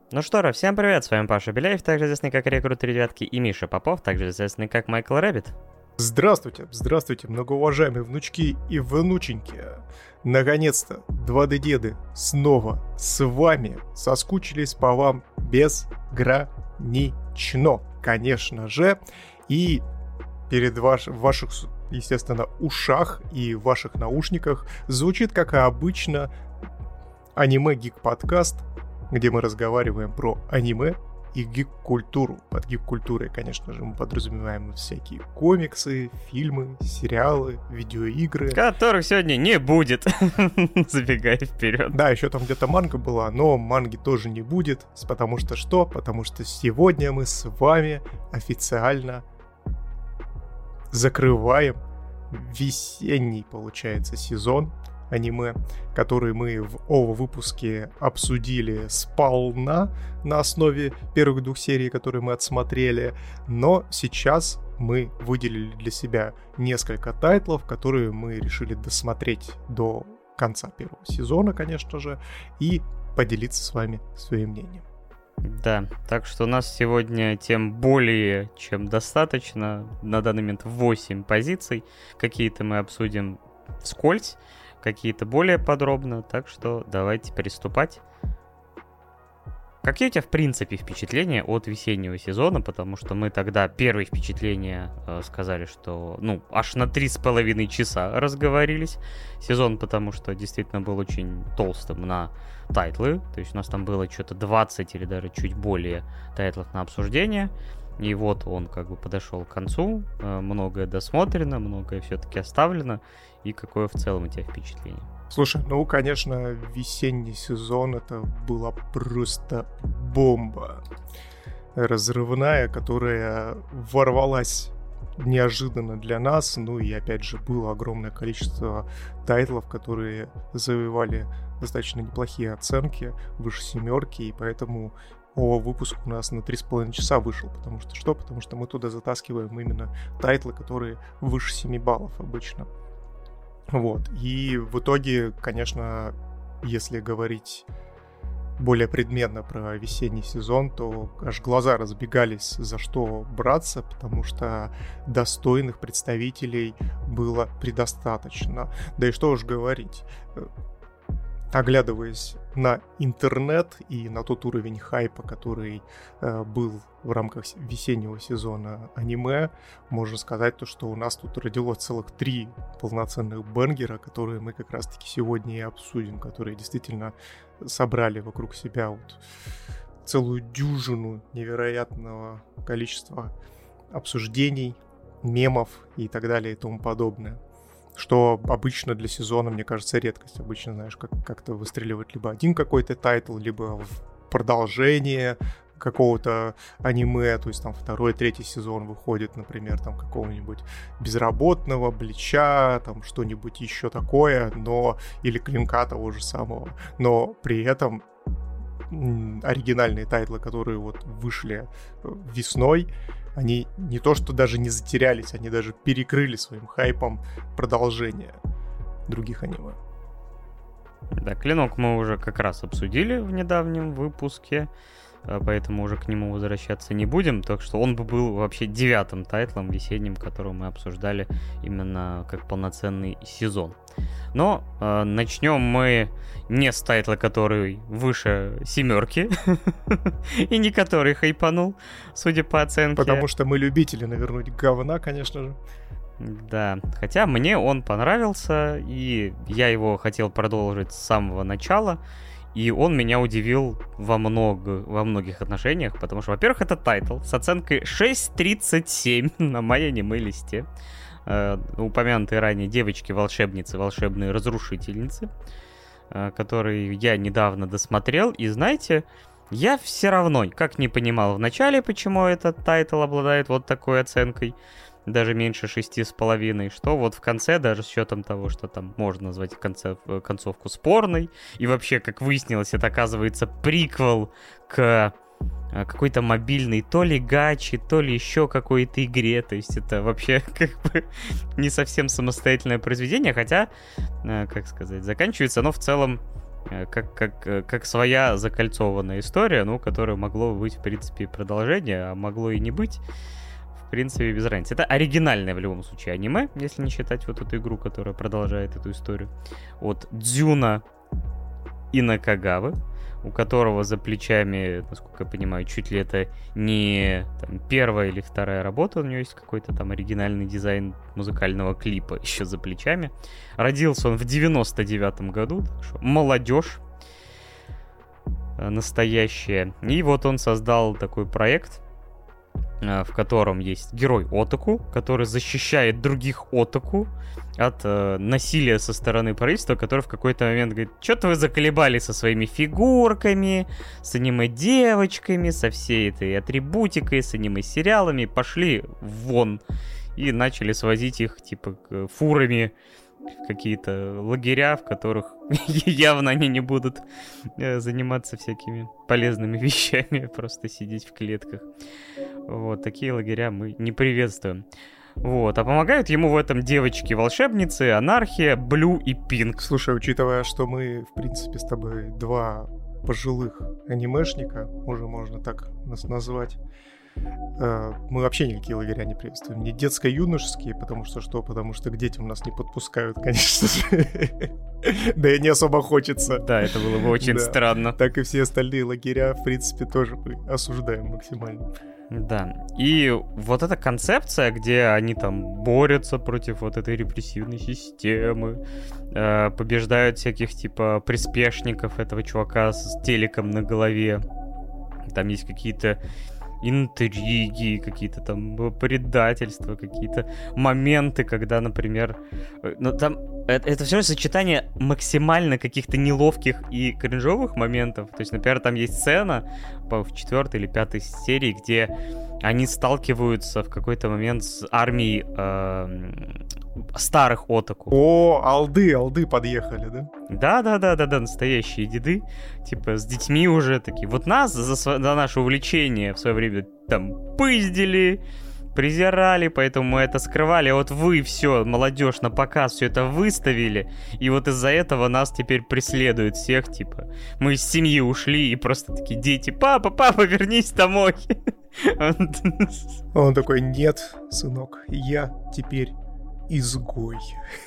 Ну что ж, всем привет, с вами Паша Беляев, также известный как Рекрут 3 девятки, и Миша Попов, также известный как Майкл Рэббит. Здравствуйте, многоуважаемые внучки и внученьки. Наконец-то 2D-деды снова с вами, соскучились по вам безгранично, конечно же. И перед в ваших, естественно, ушах и в ваших наушниках звучит, как и обычно, аниме-гик-подкаст, где мы разговариваем про аниме и гик-культуру. Под гик-культурой, конечно же, мы подразумеваем всякие комиксы, фильмы, сериалы, видеоигры. Которых сегодня не будет, забегая вперед. Да, еще там где-то манга была, но манги тоже не будет, потому что что? Потому что сегодня мы с вами официально закрываем весенний, получается, сезон аниме, который мы в ОВА-выпуске обсудили сполна на основе первых 2 серий, которые мы отсмотрели, но сейчас мы выделили для себя несколько тайтлов, которые мы решили досмотреть до конца первого сезона, конечно же, и поделиться с вами своим мнением. Да, так что у нас сегодня тем более чем достаточно, на данный момент 8 позиций, какие-то мы обсудим вскользь, какие-то более подробно, так что давайте приступать. Какие у тебя, в принципе, впечатления от весеннего сезона? Потому что мы тогда первые впечатления сказали, что, аж на 3,5 часа разговорились. Сезон, потому что действительно был очень толстым на тайтлы. То есть у нас там было что-то 20 или даже чуть более тайтлов на обсуждение. И вот он как бы подошел к концу, многое досмотрено, многое все-таки оставлено. И какое в целом у тебя впечатление? Слушай, конечно, весенний сезон это была просто бомба разрывная, которая ворвалась неожиданно для нас. Ну и опять же было огромное количество тайтлов, которые завоевали достаточно неплохие оценки, выше 7, и поэтому выпуск у нас на 3,5 часа вышел, потому что что? Потому что мы туда затаскиваем именно тайтлы, которые выше 7 баллов обычно. Вот, и в итоге, конечно, если говорить более предметно про весенний сезон, то аж глаза разбегались, за что браться, потому что достойных представителей было предостаточно. Да и что уж говорить, оглядываясь на интернет и на тот уровень хайпа, который был в рамках весеннего сезона аниме, можно сказать, что у нас тут родилось целых 3 полноценных бенгера, которые мы как раз-таки сегодня и обсудим, которые действительно собрали вокруг себя вот целую дюжину невероятного количества обсуждений, мемов и так далее и тому подобное. Что обычно для сезона, мне кажется, редкость. Обычно, знаешь, как-то выстреливает либо один какой-то тайтл, либо в продолжение какого-то аниме, то есть там 2-й, 3-й сезон выходит, например, там какого-нибудь безработного, Блича, там что-нибудь еще такое, но или Клинка того же самого, но при этом оригинальные тайтлы, которые вот вышли весной, они не то что даже не затерялись, они даже перекрыли своим хайпом продолжение других аниме. Да, Клинок мы уже как раз обсудили в недавнем выпуске, поэтому уже к нему возвращаться не будем. Так что он бы был вообще 9-м тайтлом весенним, которого мы обсуждали именно как полноценный сезон. Но начнем мы не с тайтла, который выше 7, и не который хайпанул, судя по оценке. Потому что мы любители навернуть говна, конечно же. Да, хотя мне он понравился, и я его хотел продолжить с самого начала, и он меня удивил во многих отношениях, потому что, во-первых, это тайтл с оценкой 6.37 на моей аниме-листе. Упомянутые ранее девочки-волшебницы, волшебные разрушительницы, которые я недавно досмотрел, и знаете, я все равно как не понимал в начале, почему этот тайтл обладает вот такой оценкой, даже меньше 6,5, что вот в конце, даже с учетом того, что там можно назвать концовку спорной, и вообще, как выяснилось, это оказывается приквел к какой-то мобильной то ли гачи, то ли еще какой-то игре, то есть это вообще как бы не совсем самостоятельное произведение, хотя, как сказать, заканчивается оно в целом как своя закольцованная история, ну, которая могло быть, в принципе, продолжение, а могло и не быть. В принципе, без разницы. Это оригинальное в любом случае аниме, если не считать вот эту игру, которая продолжает эту историю. От Дзюна Инакагавы, у которого за плечами, насколько я понимаю, чуть ли это не там, первая или вторая работа, у него есть какой-то там оригинальный дизайн музыкального клипа еще за плечами. Родился он в 99-м году, так что молодежь настоящая. И вот он создал такой проект, в котором есть герой Отаку, который защищает других Отаку от насилия со стороны правительства, который в какой-то момент говорит: что-то вы заколебали со своими фигурками, с аниме-девочками, со всей этой атрибутикой, с аниме-сериалами, пошли вон. И начали свозить их, типа, фурами в какие-то лагеря, в которых явно они не будут заниматься всякими полезными вещами, просто сидеть в клетках. Вот, такие лагеря мы не приветствуем. Вот, а помогают ему в этом девочки-волшебницы, Анархия, Блю и Пинк. Слушай, учитывая, что мы, в принципе, с тобой два пожилых анимешника, уже можно так нас назвать, мы вообще никакие лагеря не приветствуем. Не детско-юношеские, потому что к детям нас не подпускают, конечно же. Да и не особо хочется. Да, это было бы очень странно. Так и все остальные лагеря, в принципе, тоже мы осуждаем максимально. Да, и вот эта концепция, где они там борются против вот этой репрессивной системы, побеждают всяких типа приспешников этого чувака с телеком на голове, там есть какие-то интриги, какие-то там предательства, какие-то моменты, когда, например, ну, там это все сочетание максимально каких-то неловких и кринжовых моментов. То есть, например, там есть сцена в 4-й или 5-й серии, где они сталкиваются в какой-то момент с армией старых отаку. О, алды подъехали, да? Да, настоящие деды, типа с детьми уже такие. Вот нас за наше увлечение в свое время там пиздили, презирали, поэтому мы это скрывали. А вот вы все, молодежь, на показ все это выставили, и вот из-за этого нас теперь преследуют всех, типа. Мы из семьи ушли, и просто такие дети: папа, вернись домой. Он такой: нет, сынок, я теперь изгой.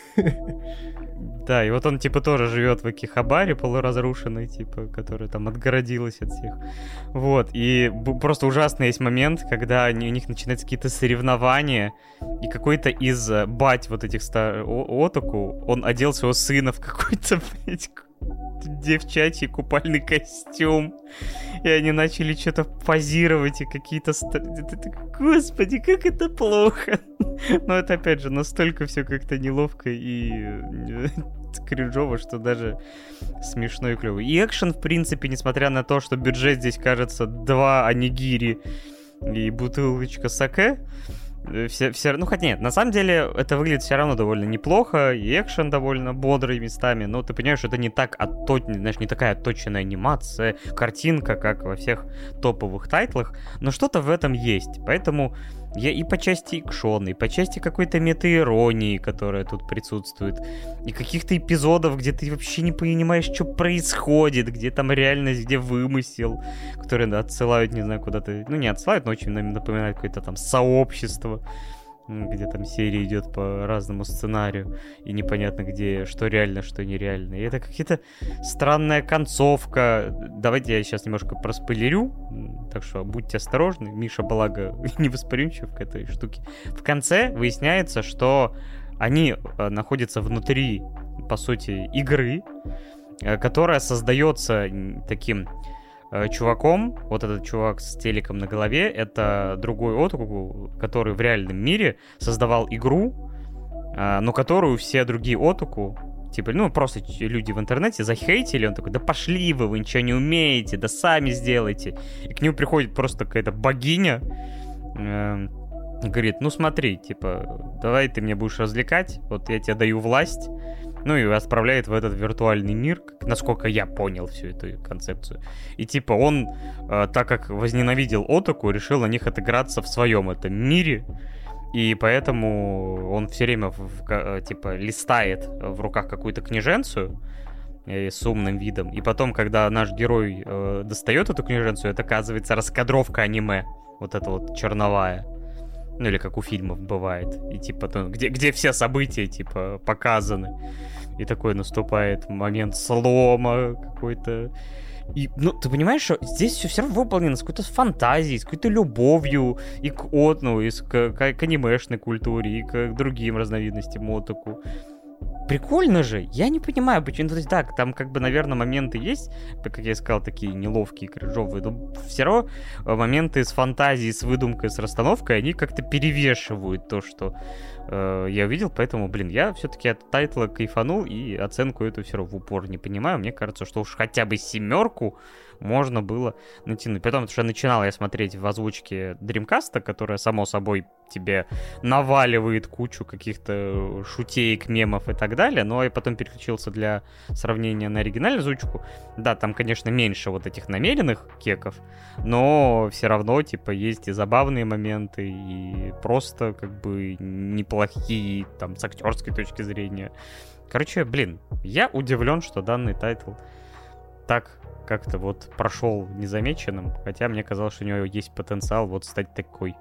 Да, и вот он, типа, тоже живет в Акихабаре полуразрушенной, типа, которая там отгородилась от всех. Вот, и просто ужасный есть момент, когда у них начинаются какие-то соревнования, и какой-то из бать вот этих отаку, он одел своего сына в какой-то, блядь, девчачий купальный костюм. И они начали что-то позировать, и какие-то... Господи, как это плохо. Но это, опять же, настолько все как-то неловко и кринжово, что даже смешно и клево. И экшен, в принципе, несмотря на то, что бюджет здесь, кажется, 2 онигири и бутылочка саке, все, ну, хотя нет, на самом деле это выглядит все равно довольно неплохо, и экшен довольно бодрый местами, но ты понимаешь, что это не так знаешь, не такая отточенная анимация, картинка, как во всех топовых тайтлах, но что-то в этом есть, поэтому я и по части экшона, и по части какой-то метаиронии, которая тут присутствует, и каких-то эпизодов, где ты вообще не понимаешь, что происходит, где там реальность, где вымысел, которые отсылают, не знаю, куда-то, ну не отсылают, но очень напоминают какое-то там сообщество, где там серия идет по разному сценарию, и непонятно, где что реально, что нереально. И это какая-то странная концовка. Давайте я сейчас немножко проспойлерю, так что будьте осторожны. Миша, благо, не восприимчив к этой штуке. В конце выясняется, что они находятся внутри, по сути, игры, которая создается таким чуваком. Вот этот чувак с телеком на голове, это другой отаку, который в реальном мире создавал игру, но которую все другие отаку, типа, ну, просто люди в интернете захейтили. Он такой: да пошли вы ничего не умеете, да сами сделайте. И к нему приходит просто какая-то богиня, говорит: ну смотри, типа, давай ты меня будешь развлекать, вот я тебе даю власть. Ну и отправляет в этот виртуальный мир, насколько я понял всю эту концепцию. И типа он, так как возненавидел отаку, решил на них отыграться в своем этом мире. И поэтому он все время типа листает в руках какую-то книженцию, с умным видом. И потом, когда наш герой достает эту книженцу, это оказывается раскадровка аниме. Вот эта вот черновая. Ну или как у фильмов бывает. И типа, где все события, типа, показаны. И такой наступает момент слома какой-то. И, ну, ты понимаешь, что здесь все равно выполнено с какой-то фантазией, с какой-то любовью и к отну, и к анимешной культуре, и к другим разновидностям отаку. Прикольно же, я не понимаю, почему. То есть, да, там как бы, наверное, моменты есть, как я сказал, такие неловкие, кринжовые, но все равно моменты с фантазией, с выдумкой, с расстановкой, они как-то перевешивают то, что я увидел, поэтому, блин, я все-таки от тайтла кайфанул и оценку эту все равно в упор не понимаю. Мне кажется, что уж хотя бы 7 можно было натянуть. Потом, потому что начинал я смотреть в озвучке Dreamcast, которая, само собой, тебе наваливает кучу каких-то шутеек, мемов и так далее, но я потом переключился для сравнения на оригинальную озвучку. Да, там, конечно, меньше вот этих намеренных кеков, но все равно, типа, есть и забавные моменты, и просто, как бы, неплохие, там, с актерской точки зрения. Короче, блин, я удивлен, что данный тайтл так как-то вот прошел незамеченным, хотя мне казалось, что у него есть потенциал вот стать такой,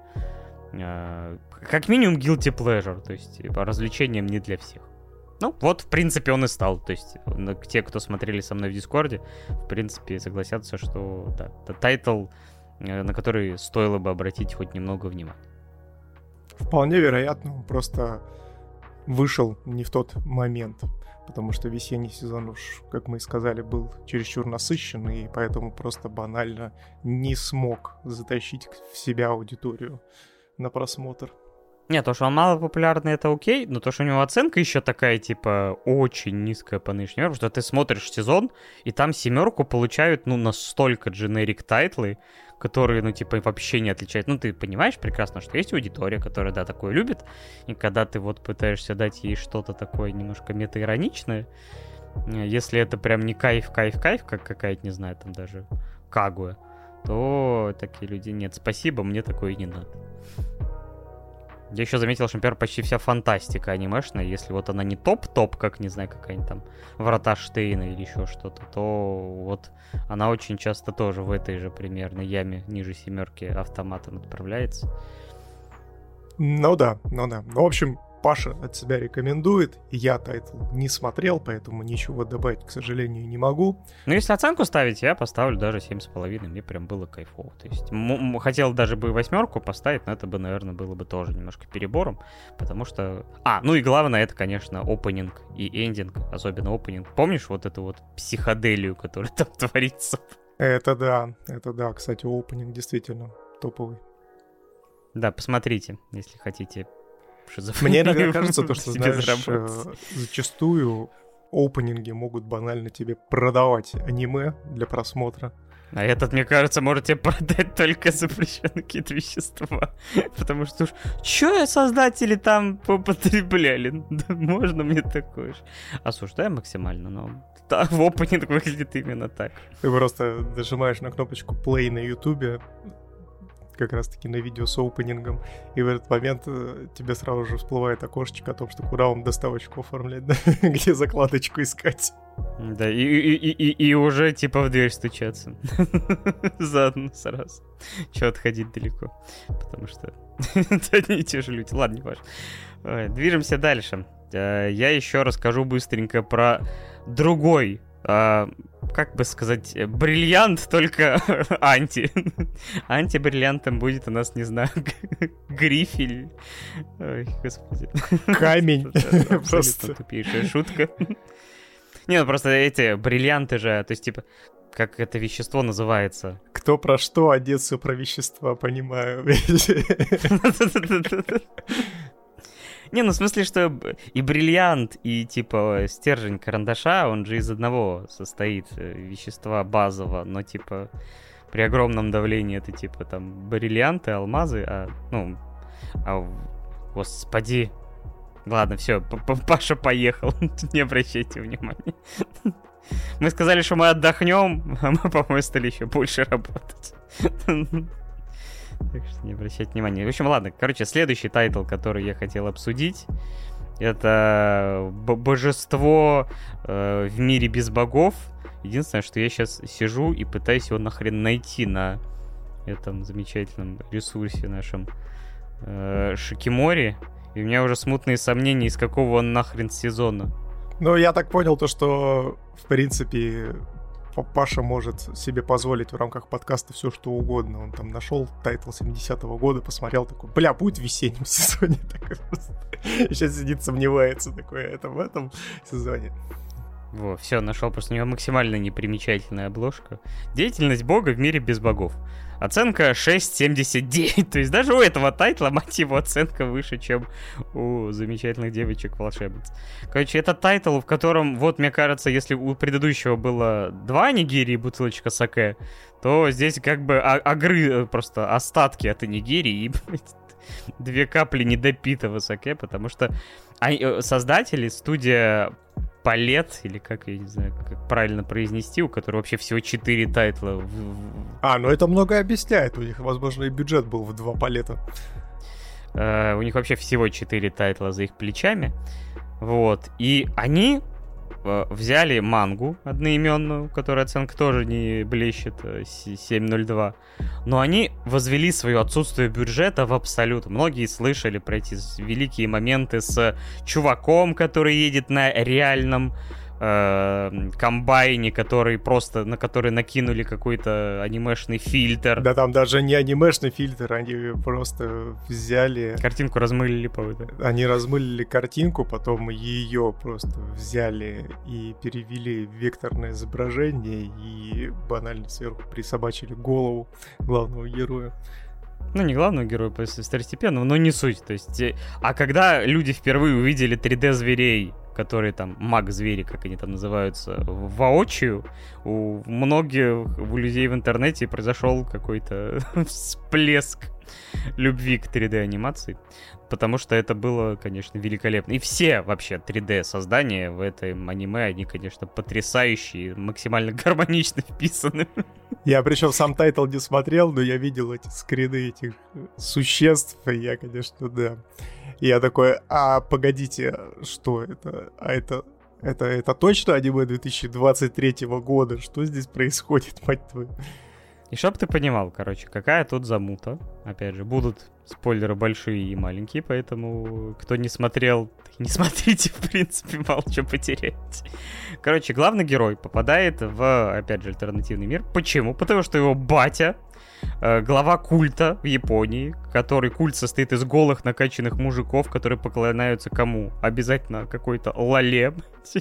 как минимум, guilty pleasure, то есть по развлечениям не для всех. Ну, вот, в принципе, он и стал, то есть те, кто смотрели со мной в Дискорде, в принципе, согласятся, что да, это тайтл, на который стоило бы обратить хоть немного внимания. Вполне вероятно, он просто вышел не в тот момент, потому что весенний сезон уж, как мы и сказали, был чересчур насыщен, и поэтому просто банально не смог затащить в себя аудиторию на просмотр. Нет, то, что он мало популярный, это окей, но то, что у него оценка еще такая, типа, очень низкая по нынешнему, потому что ты смотришь сезон, и там 7 получают, ну, настолько дженерик тайтлы, которые, ну, типа, вообще не отличают. Ну, ты понимаешь прекрасно, что есть аудитория, которая, да, такое любит, и когда ты вот пытаешься дать ей что-то такое немножко метаироничное, если это прям не кайф, как какая-то, не знаю, там даже Кагуя, то такие люди, нет, спасибо, мне такое не надо. Я еще заметил, что, например, почти вся фантастика анимешная, если вот она не топ-топ, как, не знаю, какая-нибудь там Врата Штейна или еще что-то, то вот она очень часто тоже в этой же примерно яме ниже 7 автоматом отправляется. Ну да. Ну, в общем, Паша от себя рекомендует. Я тайтл не смотрел, поэтому ничего добавить, к сожалению, не могу. Ну, если оценку ставить, я поставлю даже 7,5. Мне прям было кайфово. То есть, хотел даже бы 8 поставить, но это бы, наверное, было бы тоже немножко перебором, потому что... ну и главное, это, конечно, опенинг и эндинг, особенно опенинг. Помнишь вот эту вот психоделию, которая там творится? Это да. Кстати, опенинг действительно топовый. Да, посмотрите, если хотите. Мне иногда кажется, то, что, знаешь, зачастую опенинги могут банально тебе продавать аниме для просмотра. А этот, мне кажется, может тебе продать только запрещенные какие-то вещества. Потому что уж чё создатели там поупотребляли? Да можно мне такое же. Осуждаю максимально, но в опенинг выглядит именно так. Ты просто нажимаешь на кнопочку play на ютубе, как раз-таки на видео с опенингом, и в этот момент тебе сразу же всплывает окошечко о том, что куда вам доставочку оформлять, да? Где закладочку искать. Да, и уже типа в дверь стучаться. Заодно сразу. Чего отходить далеко? Потому что это одни и те же люди. Ладно, не важно. Движемся дальше. Я еще расскажу быстренько про другой, как бы сказать, бриллиант, только анти. Антибриллиантом будет у нас, не знаю, грифель. Ой, господи. Камень. Абсолютно тупейшая шутка. Не, ну просто эти бриллианты же, то есть, типа, как это вещество называется? Кто про что, а дед все про вещества, понимаю. Не, ну в смысле, что и бриллиант, и типа стержень карандаша, он же из одного состоит вещества базового, но типа при огромном давлении это типа там бриллианты, алмазы, господи. Ладно, все, Паша поехал, не обращайте внимания. Мы сказали, что мы отдохнем, а мы, по-моему, стали еще больше работать. Так что не обращайте внимания. В общем, ладно, короче, следующий тайтл, который я хотел обсудить, Это божество в мире без богов. Единственное, что я сейчас сижу и пытаюсь его нахрен найти на этом замечательном ресурсе нашем Шикимори. И у меня уже смутные сомнения, из какого он нахрен сезона. Ну, я так понял то, что, в принципе, Паша может себе позволить в рамках подкаста все, что угодно. Он там нашел тайтл 70-го года, посмотрел, такой, бля, будет в весеннем сезоне. Сейчас сидит, сомневается, такой, это в этом сезоне. Во, все, нашел, просто у него максимально непримечательная обложка. Деятельность бога в мире без богов. Оценка 6.79. То есть даже у этого тайтла, мать его, оценка выше, чем у замечательных девочек-волшебниц. Короче, это тайтл, в котором, вот, мне кажется, если у предыдущего было 2 нигири и бутылочка саке, то здесь как бы просто остатки от нигири и 2 капли недопитого саке, потому что создатели, студия Палет, или как, я не знаю, как правильно произнести, у которой вообще всего 4 тайтла. Ну это многое объясняет. У них, возможно, и бюджет был в 2 палета. У них вообще всего 4 тайтла за их плечами. Вот. И они взяли мангу одноименную, которая оценка тоже не блещет, 7.02. Но они возвели свое отсутствие бюджета в абсолют. Многие слышали про эти великие моменты с чуваком, который едет на реальном комбайне, на который накинули какой-то анимешный фильтр. Да там даже не анимешный фильтр, они просто взяли... Картинку размылили, по-моему. Они размылили картинку, потом ее просто взяли и перевели в векторное изображение и банально сверху присобачили голову главного героя. Ну, не главного героя, второстепенного, но не суть. То есть, а когда люди впервые увидели 3D-зверей, которые там, маг-звери, как они там называются, воочию, у многих, у людей в интернете произошел какой-то всплеск любви к 3D-анимации, потому что это было, конечно, великолепно. И все вообще 3D-создания в этом аниме, они, конечно, потрясающие, максимально гармонично вписаны. Я причем сам тайтл не смотрел, но я видел эти скрины этих существ, и я, конечно, да. Я такой, погодите, что это? Это точно аниме 2023 года? Что здесь происходит, мать твою? И чтоб ты понимал, короче, какая тут замута. Опять же, будут спойлеры большие и маленькие, поэтому кто не смотрел, не смотрите, в принципе, мало что потерять. Короче, главный герой попадает в, опять же, альтернативный мир. Почему? Потому что его батя, глава культа в Японии, который культ состоит из голых накачанных мужиков, которые поклоняются кому? Обязательно какой-то лале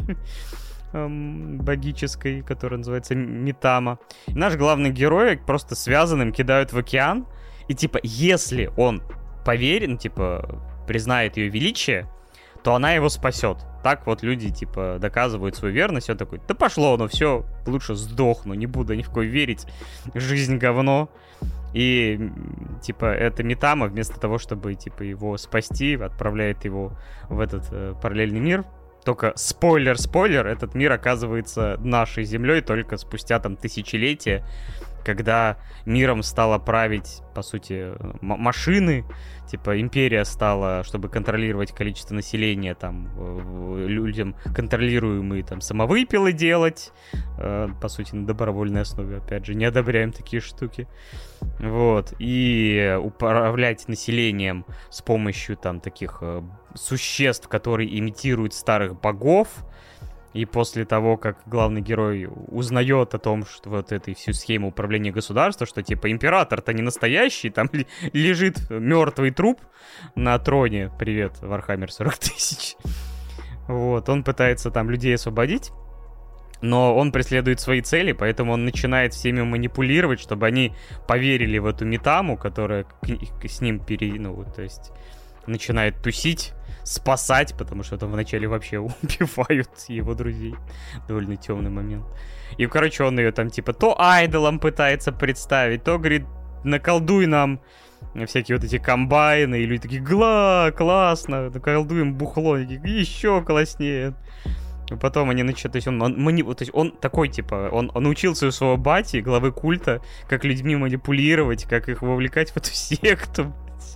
богической, которая называется Митама. И наш главный герой просто связанным кидают в океан, и типа, если он поверит, признает ее величие, то она его спасет. Так вот люди, доказывают свою верность. Он такой, да пошло оно, все, лучше сдохну, не буду ни в кого верить. Жизнь говно. И, эта Митама, вместо того, чтобы, его спасти, отправляет его в этот параллельный мир. Только спойлер, этот мир оказывается нашей землей только спустя тысячелетия, когда миром стала править, по сути, машины. Империя стала, чтобы контролировать количество населения, людям контролируемые самовыпилы делать, по сути, на добровольной основе, опять же, не одобряем такие штуки. Вот, и управлять населением с помощью таких существ, которые имитируют старых богов. И после того, как главный герой узнает о том, что вот этой всю схему управления государством, что император-то не настоящий, там лежит мертвый труп на троне. Привет, Warhammer 40 000. Вот, он пытается людей освободить, но он преследует свои цели, поэтому он начинает всеми манипулировать, чтобы они поверили в эту Митаму, которая с ним начинает тусить, спасать, потому что там вначале вообще убивают его друзей. Довольно темный момент. И, короче, он ее то айдолом пытается представить, то, говорит, наколдуй нам всякие вот эти комбайны, и люди такие, классно, наколдуем бухло, еще класснее. И потом они начинают, то есть он такой, он научился у своего бати, главы культа, как людьми манипулировать, как их вовлекать в эту секту.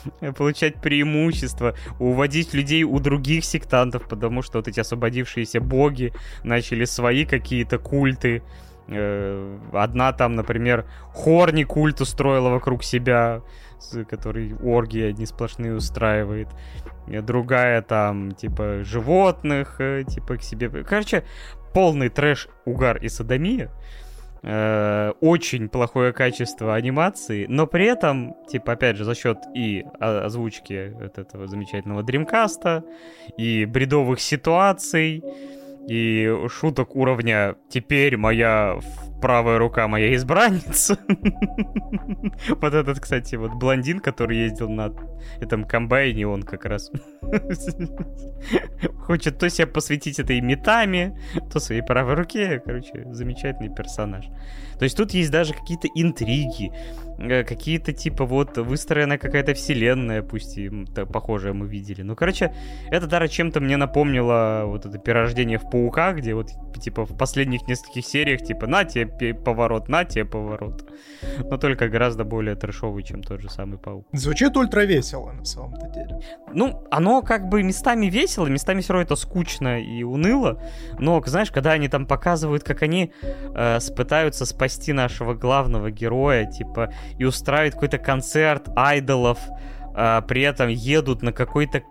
получать преимущества, уводить людей у других сектантов, потому что вот эти освободившиеся боги начали свои какие-то культы. Одна там, например, Хорни культ устроила вокруг себя, который оргии одни сплошные устраивает. Другая там, типа, животных, типа, к себе... Короче, полный трэш, угар и содомия. Очень плохое качество анимации, но при этом, типа, опять же, за счет и озвучки от этого замечательного Дримкаста, и бредовых ситуаций, и шуток уровня «теперь моя правая рука моя избранница». Вот этот, кстати, вот блондин, который ездил на этом комбайне, он как раз хочет то себя посвятить этой метами, то своей правой руке. Короче, замечательный персонаж. То есть тут есть даже какие-то интриги, какие-то типа вот выстроенная какая-то вселенная, пусть и похожее мы видели. Ну, короче, это даже чем-то мне напомнило вот это перерождение в Паука, где вот типа в последних нескольких сериях типа на тебе поворот, на тебе поворот. Но только гораздо более трэшовый, чем тот же самый Паук. Звучит ультра весело на самом-то деле. Ну, оно как бы местами весело, местами все равно это скучно и уныло. Но, знаешь, когда они там показывают, как они пытаются спасти нашего главного героя, типа, и устраивают какой-то концерт айдолов, при этом едут на какой-то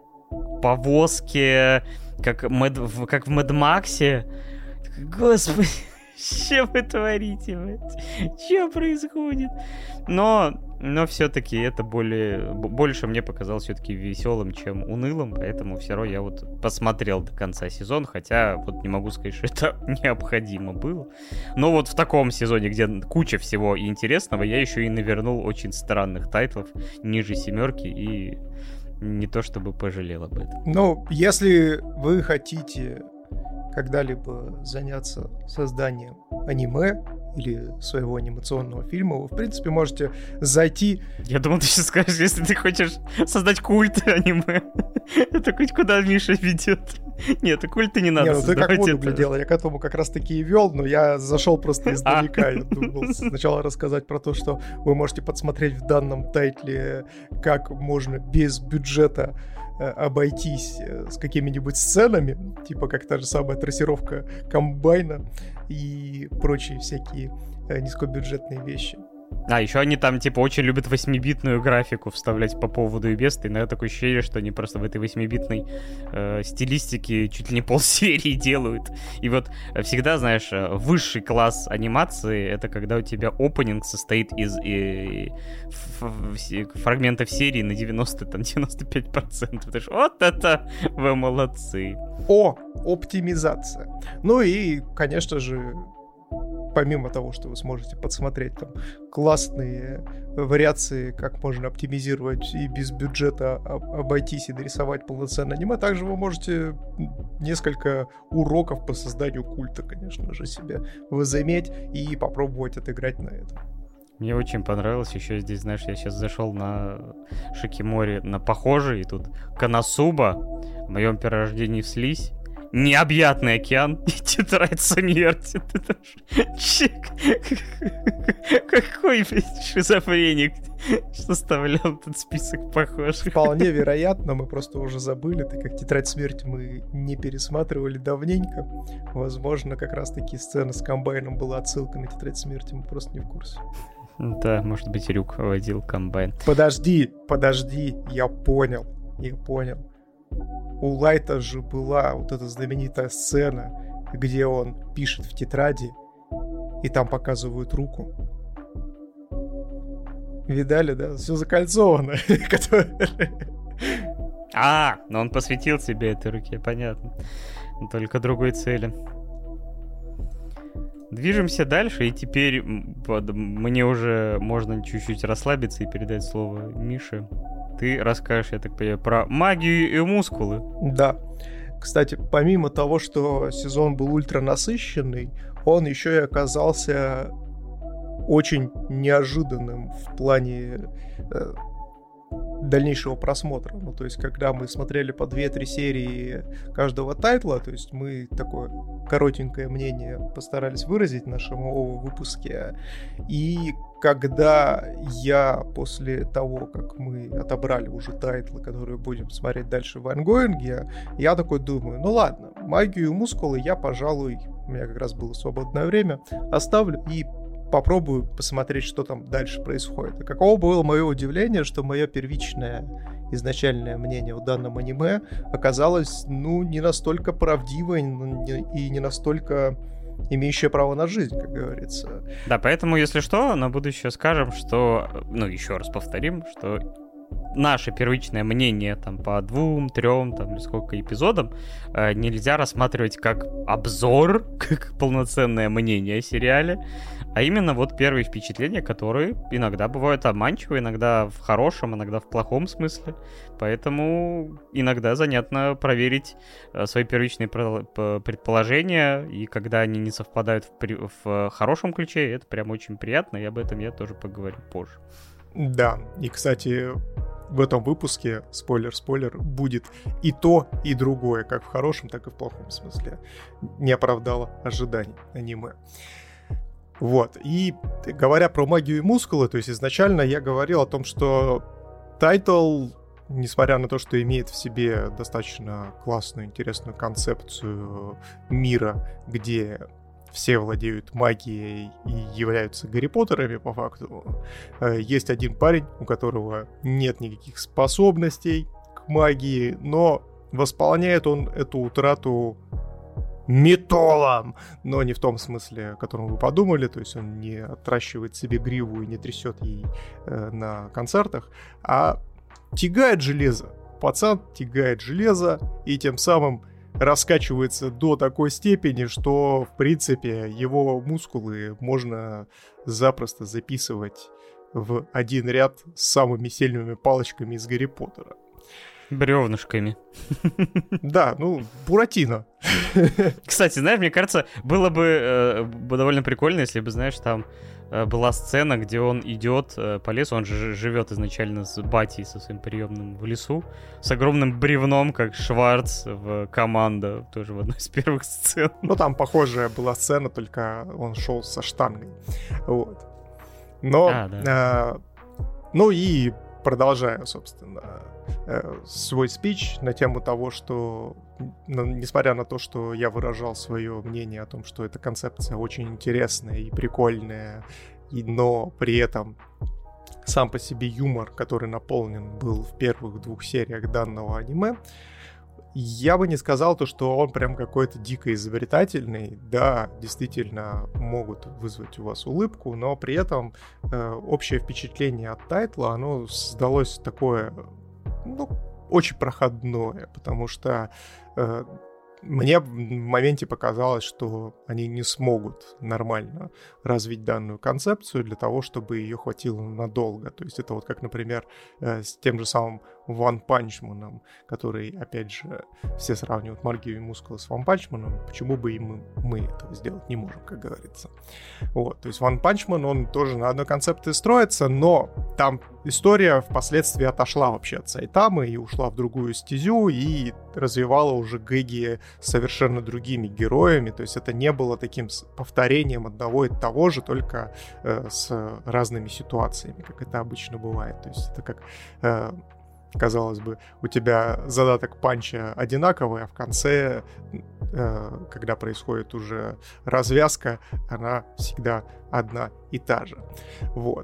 повозке, как в Мэд Максе. Господи, что вы творите, блядь? Что происходит? Но все-таки это больше мне показалось все-таки веселым, чем унылым, поэтому все равно я вот посмотрел до конца сезона, хотя вот не могу сказать, что это необходимо было. Но вот в таком сезоне, где куча всего интересного, я еще и навернул очень странных тайтлов ниже 7 и не то чтобы пожалел об этом. Ну, если вы хотите когда-либо заняться созданием аниме или своего анимационного фильма, вы, в принципе, можете зайти... Я думал, ты сейчас скажешь, если ты хочешь создать культ аниме, это хоть куда Миша ведет. Нет, культы не надо создавать. Ты как воду глядел, я к этому как раз-таки и вел, но я зашел просто издалека. Я думал сначала рассказать про то, что вы можете подсмотреть в данном тайтле, как можно без бюджета обойтись с какими-нибудь сценами, типа как та же самая трассировка комбайна и прочие всякие низкобюджетные вещи. А, еще они там, типа, очень любят 8-битную графику вставлять по поводу и без. И иногда такое ощущение, что они просто в этой 8-битной стилистике чуть ли не полсерии делают. И вот всегда, знаешь, высший класс анимации — это когда у тебя опенинг состоит из фрагментов серии на 90-95%. Потому что вот это вы молодцы. Оптимизация. Ну и, конечно же, помимо того, что вы сможете подсмотреть там классные вариации, как можно оптимизировать и без бюджета обойтись и нарисовать полноценное аниме, также вы можете несколько уроков по созданию культа, конечно же, себе возыметь и попробовать отыграть на этом. Мне очень понравилось еще здесь, знаешь, я сейчас зашел на Шикимори на похожий, и тут Коносуба, в моем перерождении в слизь, необъятный океан и тетрадь смерти. Какой, блядь, шизофреник составлял этот список похожих. Вполне вероятно, мы просто уже забыли, так как тетрадь смерти мы не пересматривали давненько. Возможно, как раз-таки сцена с комбайном была отсылка на тетрадь смерти, мы просто не в курсе. Да, может быть, Рюк водил комбайн. Подожди, я понял. У Лайта же была вот эта знаменитая сцена, где он пишет в тетради, и там показывают руку. Видали, да? Все закольцовано. Но он посвятил себе этой руке, понятно. Только другой цели. Движемся дальше, и теперь мне уже можно чуть-чуть расслабиться и передать слово Мише. Ты расскажешь, я так понимаю, про магию и мускулы. Да. Кстати, помимо того, что сезон был ультранасыщенный, он еще и оказался очень неожиданным в плане дальнейшего просмотра. Ну, то есть, когда мы смотрели по 2-3 серии каждого тайтла, то есть мы такое коротенькое мнение постарались выразить в нашем выпуске. И когда я после того, как мы отобрали уже тайтлы, которые будем смотреть дальше в ангоинге, я такой думаю, ну ладно, магию и мускулы я, пожалуй, у меня как раз было свободное время, оставлю и попробую посмотреть, что там дальше происходит. И каково было мое удивление, что мое первичное изначальное мнение в данном аниме оказалось, ну, не настолько правдивое и не настолько имеющее право на жизнь, как говорится. Да, поэтому, если что, на будущее скажем, что, ну, еще раз повторим, что наше первичное мнение там по 2, 3, там, или сколько эпизодам нельзя рассматривать как обзор, как полноценное мнение о сериале, а именно вот первые впечатления, которые иногда бывают обманчивы, иногда в хорошем, иногда в плохом смысле. Поэтому иногда занятно проверить свои первичные предположения, и когда они не совпадают в хорошем ключе, это прям очень приятно, и об этом я тоже поговорю позже. Да, и, кстати, в этом выпуске, спойлер, будет и то, и другое, как в хорошем, так и в плохом смысле. Не оправдало ожиданий аниме. Вот, и говоря про магию и мускулы, то есть изначально я говорил о том, что тайтл, несмотря на то, что имеет в себе достаточно классную, интересную концепцию мира, где все владеют магией и являются Гарри Поттерами по факту, есть один парень, у которого нет никаких способностей к магии, но восполняет он эту утрату металлом, но не в том смысле, о котором вы подумали, то есть он не отращивает себе гриву и не трясет ей на концертах, а тягает железо. Пацан тягает железо и тем самым раскачивается до такой степени, что, в принципе, его мускулы можно запросто записывать в один ряд с самыми сильными палочками из Гарри Поттера. Бревнышками. Да, ну, Буратино. Кстати, знаешь, мне кажется, было бы довольно прикольно, если бы, знаешь, там была сцена, где он идет по лесу, он же живет изначально с батей, со своим приемным в лесу, с огромным бревном, как Шварц в «Команда», тоже в одной из первых сцен. Ну, там похожая была сцена, только он шел со штангой. Вот. Но, да. Ну и продолжая, собственно, свой спич на тему того, что, несмотря на то, что я выражал свое мнение о том, что эта концепция очень интересная и прикольная, но при этом сам по себе юмор, который наполнен был в первых 2 сериях данного аниме, я бы не сказал то, что он прям какой-то дико изобретательный. Да, действительно могут вызвать у вас улыбку, но при этом общее впечатление от тайтла, оно создалось такое, ну, очень проходное, потому что мне в моменте показалось, что они не смогут нормально развить данную концепцию для того, чтобы ее хватило надолго. То есть это вот как, например, с тем же самым One Punch Man, который, опять же, все сравнивают магию и мускулы с One Punch Man, почему бы и мы этого сделать не можем, как говорится. Вот, то есть One Punch Man, он тоже на одной концепции строится, но там история впоследствии отошла вообще от Сайтамы и ушла в другую стезю и развивала уже гэги совершенно другими героями, то есть это не было таким повторением одного и того же, только с разными ситуациями, как это обычно бывает. То есть это как, казалось бы, у тебя задаток панча одинаковый, а в конце, когда происходит уже развязка, она всегда одна и та же. Вот.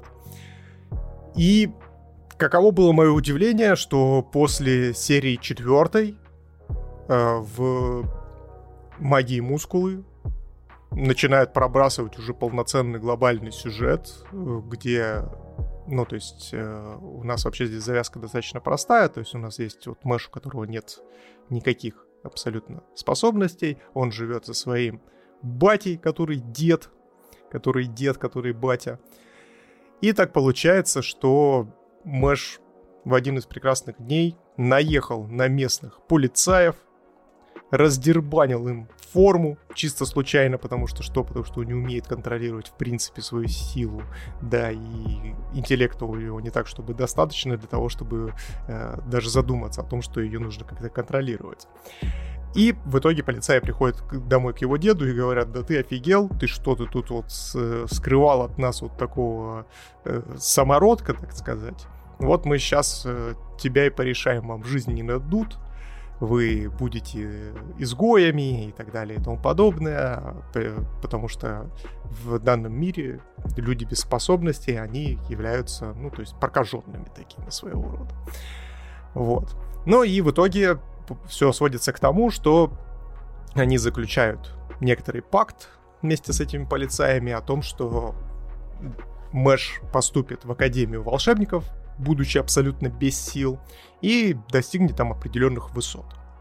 И каково было мое удивление, что после серии 4 в «Магии и мускулы» начинают пробрасывать уже полноценный глобальный сюжет, где, ну, то есть у нас вообще здесь завязка достаточно простая, то есть у нас есть вот Мэш, у которого нет никаких абсолютно способностей, он живет со своим батей, который батя. И так получается, что Мэш в один из прекрасных дней наехал на местных полицаев, раздербанил им форму чисто случайно, потому что он не умеет контролировать, в принципе, свою силу, да, и интеллекта у него не так, чтобы достаточно для того, чтобы даже задуматься о том, что ее нужно как-то контролировать. И в итоге полицаи приходят домой к его деду и говорят: да ты офигел, ты тут вот скрывал от нас вот такого самородка, так сказать. Вот мы сейчас тебя и порешаем, вам жизнь не дадут, вы будете изгоями и так далее и тому подобное, потому что в данном мире люди без способностей, они являются, ну, то есть прокаженными такими своего рода. Вот. Ну и в итоге все сводится к тому, что они заключают некоторый пакт вместе с этими полицаями о том, что Мэш поступит в Академию волшебников, будучи абсолютно без сил, и достигнет там определенных высот.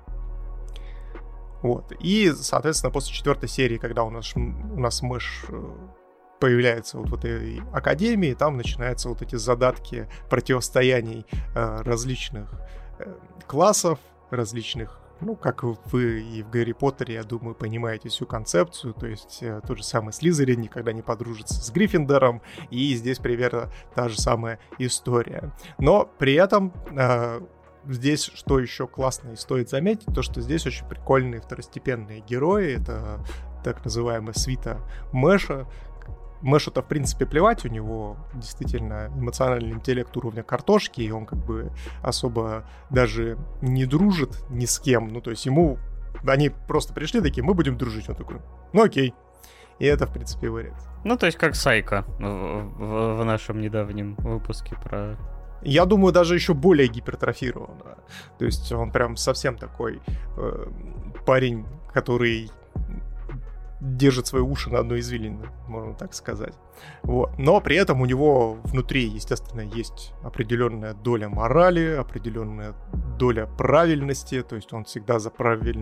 Вот. И, соответственно, после 4-й серии, когда у нас Мэш появляется вот в этой академии, там начинаются вот эти задатки противостояний различных классов, различных, ну, как вы и в Гарри Поттере, я думаю, понимаете всю концепцию, то есть тот же самый Слизерин никогда не подружится с Гриффиндором, и здесь примерно та же самая история. Но при этом здесь, что еще классно и стоит заметить, то, что здесь очень прикольные второстепенные герои, это так называемая свита Мэша. Мэшу-то, в принципе, плевать, у него действительно эмоциональный интеллект уровня картошки, и он как бы особо даже не дружит ни с кем, ну, то есть ему... Они просто пришли такие: мы будем дружить, он такой: ну, окей. И это, в принципе, вариант. Ну, то есть как Сайко в нашем недавнем выпуске про... Я думаю, даже еще более гипертрофированно. То есть он прям совсем такой парень, который... держит свои уши на одной извилине, можно так сказать. Вот. Но при этом у него внутри, естественно, есть определенная доля морали, определенная доля правильности, то есть он всегда за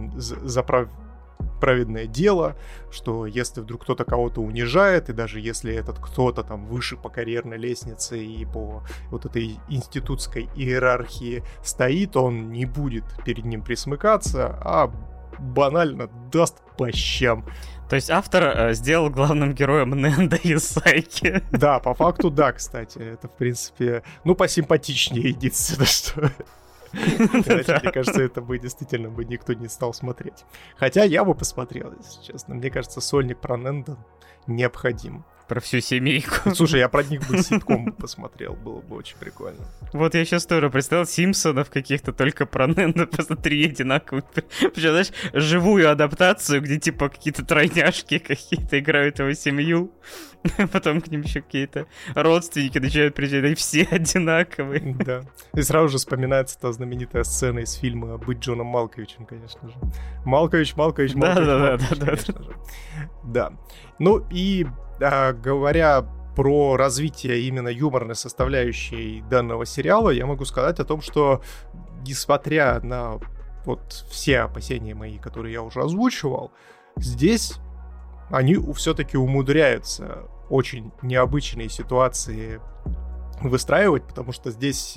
праведное дело, что если вдруг кто-то кого-то унижает, и даже если этот кто-то там выше по карьерной лестнице и по вот этой институтской иерархии стоит, он не будет перед ним присмыкаться, а банально даст по щам. То есть автор сделал главным героем Нэнда и Сайки. Да, по факту да, кстати. Это, в принципе, ну, посимпатичнее единственное, что... Иначе, мне кажется, это бы действительно никто не стал смотреть. Хотя я бы посмотрел, если честно. Мне кажется, сольник про Нэнда необходим. Про всю семейку. Слушай, я про них бы ситком посмотрел, было бы очень прикольно. Вот я сейчас тоже представил Симпсонов каких-то только про Нэнда, просто 3 одинаковых. Причем, знаешь, живую адаптацию, где типа какие-то тройняшки какие-то играют его семью. Потом к ним еще какие-то родственники начинают приезжать, и все одинаковые. Да. И сразу же вспоминается та знаменитая сцена из фильма «Быть Джоном Малковичем», конечно же. Малкович, да. Конечно же. Да. Ну и говоря про развитие именно юморной составляющей данного сериала, я могу сказать о том, что несмотря на вот все опасения мои, которые я уже озвучивал, здесь они все-таки умудряются очень необычные ситуации выстраивать, потому что здесь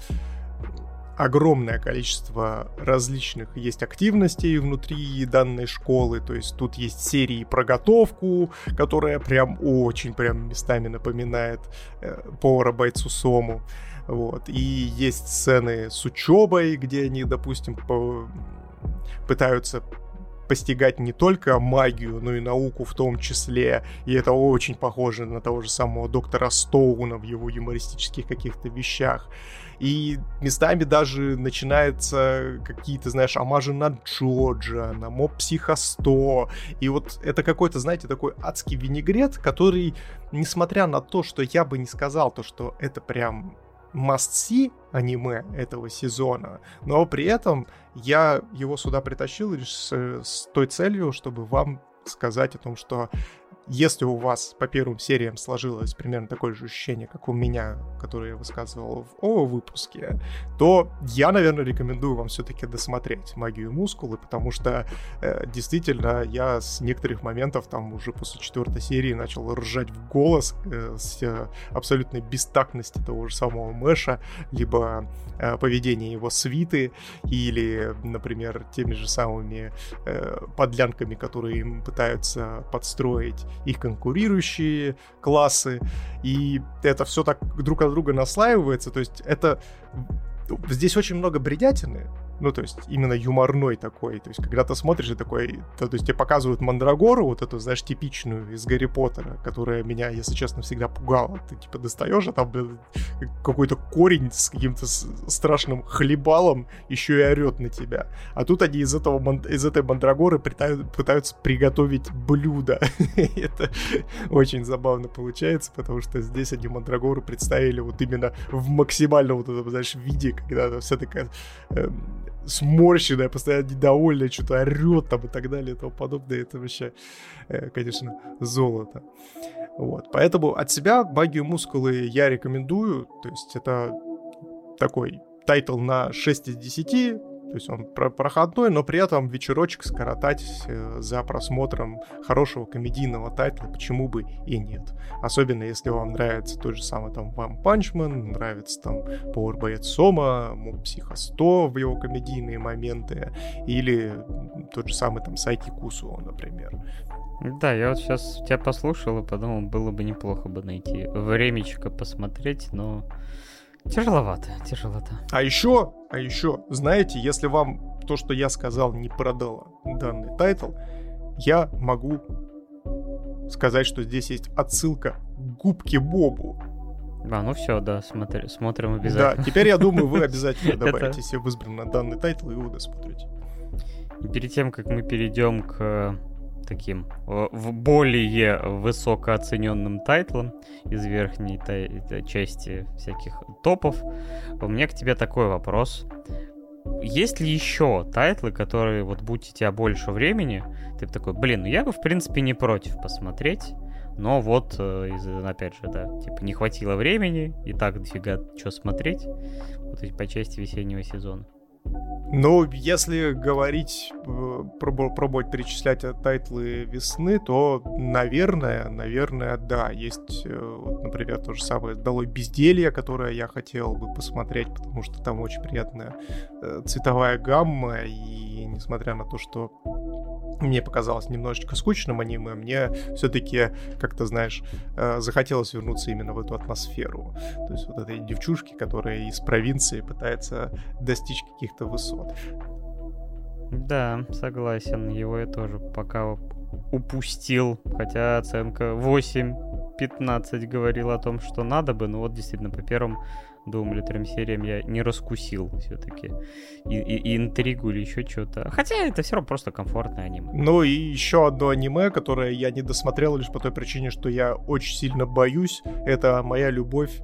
огромное количество различных есть активностей внутри данной школы, то есть тут есть серии про готовку, которая прям очень прям местами напоминает повара-бойцу Сому, вот, и есть сцены с учебой, где они, допустим, пытаются постигать не только магию, но и науку в том числе, и это очень похоже на того же самого доктора Стоуна в его юмористических каких-то вещах. И местами даже начинаются какие-то, знаешь, омажи на Джорджа, на Моб Психо 100. И вот это какой-то, знаете, такой адский винегрет, который, несмотря на то, что я бы не сказал, то, что это прям must-see аниме этого сезона, но при этом я его сюда притащил лишь с той целью, чтобы вам сказать о том, что если у вас по первым сериям сложилось примерно такое же ощущение, как у меня, которое я высказывал в выпуске, то я, наверное, рекомендую вам все-таки досмотреть «Магию и мускулы», потому что действительно я с некоторых моментов там уже после 4-й серии начал ржать в голос с абсолютной бестактности того же самого Мэша, либо поведения его свиты, или, например, теми же самыми подлянками, которые им пытаются подстроить их конкурирующие классы, и это все так друг от друга наслаивается, то есть это... Здесь очень много бредятины, ну, то есть именно юморной такой, то есть когда ты смотришь и такой, то есть тебе показывают Мандрагору, вот эту, знаешь, типичную из Гарри Поттера, которая меня, если честно, всегда пугала. Ты типа достаешь, а там какой-то корень с каким-то страшным хлебалом еще и орет на тебя. А тут они из этой Мандрагоры пытаются приготовить блюдо. Это очень забавно получается, потому что здесь они Мандрагору представили вот именно в максимальном вот этом, знаешь, виде, когда она вся такая сморщенная, постоянно недовольная, что-то орет там и так далее и тому подобное. Это вообще, конечно, золото. Вот. Поэтому от себя «Магию и мускулы» я рекомендую. То есть это такой тайтл на 6 из 10. То есть он проходной, но при этом вечерочек скоротать за просмотром хорошего комедийного тайтла, почему бы и нет. Особенно если вам нравится тот же самый там One Punch Man, нравится там Power Boyet Soma, Mob Psycho 100 в его комедийные моменты, или тот же самый там Сайки Кусуо, например. Да, я вот сейчас тебя послушал и подумал, было бы неплохо бы найти времечко посмотреть, но... Тяжеловато. А еще, знаете, если вам то, что я сказал, не продало данный тайтл, я могу сказать, что здесь есть отсылка к Губке Бобу. Ну все, да, смотрим обязательно. Да, теперь я думаю, вы обязательно добавите себе в избранный данный тайтл и его досмотрите. И перед тем, как мы перейдем к таким в более высокооцененным тайтлам из верхней части всяких топов, у меня к тебе такой вопрос. Есть ли еще тайтлы, которые, вот будь у тебя больше времени, ты такой, блин, ну я бы в принципе не против посмотреть, но вот, опять же, да, типа не хватило времени, и так дофига что смотреть, вот по части весеннего сезона. Ну, если говорить, пробовать перечислять тайтлы весны, то, наверное, да. Есть, вот, например, то же самое «Долой безделье», которое я хотел бы посмотреть, потому что там очень приятная цветовая гамма, и несмотря на то, что мне показалось немножечко скучным аниме, мне все-таки, как-то, знаешь, захотелось вернуться именно в эту атмосферу. То есть вот этой девчушки, которая из провинции пытается достичь каких-то высот. Да, согласен. Его я тоже пока упустил. Хотя оценка 8-15 говорила о том, что надо бы. Но вот действительно по первым 2 или 3 сериям я не раскусил все-таки и интригу или еще что-то. Хотя это все равно просто комфортное аниме. Ну и еще одно аниме, которое я не досмотрел лишь по той причине, что я очень сильно боюсь. Это «Моя любовь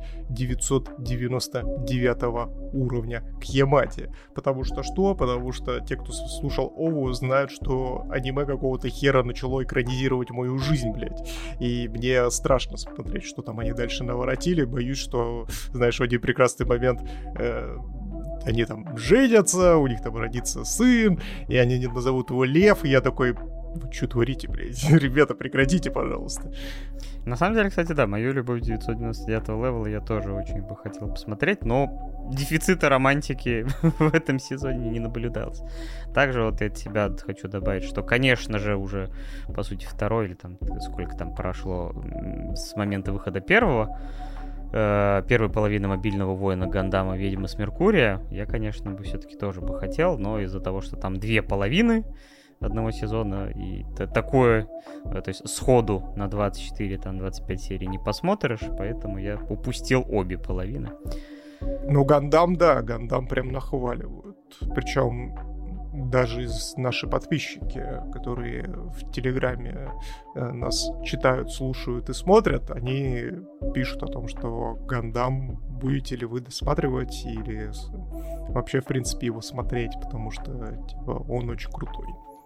999 уровня» к Ямате. Потому что те, кто слушал Ову, знают, что аниме какого-то хера начало экранизировать мою жизнь, блядь. И мне страшно смотреть, что там они дальше наворотили. Боюсь, что, знаешь, в один прекрасный момент они там женятся, у них там родится сын, и они не назовут его Лев, и я такой, вы что творите, блядь? Ребята, прекратите, пожалуйста. На самом деле, кстати, да, «Мою любовь 999 левела» я тоже очень бы хотел посмотреть, но дефицита романтики в этом сезоне не наблюдалось. Также вот я от себя хочу добавить, что, конечно же, уже, по сути, второй или там, сколько там прошло с момента выхода первой половины «Мобильного воина» Гандама «Ведьмы с Меркурия», я, конечно, бы все-таки тоже бы хотел, но из-за того, что там 2 половины одного сезона, и такое, то есть сходу на 24-25 серий не посмотришь, поэтому я упустил обе половины. Ну, Гандам, да, Гандам прям нахваливают. Причем даже наши подписчики, которые в Телеграме нас читают, слушают и смотрят, они пишут о том, что Гандам будете ли вы досматривать или вообще, в принципе, его смотреть, потому что типа, он очень крутой.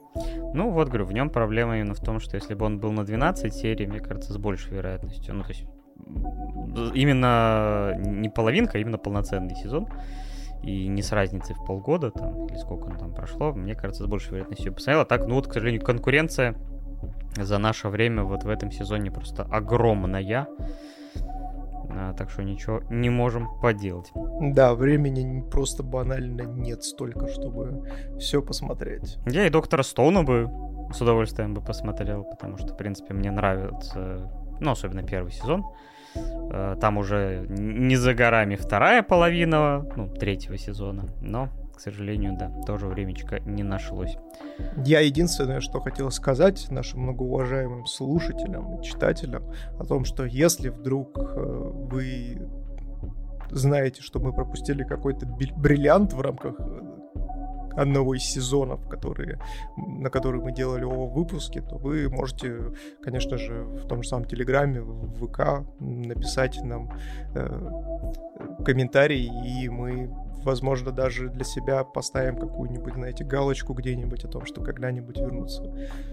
Ну, вот, говорю, в нем проблема именно в том, что если бы он был на 12 серий, мне кажется, с большей вероятностью. Ну, то есть, именно не половинка, а именно полноценный сезон. И не с разницей в полгода, там, или сколько он там прошло, мне кажется, с большей вероятностью посмотрел. А так, ну вот, к сожалению, конкуренция за наше время вот в этом сезоне просто огромная. Так что ничего не можем поделать. Да, времени просто банально нет столько, чтобы все посмотреть. Я и Доктора Стоуна бы с удовольствием бы посмотрел, потому что, в принципе, мне нравится, ну, особенно первый сезон. Там уже не за горами вторая половина, ну, третьего сезона, но, к сожалению, да, тоже времечко не нашлось. Я единственное, что хотел сказать нашим многоуважаемым слушателям и читателям о том, что если вдруг вы знаете, что мы пропустили какой-то бриллиант в рамках одного из сезонов, на которые мы делали выпуски, то вы можете, конечно же, в том же самом Телеграме, в ВК написать нам комментарий, и мы, возможно, даже для себя поставим какую-нибудь, знаете, галочку где-нибудь о том, что когда-нибудь вернуться.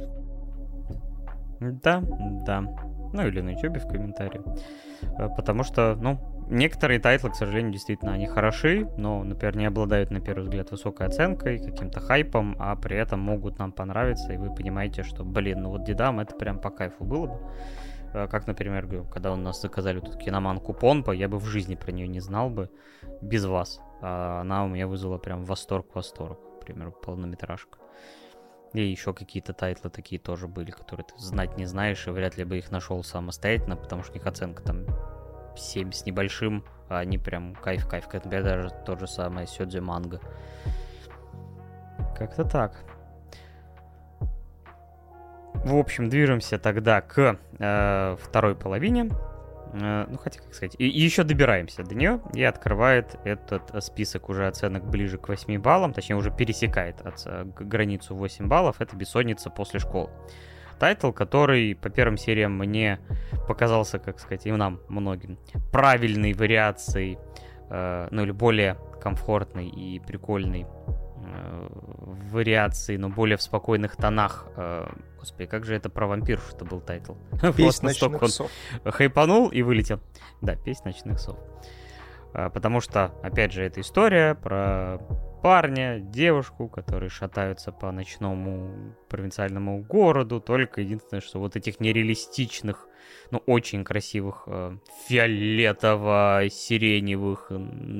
Да. Ну или на YouTube в комментарии. Потому что, ну, некоторые тайтлы, к сожалению, действительно, они хороши, но, например, не обладают, на первый взгляд, высокой оценкой, каким-то хайпом, а при этом могут нам понравиться, и вы понимаете, что, блин, ну вот дедам это прям по кайфу было бы. Как, например, говорю, когда у нас заказали тут киноманку Помпа, я бы в жизни про нее не знал бы без вас. А она у меня вызвала прям восторг, к примеру, полнометражка. И еще какие-то тайтлы такие тоже были, которые ты знать не знаешь, и вряд ли бы их нашел самостоятельно, потому что у них оценка там 7 с небольшим, а они прям кайф-кайф. Как, например, даже тот же самый Сёдзи Манга. Как-то так. В общем, движемся тогда к второй половине. Ну, хотя, как сказать, и еще добираемся до нее, и открывает этот список уже оценок ближе к 8 баллам, точнее, уже пересекает границу 8 баллов, это «Бессонница после школы». Тайтл, который по первым сериям мне показался, как сказать, и нам многим, правильной вариацией, ну, или более комфортной и прикольной вариации, но более в спокойных тонах. Господи, как же это про вампиршу-то был тайтл? «Песнь ночных сов». Хайпанул и вылетел. Да, «Песнь ночных сов». Потому что, опять же, это история про парня, девушку, которые шатаются по ночному провинциальному городу. Только единственное, что вот этих нереалистичных, но очень красивых фиолетово-сиреневых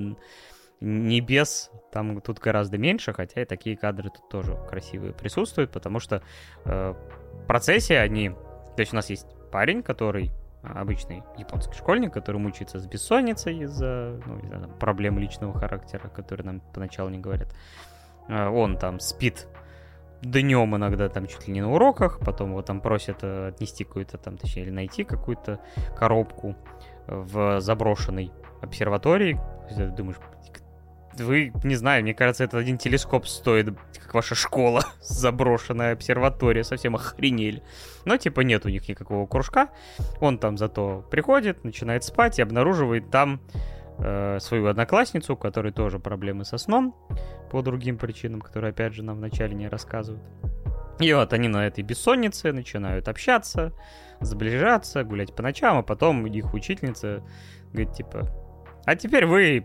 небес там тут гораздо меньше, хотя и такие кадры тут тоже красивые присутствуют, потому что в процессе они... То есть у нас есть парень, который обычный японский школьник, который мучается с бессонницей из-за проблем личного характера, которые нам поначалу не говорят. Он там спит днем иногда там чуть ли не на уроках, потом его там просят отнести какую-то там, точнее, или найти какую-то коробку в заброшенной обсерватории. Ты думаешь, вы, не знаю, мне кажется, этот один телескоп стоит, как ваша школа, заброшенная обсерватория, совсем охренели. Но, типа, нет у них никакого кружка. Он там зато приходит, начинает спать и обнаруживает там свою одноклассницу, у которой тоже проблемы со сном, по другим причинам, которые, опять же, нам вначале не рассказывают. И вот они на этой бессоннице начинают общаться, сближаться, гулять по ночам, а потом их учительница говорит, типа, а теперь вы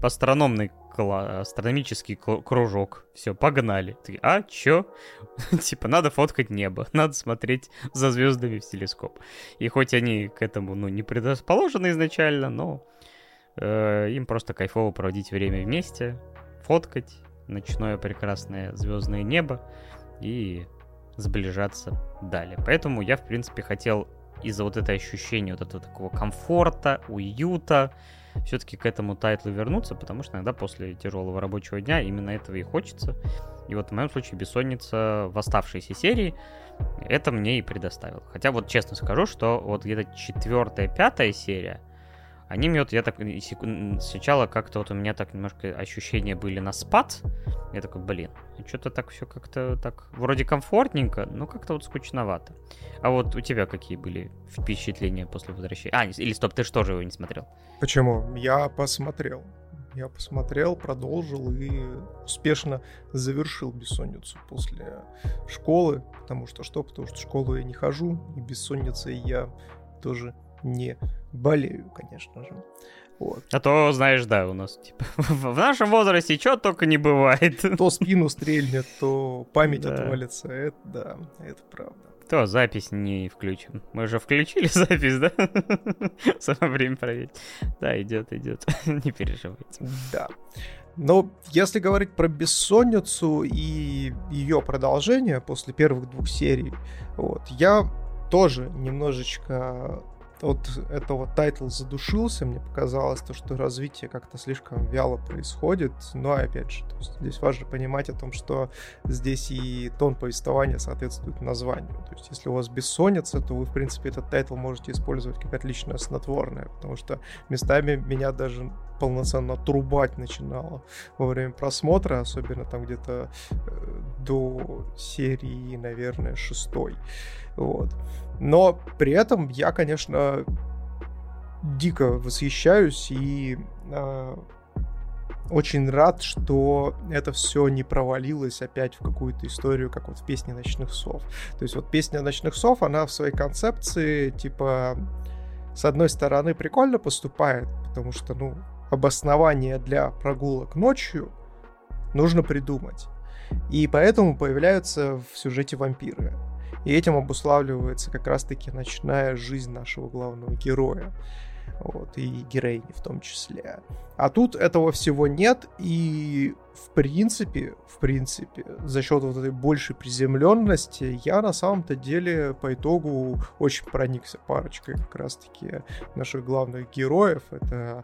астрономический кружок. Все, погнали. Ты, а чё? Типа, надо фоткать небо, надо смотреть за звездами в телескоп. И хоть они к этому, не предрасположены изначально, но им просто кайфово проводить время вместе, фоткать ночное прекрасное звездное небо и сближаться далее. Поэтому я, в принципе, хотел из-за вот этого ощущения вот этого такого комфорта, уюта, все-таки к этому тайтлу вернуться, потому что иногда после тяжелого рабочего дня именно этого и хочется. И вот в моем случае «Бессонница» в оставшейся серии это мне и предоставил. Хотя вот честно скажу, что вот где-то 4-5 серия, они мне вот, я так сначала как-то вот у меня так немножко ощущения были на спад. Я такой, блин, что-то так все как-то так вроде комфортненько, но как-то вот скучновато. А вот у тебя какие были впечатления после возвращения? Или стоп, ты же тоже его не смотрел? Почему? Я посмотрел. я посмотрел, продолжил и успешно завершил «Бессонницу» после школы. Потому что в школу я не хожу, и бессонницей я тоже не болею, конечно же. Вот. А то, знаешь, да, у нас типа в нашем возрасте что только не бывает. То спину стрельнет, то память отвалится. Это да, это правда. То запись не включим. Мы же включили запись, да? Самое время проверить. Да, идет. Не переживайте. Да. Но если говорить про «Бессонницу» и ее продолжение после первых 2 серий, вот, я тоже немножечко от этого тайтла задушился. Мне показалось, что развитие как-то слишком вяло происходит. Но, опять же, то есть здесь важно понимать о том, что здесь и тон повествования соответствует названию. То есть если у вас бессонница, то вы, в принципе, этот тайтл можете использовать как отличное снотворное, потому что местами меня даже полноценно трубать начинало во время просмотра, особенно там где-то до серии, наверное, 6. Вот. Но при этом я, конечно, дико восхищаюсь и очень рад, что это все не провалилось опять в какую-то историю, как вот в «Песне ночных сов». То есть вот «Песня ночных сов», она в своей концепции, типа, с одной стороны, прикольно поступает, потому что, обоснование для прогулок ночью нужно придумать. И поэтому появляются в сюжете вампиры. И этим обуславливается как раз-таки ночная жизнь нашего главного героя. Вот, и героини в том числе. А тут этого всего нет, и в принципе, за счет вот этой большей приземленности я на самом-то деле по итогу очень проникся парочкой как раз-таки наших главных героев. Это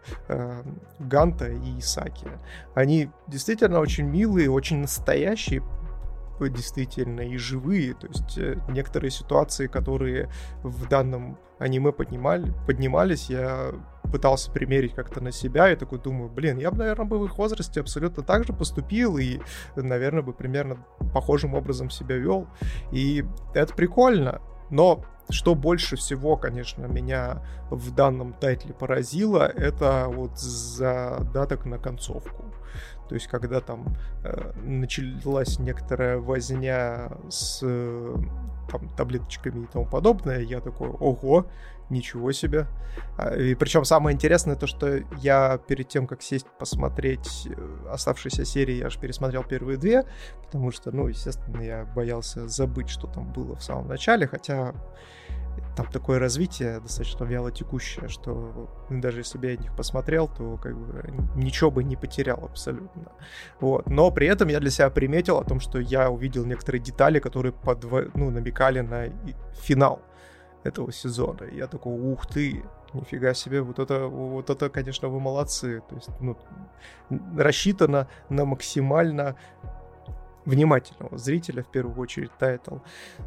Ганта и Исаки. Они действительно очень милые, очень настоящие, действительно, и живые. То есть некоторые ситуации, которые в данном аниме поднимались, я пытался примерить как-то на себя, и такой думаю, я бы, наверное, в их возрасте абсолютно так же поступил, и, наверное, бы примерно похожим образом себя вел. И это прикольно, но что больше всего, конечно, меня в данном тайтле поразило, это вот задаток на концовку. То есть, когда там началась некоторая возня с таблеточками и тому подобное, я такой, ого, ничего себе. И причем самое интересное то, что я перед тем, как сесть посмотреть оставшиеся серии, я аж пересмотрел первые 2, потому что, естественно, я боялся забыть, что там было в самом начале, хотя там такое развитие достаточно вяло текущее, что даже если бы я их посмотрел, то как бы ничего бы не потерял абсолютно. Вот. Но при этом я для себя приметил о том, что я увидел некоторые детали, которые намекали на финал этого сезона. И я такой, ух ты, нифига себе, вот это, конечно, вы молодцы. То есть, рассчитано на максимально внимательного зрителя, в первую очередь, тайтл.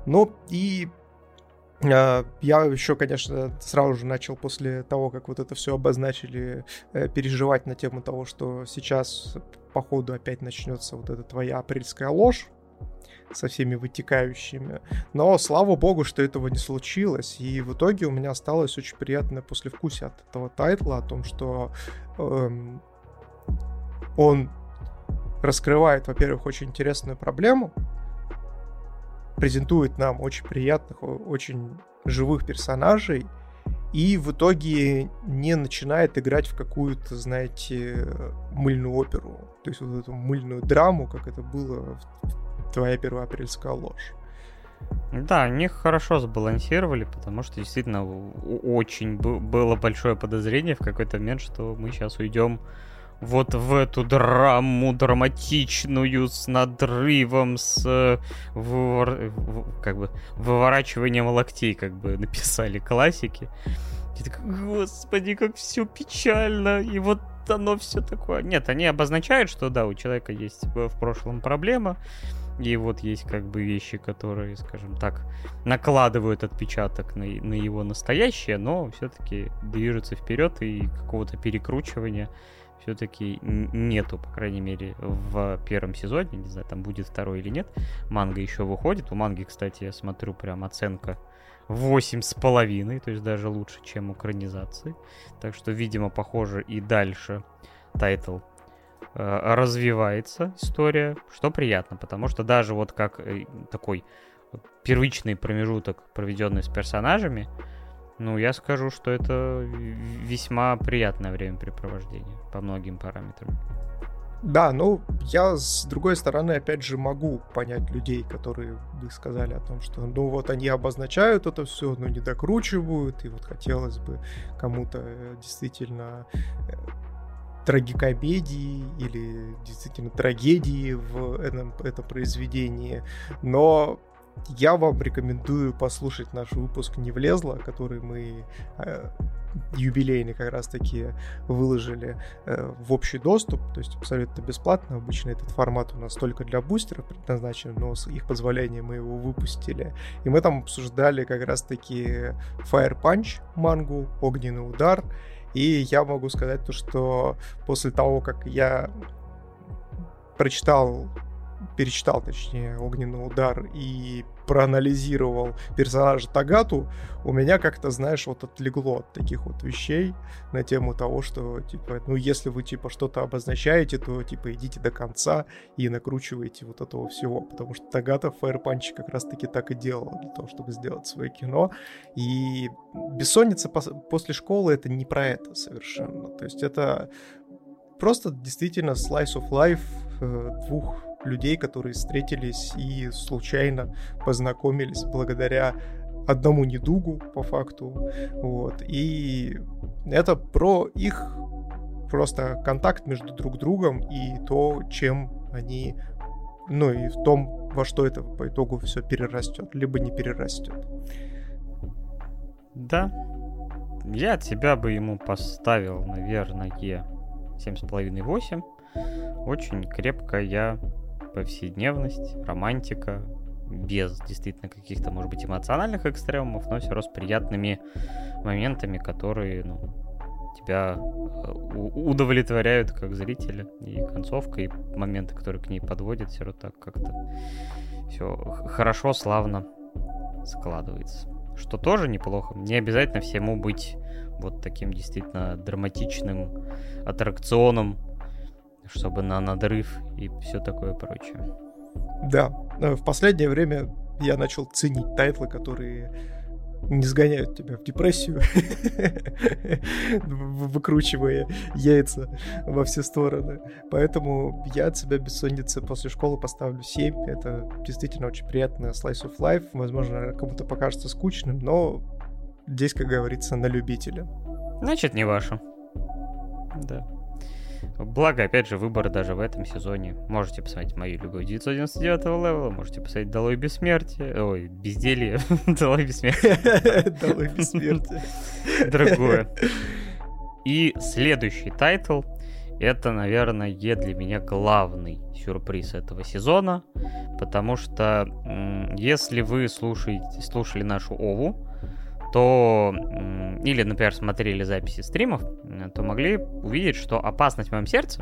И я еще, конечно, сразу же начал после того, как вот это все обозначили, переживать на тему того, что сейчас, походу, опять начнется вот эта твоя апрельская ложь со всеми вытекающими. Но, слава богу, что этого не случилось. И в итоге у меня осталось очень приятное послевкусие от этого тайтла, о том, что он раскрывает, во-первых, очень интересную проблему, презентует нам очень приятных, очень живых персонажей, и в итоге не начинает играть в какую-то, знаете, мыльную оперу. То есть вот эту мыльную драму, как это было в «Твоя первоапрельская ложь». Да, они хорошо сбалансировали, потому что действительно очень было большое подозрение в какой-то момент, что мы сейчас уйдем вот в эту драму драматичную, с надрывом, с выворачиванием локтей, как бы написали классики. И так, господи, как все печально, и вот оно все такое. Нет, они обозначают, что да, у человека есть в прошлом проблема, и вот есть как бы вещи, которые, скажем так, накладывают отпечаток на его настоящее, но все-таки движутся вперед, и какого-то перекручивания все-таки нету, по крайней мере, в первом сезоне. Не знаю, там будет 2 или нет. Манга еще выходит. У манги, кстати, я смотрю, прям оценка 8,5, то есть даже лучше, чем у экранизации. Так что, видимо, похоже, и дальше тайтл развивается история, что приятно, потому что даже вот как такой первичный промежуток, проведенный с персонажами, ну, я скажу, что это весьма приятное времяпрепровождение по многим параметрам. Да, ну, я, с другой стороны, опять же, могу понять людей, которые вы сказали о том, что, ну, вот они обозначают это все, но не докручивают, и вот хотелось бы кому-то действительно трагикомедии или действительно трагедии в этом произведении, но я вам рекомендую послушать наш выпуск «Не влезло», который мы юбилейный как раз-таки выложили в общий доступ, то есть абсолютно бесплатно. Обычно этот формат у нас только для бустеров предназначен, но с их позволения мы его выпустили. И мы там обсуждали как раз-таки Fire Punch мангу, Огненный удар. И я могу сказать то, что после того, как я перечитал, точнее, «Огненный удар» и проанализировал персонажа Тагату, у меня как-то, знаешь, вот отлегло от таких вот вещей на тему того, что, типа, ну, если вы, типа, что-то обозначаете, то, типа, идите до конца и накручивайте вот этого всего, потому что Тагата в Fire Punch как раз-таки так и делала для того, чтобы сделать свое кино, и «Бессонница после школы» — это не про это совершенно, то есть это просто действительно slice of life двух людей, которые встретились и случайно познакомились благодаря одному недугу, по факту. Вот. И это про их просто контакт между друг другом и то, чем они, ну и в том, во что это по итогу все перерастет, либо не перерастет. Да. Я от себя бы ему поставил, наверное, 7,5-8. Очень крепкая повседневность, романтика, без действительно каких-то, может быть, эмоциональных экстремумов, но все равно с приятными моментами, которые, ну, тебя удовлетворяют как зрителя. И концовка, и моменты, которые к ней подводят, все равно так как-то все хорошо, славно складывается. Что тоже неплохо. Не обязательно всему быть вот таким действительно драматичным аттракционом, чтобы на надрыв и все такое прочее. Да, в последнее время я начал ценить тайтлы, которые не сгоняют тебя в депрессию, выкручивая яйца во все стороны. Поэтому я от себя «Бессонницы после школы» поставлю 7. Это действительно очень приятный slice of life. Возможно, кому-то покажется скучным, но здесь, как говорится, на любителя. Значит, не ваше. Да. Благо, опять же, выбор даже в этом сезоне. Можете посмотреть «Мою любовь» 999-го левела, можете посмотреть «Долой бессмертие», ой, «Безделье», «Долой бессмертие». «Долой бессмертие». Другое. И следующий тайтл, это, наверное, для меня главный сюрприз этого сезона, потому что если вы слушали нашу Ову, то, или, например, смотрели записи стримов, то могли увидеть, что «Опасность в моем сердце»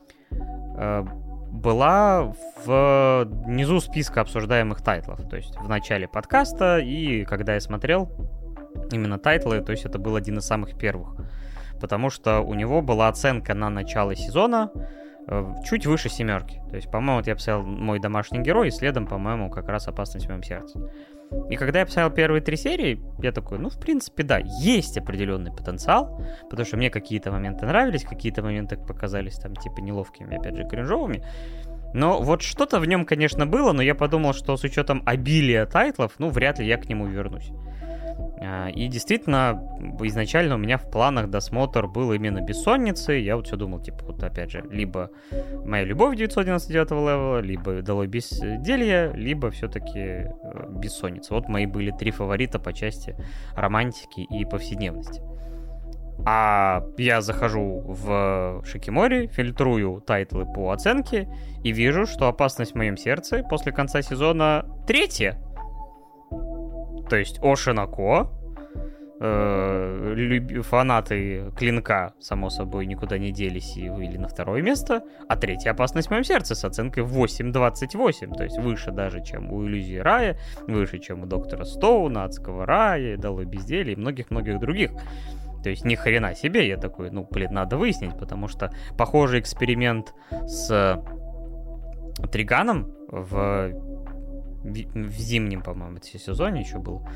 была внизу списка обсуждаемых тайтлов, то есть в начале подкаста, и когда я смотрел именно тайтлы, то есть это был один из самых первых, потому что у него была оценка на начало сезона чуть выше 7. То есть, по-моему, вот я писал «Мой домашний герой», и следом, по-моему, как раз «Опасность в моем сердце». И когда я писал первые 3 серии, я такой, ну, в принципе, да, есть определенный потенциал, потому что мне какие-то моменты нравились, какие-то моменты показались там, типа, неловкими, опять же, кринжовыми. Но вот что-то в нем, конечно, было, но я подумал, что с учетом обилия тайтлов, ну, вряд ли я к нему вернусь. И действительно, изначально у меня в планах досмотр был именно «Бессонницы». Я вот все думал, типа, вот опять же, либо «Моя любовь» 999-го левела, либо «Долой безделье», либо все-таки «Бессонница». Вот мои были 3 фаворита по части романтики и повседневности. А я захожу в Шикимори, фильтрую тайтлы по оценке и вижу, что «Опасность в моем сердце» после конца сезона 3. То есть Ошинако, фанаты Клинка, само собой, никуда не делись и вывели на 2 место, а 3 «Опасность в моем сердце» с оценкой 8.28, то есть выше даже, чем у «Иллюзии рая», выше, чем у «Доктора Стоуна», «Адского рая», «Долой безделья» и многих-многих других. То есть ни хрена себе, я такой, ну, блин, надо выяснить, потому что похожий эксперимент с Триганом в зимнем, по-моему, сезоне еще был.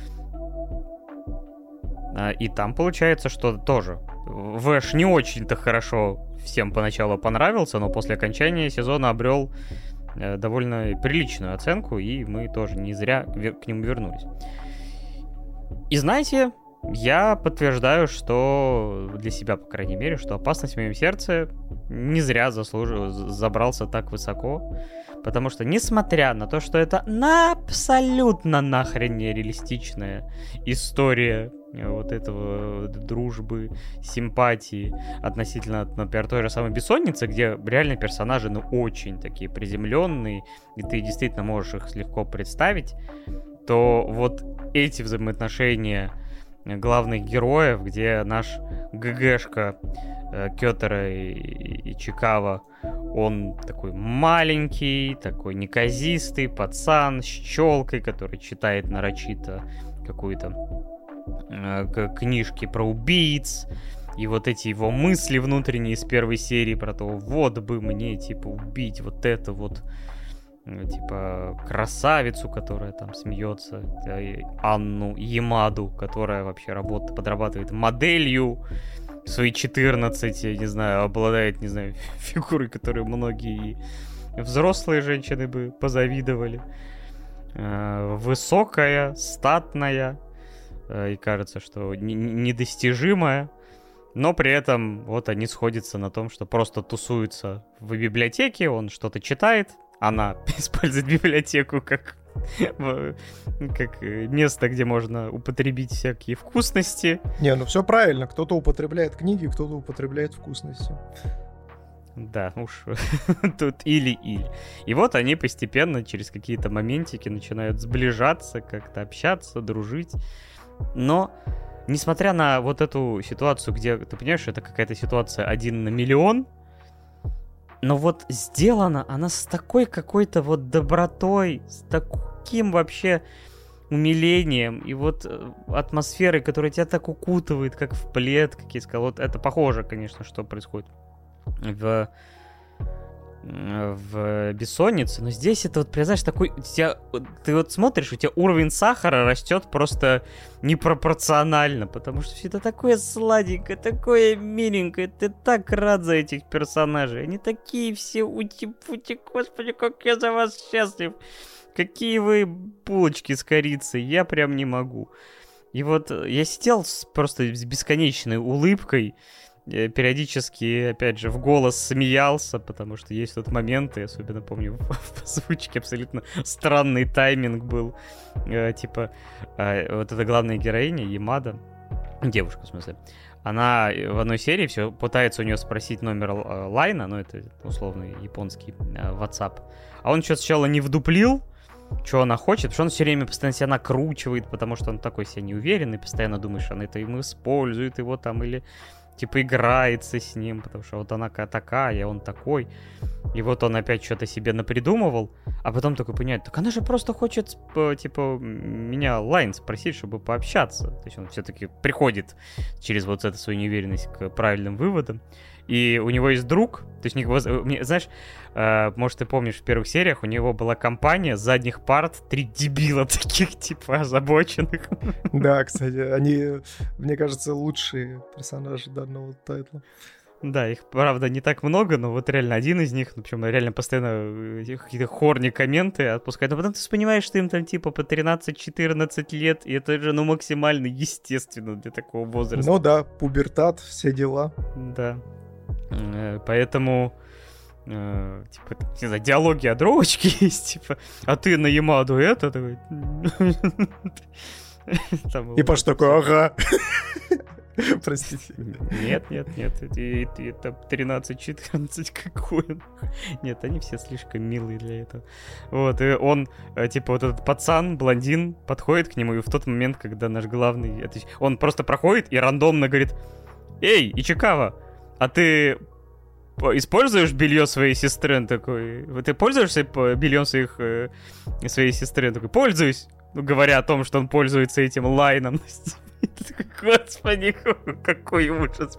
И там получается, что тоже Вэш не очень-то хорошо всем поначалу понравился, но после окончания сезона обрел довольно приличную оценку, и мы тоже не зря к нему вернулись. И знаете, я подтверждаю, что для себя, по крайней мере, что «Опасность в моем сердце» не зря забрался так высоко, потому что, несмотря на то, что это абсолютно нахрен нереалистичная история вот этого дружбы, симпатии относительно, например, той же самой «Бессонницы», где реально персонажи, ну, очень такие приземленные, и ты действительно можешь их легко представить, то вот эти взаимоотношения главных героев, где наш ГГшка Кётера и Чикава, он такой маленький, такой неказистый пацан с челкой, который читает нарочито какую-то книжки про убийц, и вот эти его мысли внутренние из первой серии про то, вот бы мне, типа, убить вот это вот, типа, красавицу, которая там смеется, Анну Ямаду, которая вообще подрабатывает моделью в свои 14, я не знаю, обладает, не знаю, фигурой, которой многие взрослые женщины бы позавидовали. Высокая, статная, и кажется, что недостижимая, но при этом вот они сходятся на том, что просто тусуются в библиотеке, он что-то читает, она использует библиотеку как место, где можно употребить всякие вкусности. Не, ну все правильно, кто-то употребляет книги, кто-то употребляет вкусности. Да, уж тут или-или. И вот они постепенно через какие-то моментики начинают сближаться, как-то общаться, дружить. Но, несмотря на вот эту ситуацию, где, ты понимаешь, это какая-то ситуация 1 на миллион, но вот сделана она с такой какой-то вот добротой, с таким вообще умилением и вот атмосферой, которая тебя так укутывает, как в плед, как я сказал. Вот это похоже, конечно, что происходит в «Бессоннице», но здесь это вот, знаешь, такой... Ты вот смотришь, у тебя уровень сахара растет просто непропорционально, потому что все это такое сладенькое, такое миленькое, ты так рад за этих персонажей, они такие все ути-пути, господи, как я за вас счастлив, какие вы булочки с корицей, я прям не могу. И вот я сидел просто с бесконечной улыбкой, периодически, опять же, в голос смеялся, потому что есть тут моменты, особенно помню, в озвучке абсолютно странный тайминг был. Типа, вот эта главная героиня, Ямада, девушка, в смысле, она в одной серии все пытается у нее спросить номер Лайна, ну, это условный японский WhatsApp, а он что-то сначала не вдуплил, что она хочет, потому что он все время постоянно себя накручивает, потому что он такой себя неуверенный, постоянно думаешь, она это ему использует его там, или типа играется с ним, потому что вот она такая, он такой. И вот он опять что-то себе напридумывал, а потом такой понимает, так она же просто хочет, типа, меня Лайн спросить, чтобы пообщаться. То есть он все-таки приходит через вот эту свою неуверенность к правильным выводам. И у него есть друг, то есть, знаешь, может, ты помнишь, в первых сериях у него была компания с задних парт, 3 дебила таких, типа, озабоченных. Да, кстати, они, мне кажется, лучшие персонажи данного тайтла. Да, их, правда, не так много, но вот реально один из них, ну, причем реально постоянно какие-то хорни комменты отпускают, но потом ты понимаешь, что им там типа по 13-14 лет, и это же, ну, максимально естественно для такого возраста. Ну да, пубертат, все дела. Да. Поэтому, типа, не знаю, диалоги о дровочке есть, типа, а ты на Ямаду это, такой... И Паш такой, ага. Простите. Нет, это 13-14, какой он. Нет, они все слишком милые для этого. Вот, и он, типа, вот этот пацан, блондин, подходит к нему, и в тот момент, когда наш главный... Он просто проходит и рандомно говорит: «Эй, Ичикава, а ты используешь белье своей сестры?» Он такой: «Ты пользуешься бельем своей сестры?» Он такой: «Пользуюсь», говоря о том, что он пользуется этим Лайном. Господи, какой ужас.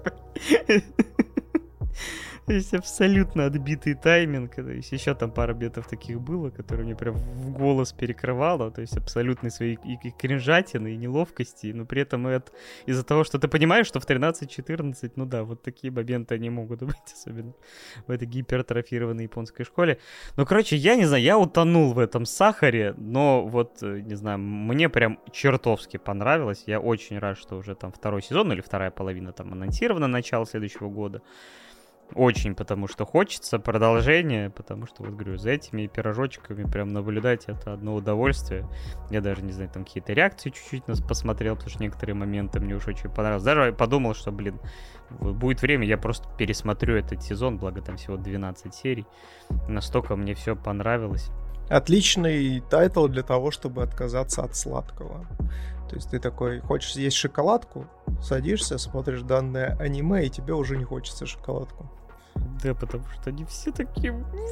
То есть абсолютно отбитый тайминг. То есть еще там пара бетов таких было, которые мне прям в голос перекрывало. То есть абсолютные свои и кринжатины, и неловкости. Но при этом из-за того, что ты понимаешь, что в 13-14, ну да, вот такие моменты они могут быть, особенно в этой гипертрофированной японской школе. Ну, короче, я не знаю, я утонул в этом сахаре, но вот, не знаю, мне прям чертовски понравилось. Я очень рад, что уже там второй сезон или вторая половина там анонсирована, начало следующего года. Очень, потому что хочется продолжения, потому что, вот говорю, за этими пирожочками прям наблюдать это одно удовольствие. Я даже, не знаю, там какие-то реакции чуть-чуть посмотрел, потому что некоторые моменты мне уж очень понравились. Даже подумал, что, блин, будет время, я просто пересмотрю этот сезон, благо там всего 12 серий. Настолько мне все понравилось. Отличный тайтл для того, чтобы отказаться от сладкого. То есть ты такой, хочешь съесть шоколадку, садишься, смотришь данное аниме, и тебе уже не хочется шоколадку. Да, потому что они все такие...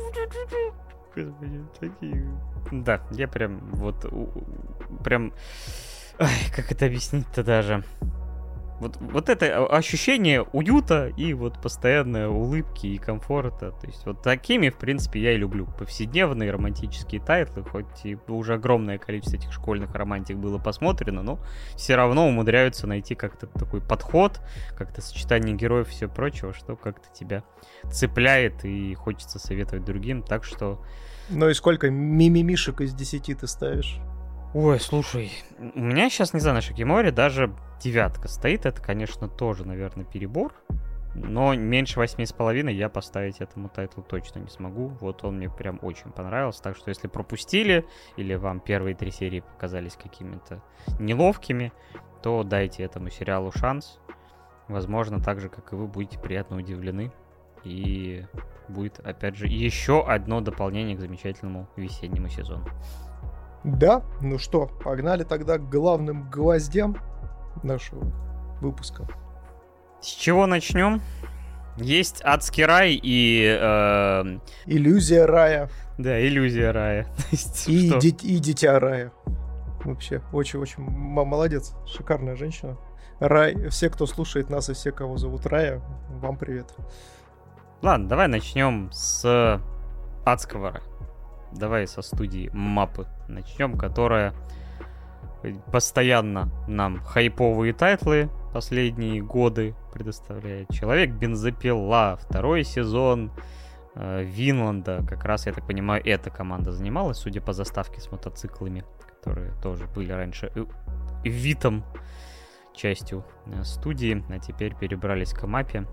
Господи, такие... Да, я прям вот... Прям... Ай, как это объяснить-то даже? Вот это ощущение уюта и вот постоянной улыбки и комфорта. То есть вот такими, в принципе, я и люблю. Повседневные романтические тайтлы, хоть и уже огромное количество этих школьных романтик было посмотрено, но все равно умудряются найти как-то такой подход, как-то сочетание героев и все прочего, что как-то тебя цепляет и хочется советовать другим. Так что... Ну и сколько мимимишек из 10 ты ставишь? Ой, слушай, у меня сейчас, не знаю, на Шикиморе даже 9 стоит. Это, конечно, тоже, наверное, перебор. Но меньше 8,5 я поставить этому тайтлу точно не смогу. Вот он мне прям очень понравился. Так что, если пропустили, или вам первые 3 серии показались какими-то неловкими, то дайте этому сериалу шанс. Возможно, так же, как и вы, будете приятно удивлены. И будет, опять же, еще одно дополнение к замечательному весеннему сезону. Да, ну что, погнали тогда к главным гвоздям нашего выпуска. С чего начнем? Есть Адский рай и... Иллюзия рая. Да, иллюзия рая. И дитя рая. Вообще, очень-очень молодец. Шикарная женщина. Рай, все, кто слушает нас и все, кого зовут Рая, вам привет. Ладно, давай начнем с Адского рая. Давай со студии Маппы начнем, которая постоянно нам хайповые тайтлы последние годы предоставляет. Человек-бензопила, второй сезон Винланда. Как раз, я так понимаю, эта команда занималась, судя по заставке с мотоциклами, которые тоже были раньше Витом, частью студии, а теперь перебрались к Маппе.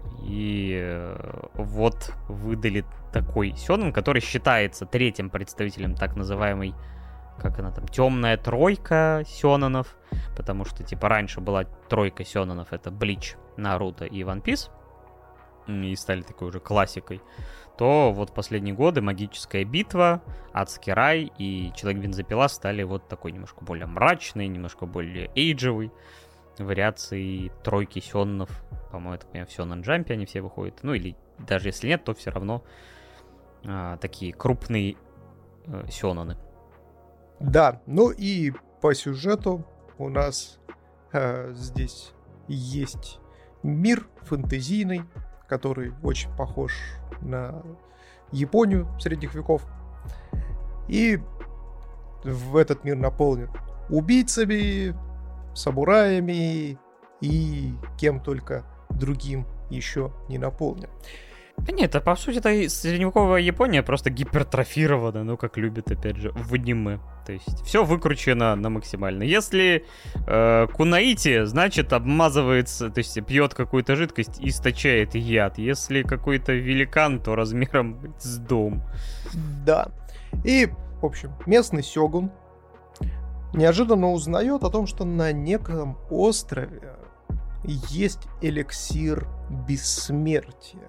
И вот выдали такой сёнэн, который считается третьим представителем так называемой, как она там, темная тройка сёнэнов, потому что, типа, раньше была тройка сёнэнов, это Блич, Наруто и One Piece, и стали такой уже классикой, то вот последние годы Магическая битва, Адский рай и Человек-бензопила стали вот такой немножко более мрачный, немножко более эйджевый, вариации тройки сёнэнов. По-моему, это, в Сёнэн Джампе они все выходят. Ну, или даже если нет, то все равно такие крупные сёнэны. Да, ну и по сюжету у нас здесь есть мир фэнтезийный, который очень похож на Японию средних веков. И в этот мир наполнен убийцами, самураями и кем только другим еще не наполнен. Да нет, это, по сути, это средневековая Япония просто гипертрофирована, ну, как любят, опять же, в аниме. То есть все выкручено на максимально. Если кунаити, значит, обмазывается, то есть пьет какую-то жидкость, источает яд. Если какой-то великан, то размером с дом. Да. И, в общем, местный сёгун неожиданно узнает о том, что на неком острове есть эликсир бессмертия.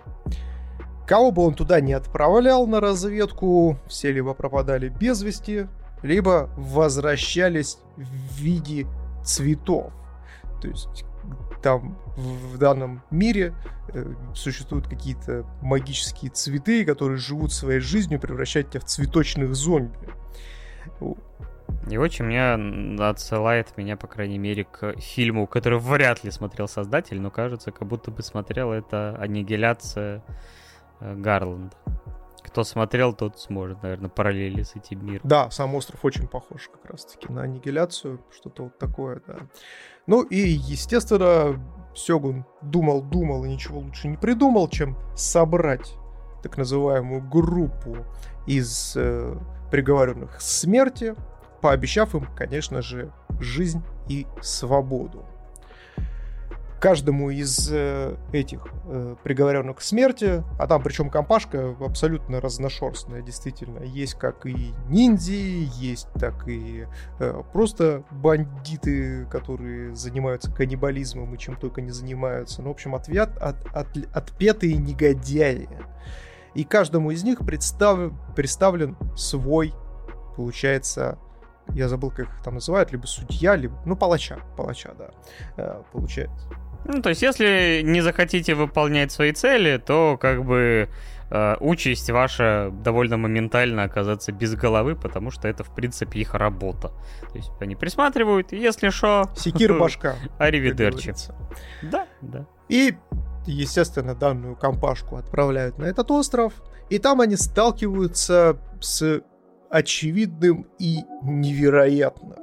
Кого бы он туда не отправлял на разведку, все либо пропадали без вести, либо возвращались в виде цветов. То есть там в данном мире существуют какие-то магические цветы, которые живут своей жизнью, превращают тебя в цветочных зомби. И очень отсылает меня, по крайней мере, к фильму, который вряд ли смотрел создатель, но кажется, как будто бы смотрел, это «Аннигиляция» Гарланда. Кто смотрел, тот сможет, наверное, параллели с этим миром. Да, сам остров очень похож как раз-таки на «Аннигиляцию», что-то вот такое, да. Ну и, естественно, Сёгун думал и ничего лучше не придумал, чем собрать так называемую группу из приговоренных к смерти, пообещав им, конечно же, жизнь и свободу. Каждому из этих приговоренных к смерти, а там причем компашка абсолютно разношерстная, действительно. Есть как и ниндзя, есть так и просто бандиты, которые занимаются каннибализмом и чем только не занимаются. Ну, в общем, отпетые негодяи. И каждому из них представлен свой, получается, я забыл, как их там называют, либо судья, либо, палача, да, получается. Ну, то есть, если не захотите выполнять свои цели, то, как бы, участь ваша довольно моментально оказаться без головы, потому что это, в принципе, их работа. То есть, они присматривают, и если что... Секир башка. Аривидерчи. Да. И, естественно, данную компашку отправляют на этот остров, и там они сталкиваются с очевидным и невероятным.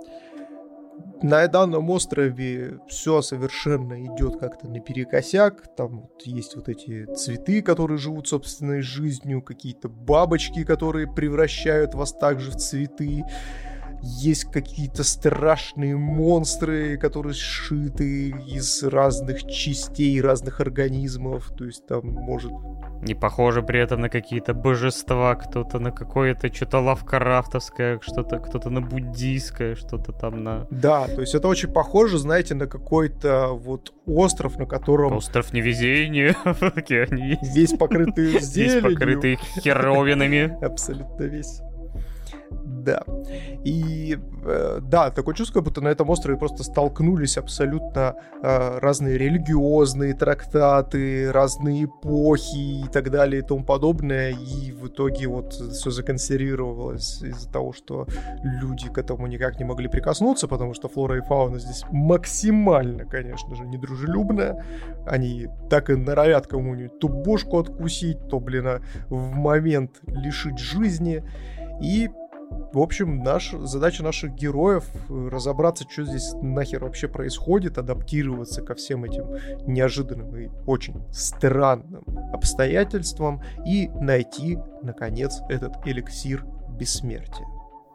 На данном острове все совершенно идет как-то наперекосяк. Там вот есть вот эти цветы, которые живут собственной жизнью, какие-то бабочки, которые превращают вас также в цветы. Есть какие-то страшные монстры, которые сшиты из разных частей, разных организмов. То есть там может... Не похоже при этом на какие-то божества, кто-то на какое-то что-то лавкрафтовское, кто-то на буддийское, что-то там на... Да, то есть это очень похоже, знаете, на какой-то вот остров, на котором... Остров невезения в океане есть. Весь покрытый зеленью. Весь покрытый херовинами. Абсолютно весь. Да. И да, такое чувство, как будто на этом острове просто столкнулись абсолютно разные религиозные трактаты, разные эпохи и так далее и тому подобное. И в итоге вот все законсервировалось из-за того, что люди к этому никак не могли прикоснуться, потому что флора и фауна здесь максимально, конечно же, недружелюбная. Они так и норовят кому-нибудь ту бошку откусить, то, в момент лишить жизни. И в общем, задача наших героев разобраться, что здесь нахер вообще происходит, адаптироваться ко всем этим неожиданным и очень странным обстоятельствам и найти, наконец, этот эликсир бессмертия.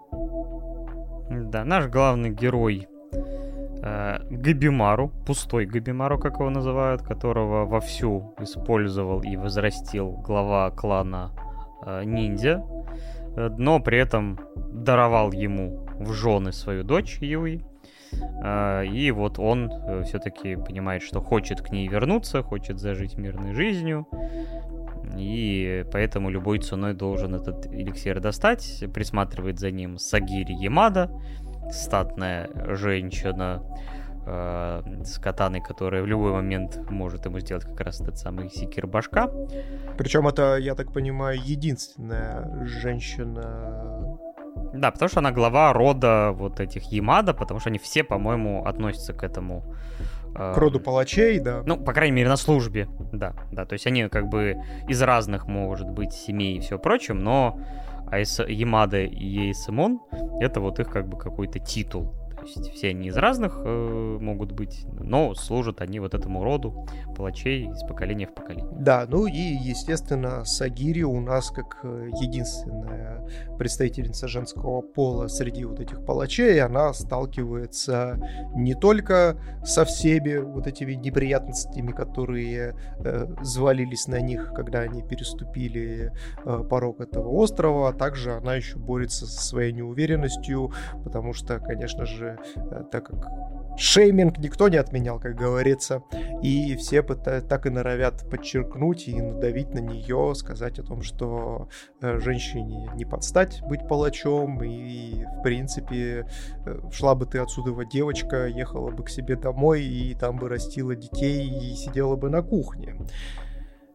Да, наш главный герой Габимару, пустой Габимару, как его называют, которого вовсю использовал и возрастил глава клана ниндзя, но при этом даровал ему в жены свою дочь Юи. И вот он все-таки понимает, что хочет к ней вернуться, хочет зажить мирной жизнью. И поэтому любой ценой должен этот эликсир достать. Присматривает за ним Сагири Ямада, статная женщина с катаной, которая в любой момент может ему сделать как раз этот самый секир-башка. Причем это, я так понимаю, единственная женщина... Да, потому что она глава рода вот этих Ямада, потому что они все, по-моему, относятся к этому... К роду палачей, да. Ну, по крайней мере, на службе, да. То есть они как бы из разных, может быть, семей и все прочее, но Ямада и Ейсимон — это вот их как бы какой-то титул. То есть все они из разных могут быть, но служат они вот этому роду палачей из поколения в поколение. Да, ну и, естественно, Сагири у нас как единственная представительница женского пола среди вот этих палачей, она сталкивается не только со всеми вот этими неприятностями, которые завалились на них, когда они переступили порог этого острова, а также она еще борется со своей неуверенностью, потому что, конечно же, так как шейминг никто не отменял, как говорится, и все так и норовят подчеркнуть и надавить на нее, сказать о том, что женщине не подстать быть палачом, и в принципе шла бы ты отсюда, девочка, ехала бы к себе домой и там бы растила детей и сидела бы на кухне.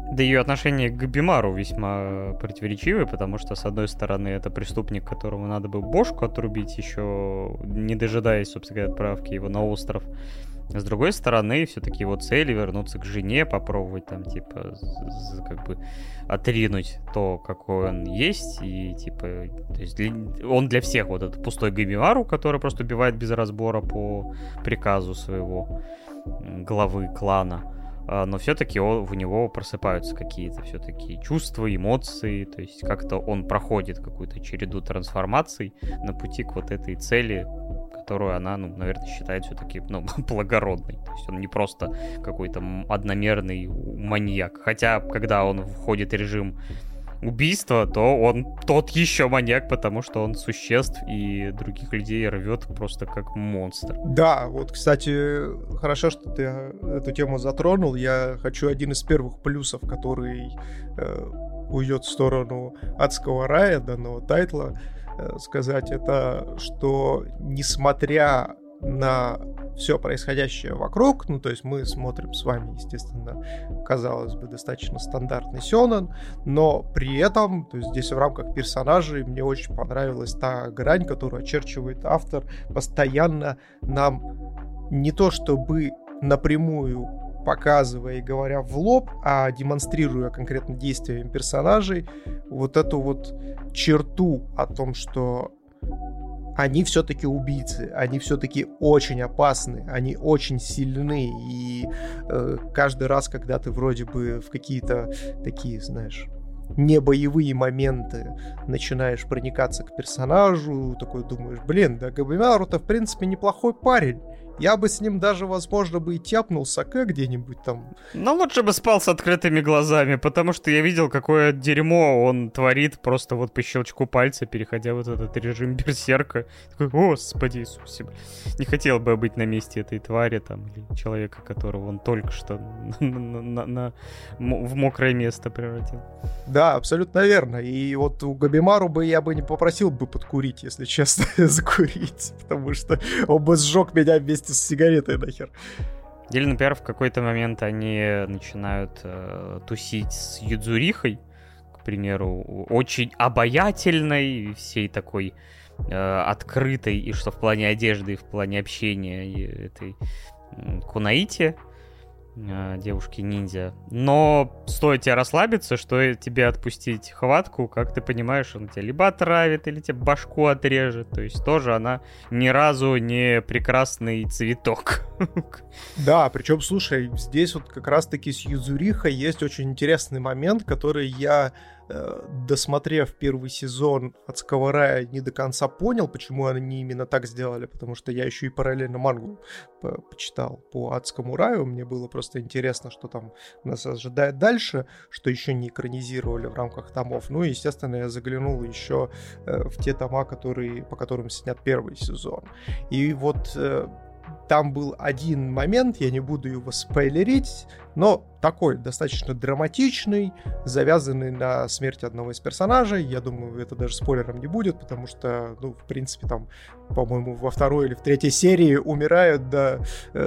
Да ее отношение к Габимару весьма противоречивое, потому что, с одной стороны, это преступник, которому надо бы бошку отрубить еще, не дожидаясь, собственно говоря, отправки его на остров. С другой стороны, все-таки его цели вернуться к жене, попробовать там, типа, как бы отринуть то, какой он есть, и, типа, то есть он для всех вот этот пустой Габимару, который просто убивает без разбора по приказу своего главы клана. Но все-таки у него просыпаются какие-то все-таки чувства, эмоции, то есть как-то он проходит какую-то череду трансформаций на пути к вот этой цели, которую она, ну, наверное, считает все-таки, ну, благородной. То есть он не просто какой-то одномерный маньяк. Хотя, когда он входит в режим убийства, то он тот еще маньяк, потому что он существ и других людей рвет просто как монстр. Да, вот, кстати, хорошо, что ты эту тему затронул. Я хочу один из первых плюсов, который уйдет в сторону адского рая, данного тайтла, сказать, это что, несмотря на все происходящее вокруг, ну, то есть мы смотрим с вами, естественно, казалось бы, достаточно стандартный сёнэн, но при этом, то есть здесь в рамках персонажей мне очень понравилась та грань, которую очерчивает автор, постоянно нам не то чтобы напрямую показывая и говоря в лоб, а демонстрируя конкретно действиями персонажей вот эту вот черту о том, что они все-таки убийцы, они все-таки очень опасны, они очень сильны, и каждый раз, когда ты вроде бы в какие-то такие, знаешь, небоевые моменты начинаешь проникаться к персонажу, такой думаешь, блин, да Габимару-то в принципе неплохой парень. Я бы с ним даже, возможно, бы и тяпнул саке где-нибудь там. Но лучше бы спал с открытыми глазами, потому что я видел, какое дерьмо он творит просто вот по щелчку пальца, переходя вот этот режим берсерка. Такой, Господи Иисусе, не хотел бы быть на месте этой твари там, или человека, которого он только что в мокрое место превратил. Да, абсолютно верно. И вот у Габимару бы я бы не попросил бы подкурить, если честно, закурить, потому что он бы сжег меня вместе с сигаретой нахер. Или, например, в какой-то момент они начинают тусить с Юдзурихой, к примеру, очень обаятельной, всей такой открытой, и что в плане одежды, и в плане общения, и этой Кунаити, девушки-ниндзя. Но стоит тебе расслабиться, что тебе отпустить хватку, как ты понимаешь, он тебя либо отравит, или тебе башку отрежет. То есть тоже она ни разу не прекрасный цветок. Да, причем, слушай, здесь вот как раз-таки с Юдзурихой есть очень интересный момент, который я, досмотрев первый сезон «Адского рая», не до конца понял, почему они именно так сделали, потому что я еще и параллельно мангу почитал по «Адскому раю», мне было просто интересно, что там нас ожидает дальше, что еще не экранизировали в рамках томов. Ну и, естественно, я заглянул еще в те тома, по которым снят первый сезон. И вот там был один момент, я не буду его спойлерить, но такой достаточно драматичный, завязанный на смерти одного из персонажей. Я думаю, это даже спойлером не будет, потому что, ну, в принципе, там, по-моему, во второй или в третьей серии умирают, да,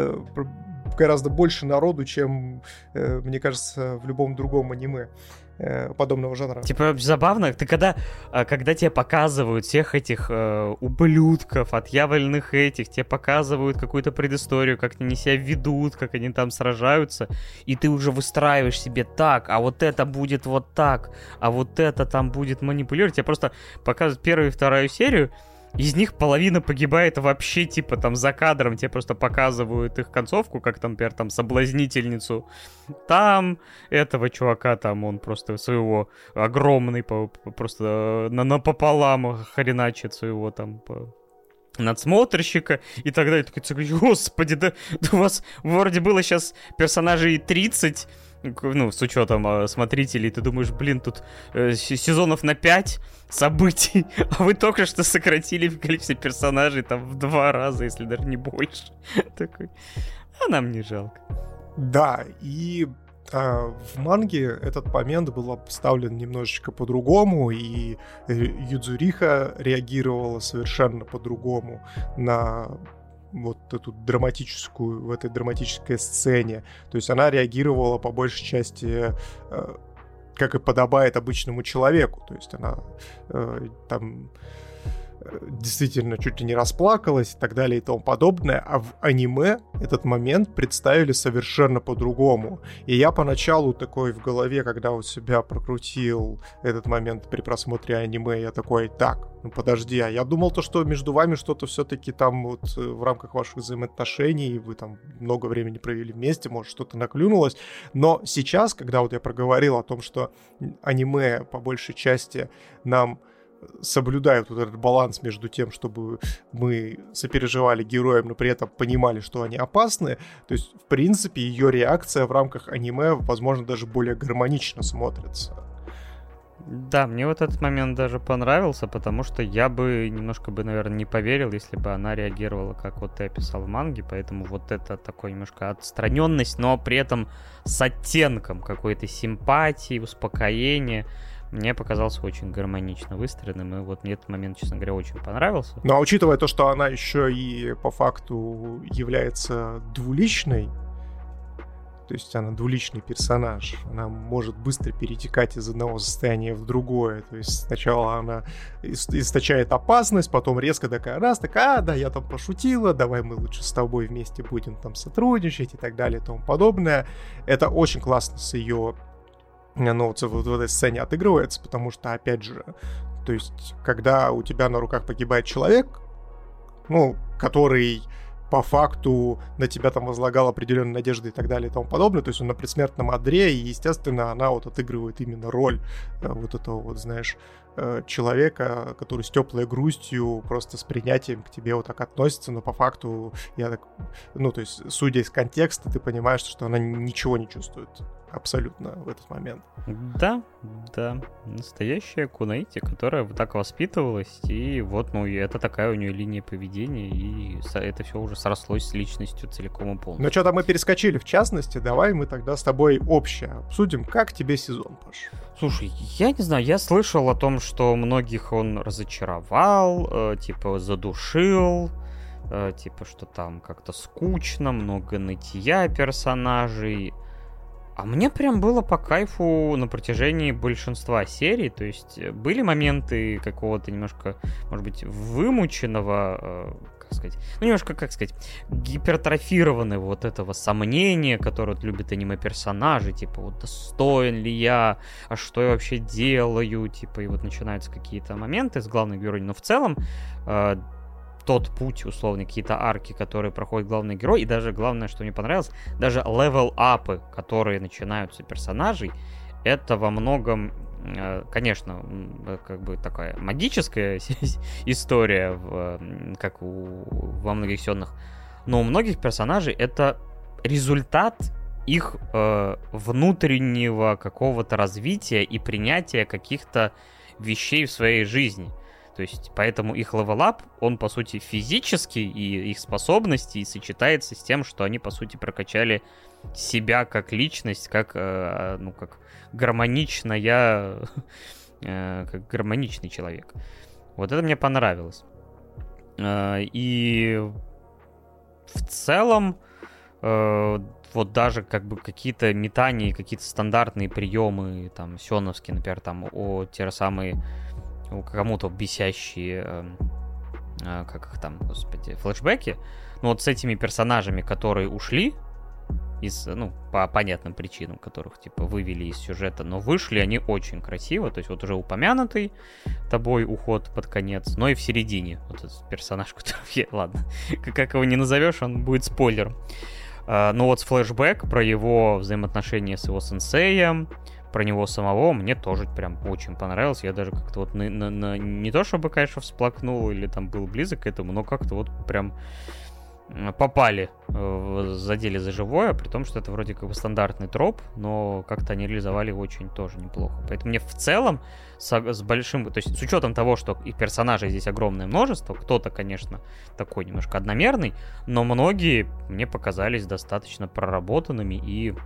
гораздо больше народу, чем, мне кажется, в любом другом аниме подобного жанра. Типа забавно, ты когда тебе показывают всех этих ублюдков, отъявленных этих, тебе показывают какую-то предысторию, как они себя ведут, как они там сражаются, и ты уже выстраиваешь себе так, а вот это будет вот так, а вот это там будет манипулировать. Тебе просто показывают первую и вторую серию, из них половина погибает вообще, типа, там, за кадром. Тебе просто показывают их концовку, как, там, например, там, соблазнительницу. Там этого чувака, там, он просто своего огромный, просто напополам хреначит своего, там, надсмотрщика и так далее. Такой, господи, да у вас вроде было сейчас персонажей 30, ну, с учетом смотрителей, ты думаешь, блин, тут сезонов на 5 событий, а вы только что сократили количество персонажей там в 2 раза, если даже не больше. Такой, а нам не жалко. Да, и в манге этот момент был обставлен немножечко по-другому, и Юдзуриха реагировала совершенно по-другому на вот эту драматическую, в этой драматической сцене. То есть она реагировала по большей части как и подобает обычному человеку. То есть она там действительно чуть ли не расплакалась и так далее и тому подобное, а в аниме этот момент представили совершенно по-другому. И я поначалу такой в голове, когда у себя прокрутил этот момент при просмотре аниме, я такой, так, ну подожди, а я думал то, что между вами что-то все-таки там вот в рамках ваших взаимоотношений, вы там много времени провели вместе, может что-то наклюнулось, но сейчас, когда вот я проговорил о том, что аниме по большей части нам соблюдают вот этот баланс между тем, чтобы мы сопереживали героям, но при этом понимали, что они опасны. То есть, в принципе, ее реакция в рамках аниме, возможно, даже более гармонично смотрится. Да, мне вот этот момент даже понравился, потому что я бы немножко бы, наверное, не поверил, если бы она реагировала, как вот ты описал в манге, поэтому вот это такой немножко отстраненность, но при этом с оттенком какой-то симпатии, успокоения, мне показался очень гармонично выстроенным, и вот мне этот момент, честно говоря, очень понравился. Ну, а учитывая то, что она еще и по факту является двуличной, то есть она двуличный персонаж, она может быстро перетекать из одного состояния в другое, то есть сначала она источает опасность, потом резко такая раз, такая, да, я там пошутила, давай мы лучше с тобой вместе будем там сотрудничать и так далее и тому подобное. Это очень классно с ее... Ну, вот в этой сцене отыгрывается, потому что, опять же, то есть, когда у тебя на руках погибает человек, ну, который по факту на тебя там возлагал определенные надежды и так далее и тому подобное, то есть он на предсмертном одре, и, естественно, она вот отыгрывает именно роль вот этого вот, знаешь, человека, который с теплой грустью, просто с принятием к тебе вот так относится, но по факту, я так, ну, то есть, судя из контекста, ты понимаешь, что она ничего не чувствует абсолютно в этот момент. Да, настоящая кунаити, которая вот так воспитывалась, и вот, ну, и это такая у нее линия поведения, и это все уже срослось с личностью целиком и полностью. Ну, что-то мы перескочили в частности, давай мы тогда с тобой общее обсудим, как тебе сезон, Паш? Слушай, я не знаю, я слышал о том, что многих он разочаровал, типа задушил, типа что там как-то скучно, много нытья персонажей. А мне прям было по кайфу на протяжении большинства серий, то есть были моменты какого-то немножко, может быть, вымученного, как сказать, ну немножко, как сказать, гипертрофированного вот этого сомнения, которое вот любят аниме-персонажи, типа вот достоин ли я, а что я вообще делаю, типа и вот начинаются какие-то моменты с главной героиней, но в целом тот путь, условно, какие-то арки, которые проходит главный герой, и даже главное, что мне понравилось, даже левел-апы, которые начинаются персонажей, это во многом, конечно, как бы такая магическая история, как во многих сённах, но у многих персонажей это результат их внутреннего какого-то развития и принятия каких-то вещей в своей жизни. То есть, поэтому их левелап, он, по сути, физический, и их способности и сочетается с тем, что они, по сути, прокачали себя как личность, как, ну, как гармоничная, как гармоничный человек. Вот это мне понравилось. И в целом, вот даже как бы какие-то метания, какие-то стандартные приемы, там, сёновские, например, там, те же самые кому-то бесящие, как их там, господи, флешбеки. Но вот с этими персонажами, которые ушли из, ну, по понятным причинам, которых, типа, вывели из сюжета, но вышли они очень красиво. То есть вот уже упомянутый тобой уход под конец, но и в середине. Вот этот персонаж, который, ладно, как его не назовешь, он будет спойлером. Но вот с флешбэк про его взаимоотношения с его сенсеем, про него самого мне тоже прям очень понравилось. Я даже как-то вот не то чтобы, конечно, всплакнул или там был близок к этому, но как-то вот прям попали, задели за живое, при том, что это вроде как бы стандартный троп, но как-то они реализовали его очень тоже неплохо. Поэтому мне в целом с большим... То есть с учетом того, что и персонажей здесь огромное множество, кто-то, конечно, такой немножко одномерный, но многие мне показались достаточно проработанными и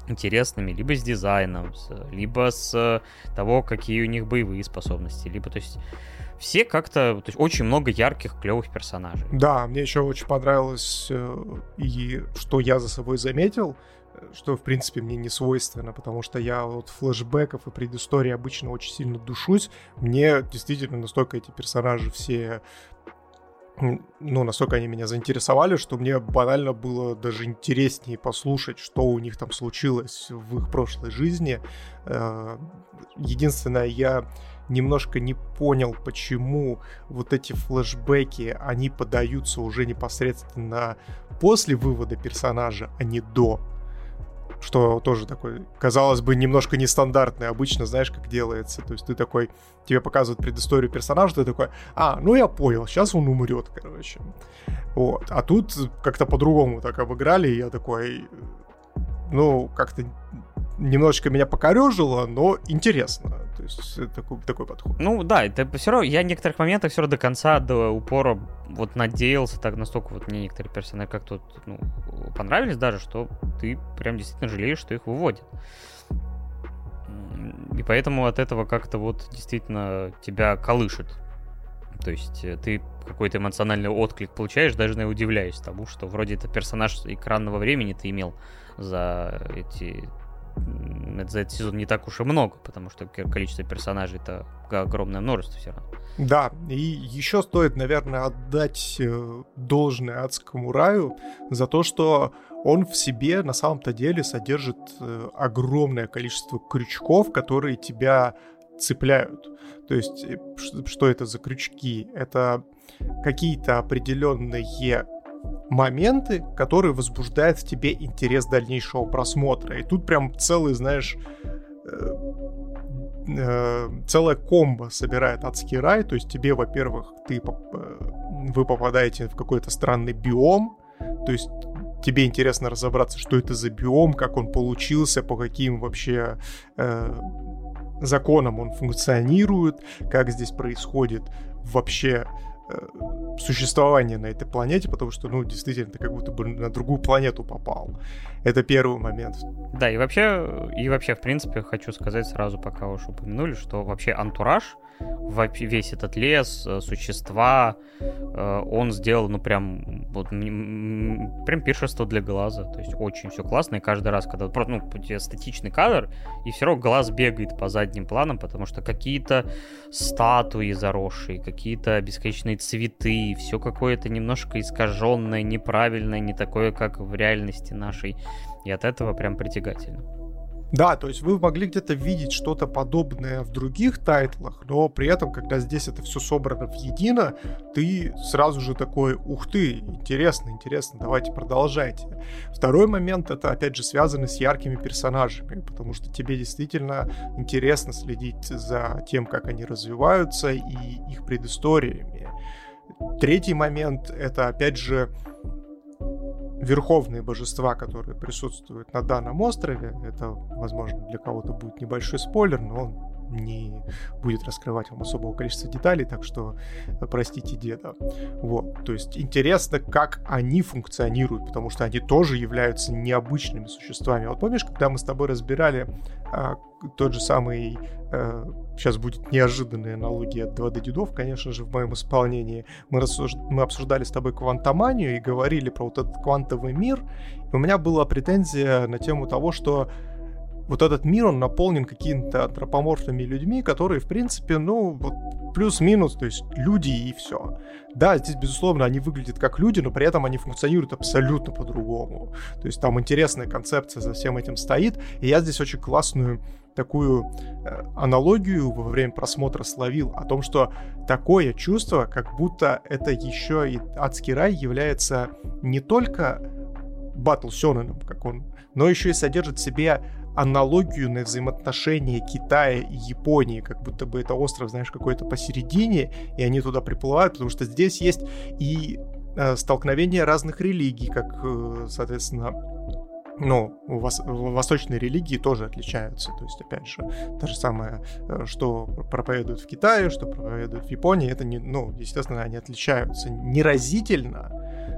интересными, либо с дизайном, либо с того, какие у них боевые способности, либо, то есть, все как-то, то есть, очень много ярких, клевых персонажей. Да, мне еще очень понравилось, и что я за собой заметил, что, в принципе, мне не свойственно, потому что я от флешбеков и предыстории обычно очень сильно душусь. Мне действительно настолько эти персонажи все... Ну, настолько они меня заинтересовали, что мне банально было даже интереснее послушать, что у них там случилось в их прошлой жизни. Единственное, я немножко не понял, почему вот эти флешбеки, они подаются уже непосредственно после вывода персонажа, а не до. Что тоже такой, казалось бы, немножко нестандартный. Обычно, знаешь, как делается. То есть ты такой, тебе показывают предысторию персонажа, ты такой, ну я понял, сейчас он умрет, короче. Вот. А тут как-то по-другому так обыграли, и я такой, ну, как-то немножечко меня покорежило, но интересно. То есть такой подход. Ну да, это все равно, я в некоторых моментах все равно до конца, до упора вот надеялся, так настолько вот мне некоторые персонажи как-то понравились даже, что ты прям действительно жалеешь, что их выводят. И поэтому от этого как-то вот действительно тебя колышет. То есть ты какой-то эмоциональный отклик получаешь, даже не удивляясь тому, что вроде это персонаж экранного времени ты имел за этот сезон не так уж и много, потому что количество персонажей это огромное множество все равно. Да, и еще стоит, наверное, отдать должное Адскому раю за то, что он в себе на самом-то деле содержит огромное количество крючков, которые тебя цепляют. То есть, что это за крючки? Это какие-то определенные моменты, которые возбуждают в тебе интерес дальнейшего просмотра. И тут прям целый, знаешь, целая комбо собирает Адский рай. То есть тебе, во-первых, вы попадаете в какой-то странный биом. То есть тебе интересно разобраться, что это за биом, как он получился, по каким вообще законам он функционирует, как здесь происходит вообще существование на этой планете, потому что, ну, действительно, ты как будто бы на другую планету попал. Это первый момент. Да, и вообще, в принципе, хочу сказать сразу, пока уж упомянули, что вообще антураж, весь этот лес, существа, он сделал, ну, прям пиршество для глаза. То есть очень все классно, и каждый раз, когда просто, ну, у тебя статичный кадр, и все равно глаз бегает по задним планам, потому что какие-то статуи заросшие, какие-то бесконечные цветы, все какое-то немножко искаженное, неправильное, не такое, как в реальности нашей. И от этого прям притягательно. Да, то есть вы могли где-то видеть что-то подобное в других тайтлах, но при этом, когда здесь это все собрано воедино, ты сразу же такой, ух ты, интересно, давайте продолжайте. Второй момент, это опять же связано с яркими персонажами, потому что тебе действительно интересно следить за тем, как они развиваются и их предысториями. Третий момент, это опять же верховные божества, которые присутствуют на данном острове. Это, возможно, для кого-то будет небольшой спойлер, но он не будет раскрывать вам особого количества деталей, так что простите деда. Вот, то есть интересно, как они функционируют, потому что они тоже являются необычными существами. Вот помнишь, когда мы с тобой разбирали тот же самый, сейчас будет неожиданная аналогия от 2D дедов, конечно же, в моем исполнении, мы обсуждали с тобой квантоманию и говорили про вот этот квантовый мир, и у меня была претензия на тему того, что вот этот мир, он наполнен какими-то антропоморфными людьми, которые, в принципе, ну, вот плюс-минус, то есть люди и все. Да, здесь, безусловно, они выглядят как люди, но при этом они функционируют абсолютно по-другому. То есть там интересная концепция за всем этим стоит, и я здесь очень классную такую аналогию во время просмотра словил о том, что такое чувство, как будто это еще и Адский рай является не только батл сёнэном, как он, но еще и содержит в себе аналогию на взаимоотношения Китая и Японии, как будто бы это остров, знаешь, какой-то посередине, и они туда приплывают, потому что здесь есть и столкновение разных религий, как, соответственно, ну, восточные религии тоже отличаются. То есть, опять же, то же самое, что проповедуют в Китае, что проповедуют в Японии, это не, ну, естественно, они отличаются не разительно,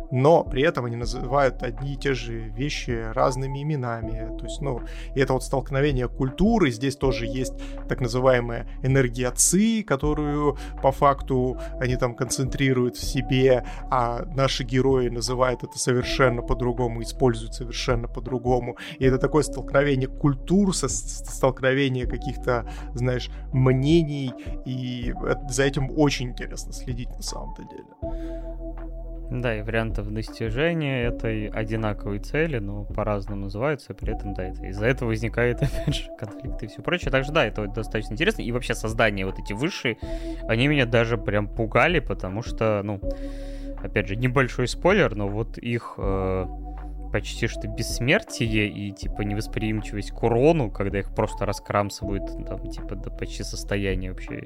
но при этом они называют одни и те же вещи разными именами. То есть, и это вот столкновение культуры. Здесь тоже есть так называемая энергия ци, которую по факту они там концентрируют в себе, а наши герои называют это совершенно по-другому, используют совершенно по-другому. И это такое столкновение культур, столкновение каких-то, знаешь, мнений, и за этим очень интересно следить на самом-то деле. Да, и вариантов достижения этой одинаковой цели, но по-разному называются, при этом, да, из-за этого возникает, опять же, конфликты и все прочее. Так что, да, это достаточно интересно. И вообще создания вот эти высшие, они меня даже прям пугали, потому что, опять же, небольшой спойлер, но вот их почти что бессмертие и, типа, невосприимчивость к урону, когда их просто раскрамсывают, там, типа, до почти состояния вообще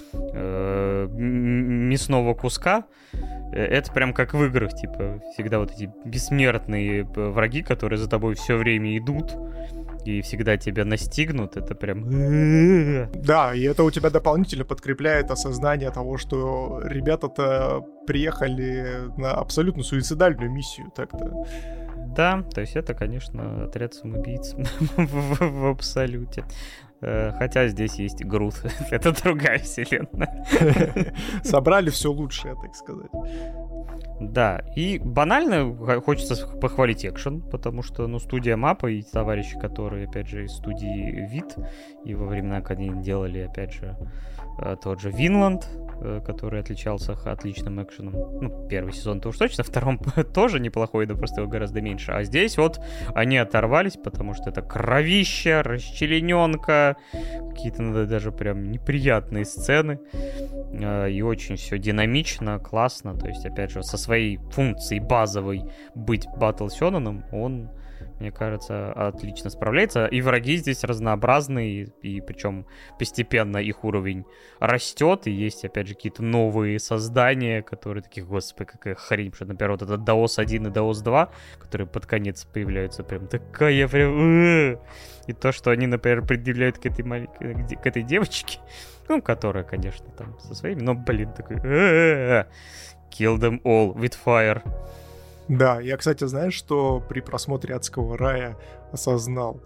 мясного куска, это прям как в играх, типа, всегда вот эти бессмертные враги, которые за тобой все время идут и всегда тебя настигнут, это прям... Да, и это у тебя дополнительно подкрепляет осознание того, что ребята-то приехали на абсолютно суицидальную миссию, так-то. Да, то есть это, конечно, отряд самоубийц в абсолюте. Хотя здесь есть Грут. Это другая вселенная. Собрали все лучшее, так сказать. Да, и банально хочется похвалить экшен, потому что, студия Мапа и товарищи, которые, опять же, из студии Вид, и во времена, когда они делали, опять же, тот же Винланд, который отличался отличным экшеном. Первый сезон-то уж точно, втором тоже неплохой, но просто его гораздо меньше. А здесь вот они оторвались, потому что это кровища, расчлененка, какие-то даже прям неприятные сцены. И очень все динамично, классно. То есть, опять же, со своей функцией базовой быть батл сёнэном, он, мне кажется, отлично справляется. И враги здесь разнообразные, и причем постепенно их уровень растет, и есть, опять же, какие-то новые создания, которые такие, господи, какая хрень, что, например, вот этот Даос 1 и Даос 2, которые под конец появляются, прям такая прям... И то, что они, например, предъявляют к этой маленькой, к этой девочке, которая, конечно, там со своими, но, блин, такой... Kill them all with fire. Да, я, кстати, знаешь, что при просмотре «Адского рая» осознал?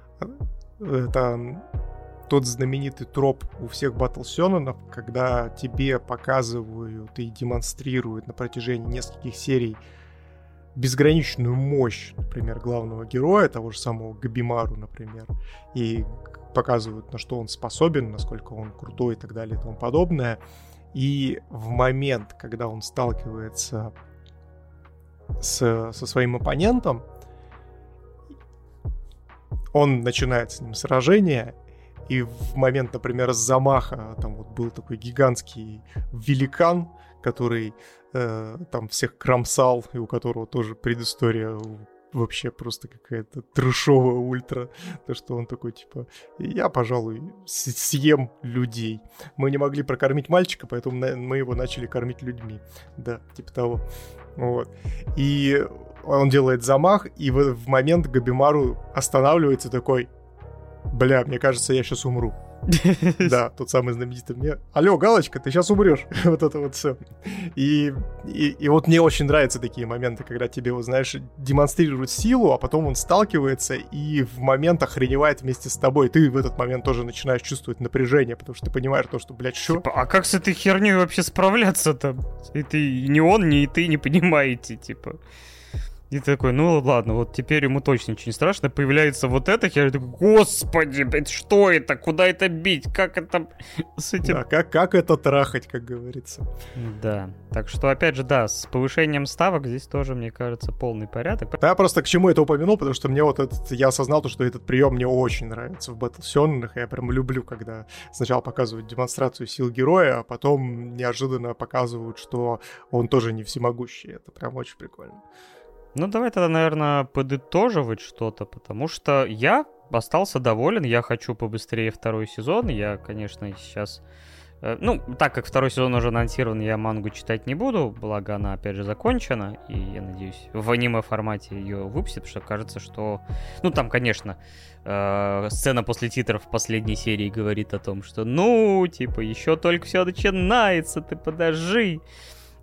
Это тот знаменитый троп у всех батл-сёнэнов, когда тебе показывают и демонстрируют на протяжении нескольких серий безграничную мощь, например, главного героя, того же самого Габимару, например, и показывают, на что он способен, насколько он крутой и так далее и тому подобное. И в момент, когда он сталкивается со своим оппонентом, он начинает с ним сражение, и в момент, например, замаха, там вот был такой гигантский великан, который там всех кромсал, и у которого тоже предыстория вообще просто какая-то трэшовая ультра, то что он такой, типа, я, пожалуй, съем людей. Мы не могли прокормить мальчика, поэтому мы его начали кормить людьми. Да, типа того. Вот. И он делает замах, и в момент Габимару останавливается такой, бля, мне кажется, я сейчас умру. Да, тот самый знаменитый мне. Алло, Галочка, ты сейчас умрешь. Вот это вот все. И вот мне очень нравятся такие моменты, когда тебе, вот, знаешь, демонстрируют силу, а потом он сталкивается и в момент охреневает вместе с тобой. Ты в этот момент тоже начинаешь чувствовать напряжение, потому что ты понимаешь то, что, блядь, что? Типа, а как с этой херней вообще справляться-то? И ты, ни он, ни ты не понимаете, типа. И ты такой, ну ладно, вот теперь ему точно ничего не страшно. Появляется вот это, я такой, господи, блядь, что это? Куда это бить? Как это с этим... Да, как это трахать, как говорится. Да, так что, опять же, да, с повышением ставок здесь тоже, мне кажется, полный порядок. Да, я просто к чему это упомянул, потому что мне вот я осознал то, что этот прием мне очень нравится в Battle Sёнэнах. Я прям люблю, когда сначала показывают демонстрацию сил героя, а потом неожиданно показывают, что он тоже не всемогущий. Это прям очень прикольно. Ну, давай тогда, наверное, подытоживать что-то, потому что я остался доволен, я хочу побыстрее второй сезон, я, конечно, сейчас... так как второй сезон уже анонсирован, я мангу читать не буду, благо она, опять же, закончена, и я надеюсь, в аниме-формате ее выпустят, потому что кажется, что... там, конечно, сцена после титров в последней серии говорит о том, что, еще только все начинается, ты подожди...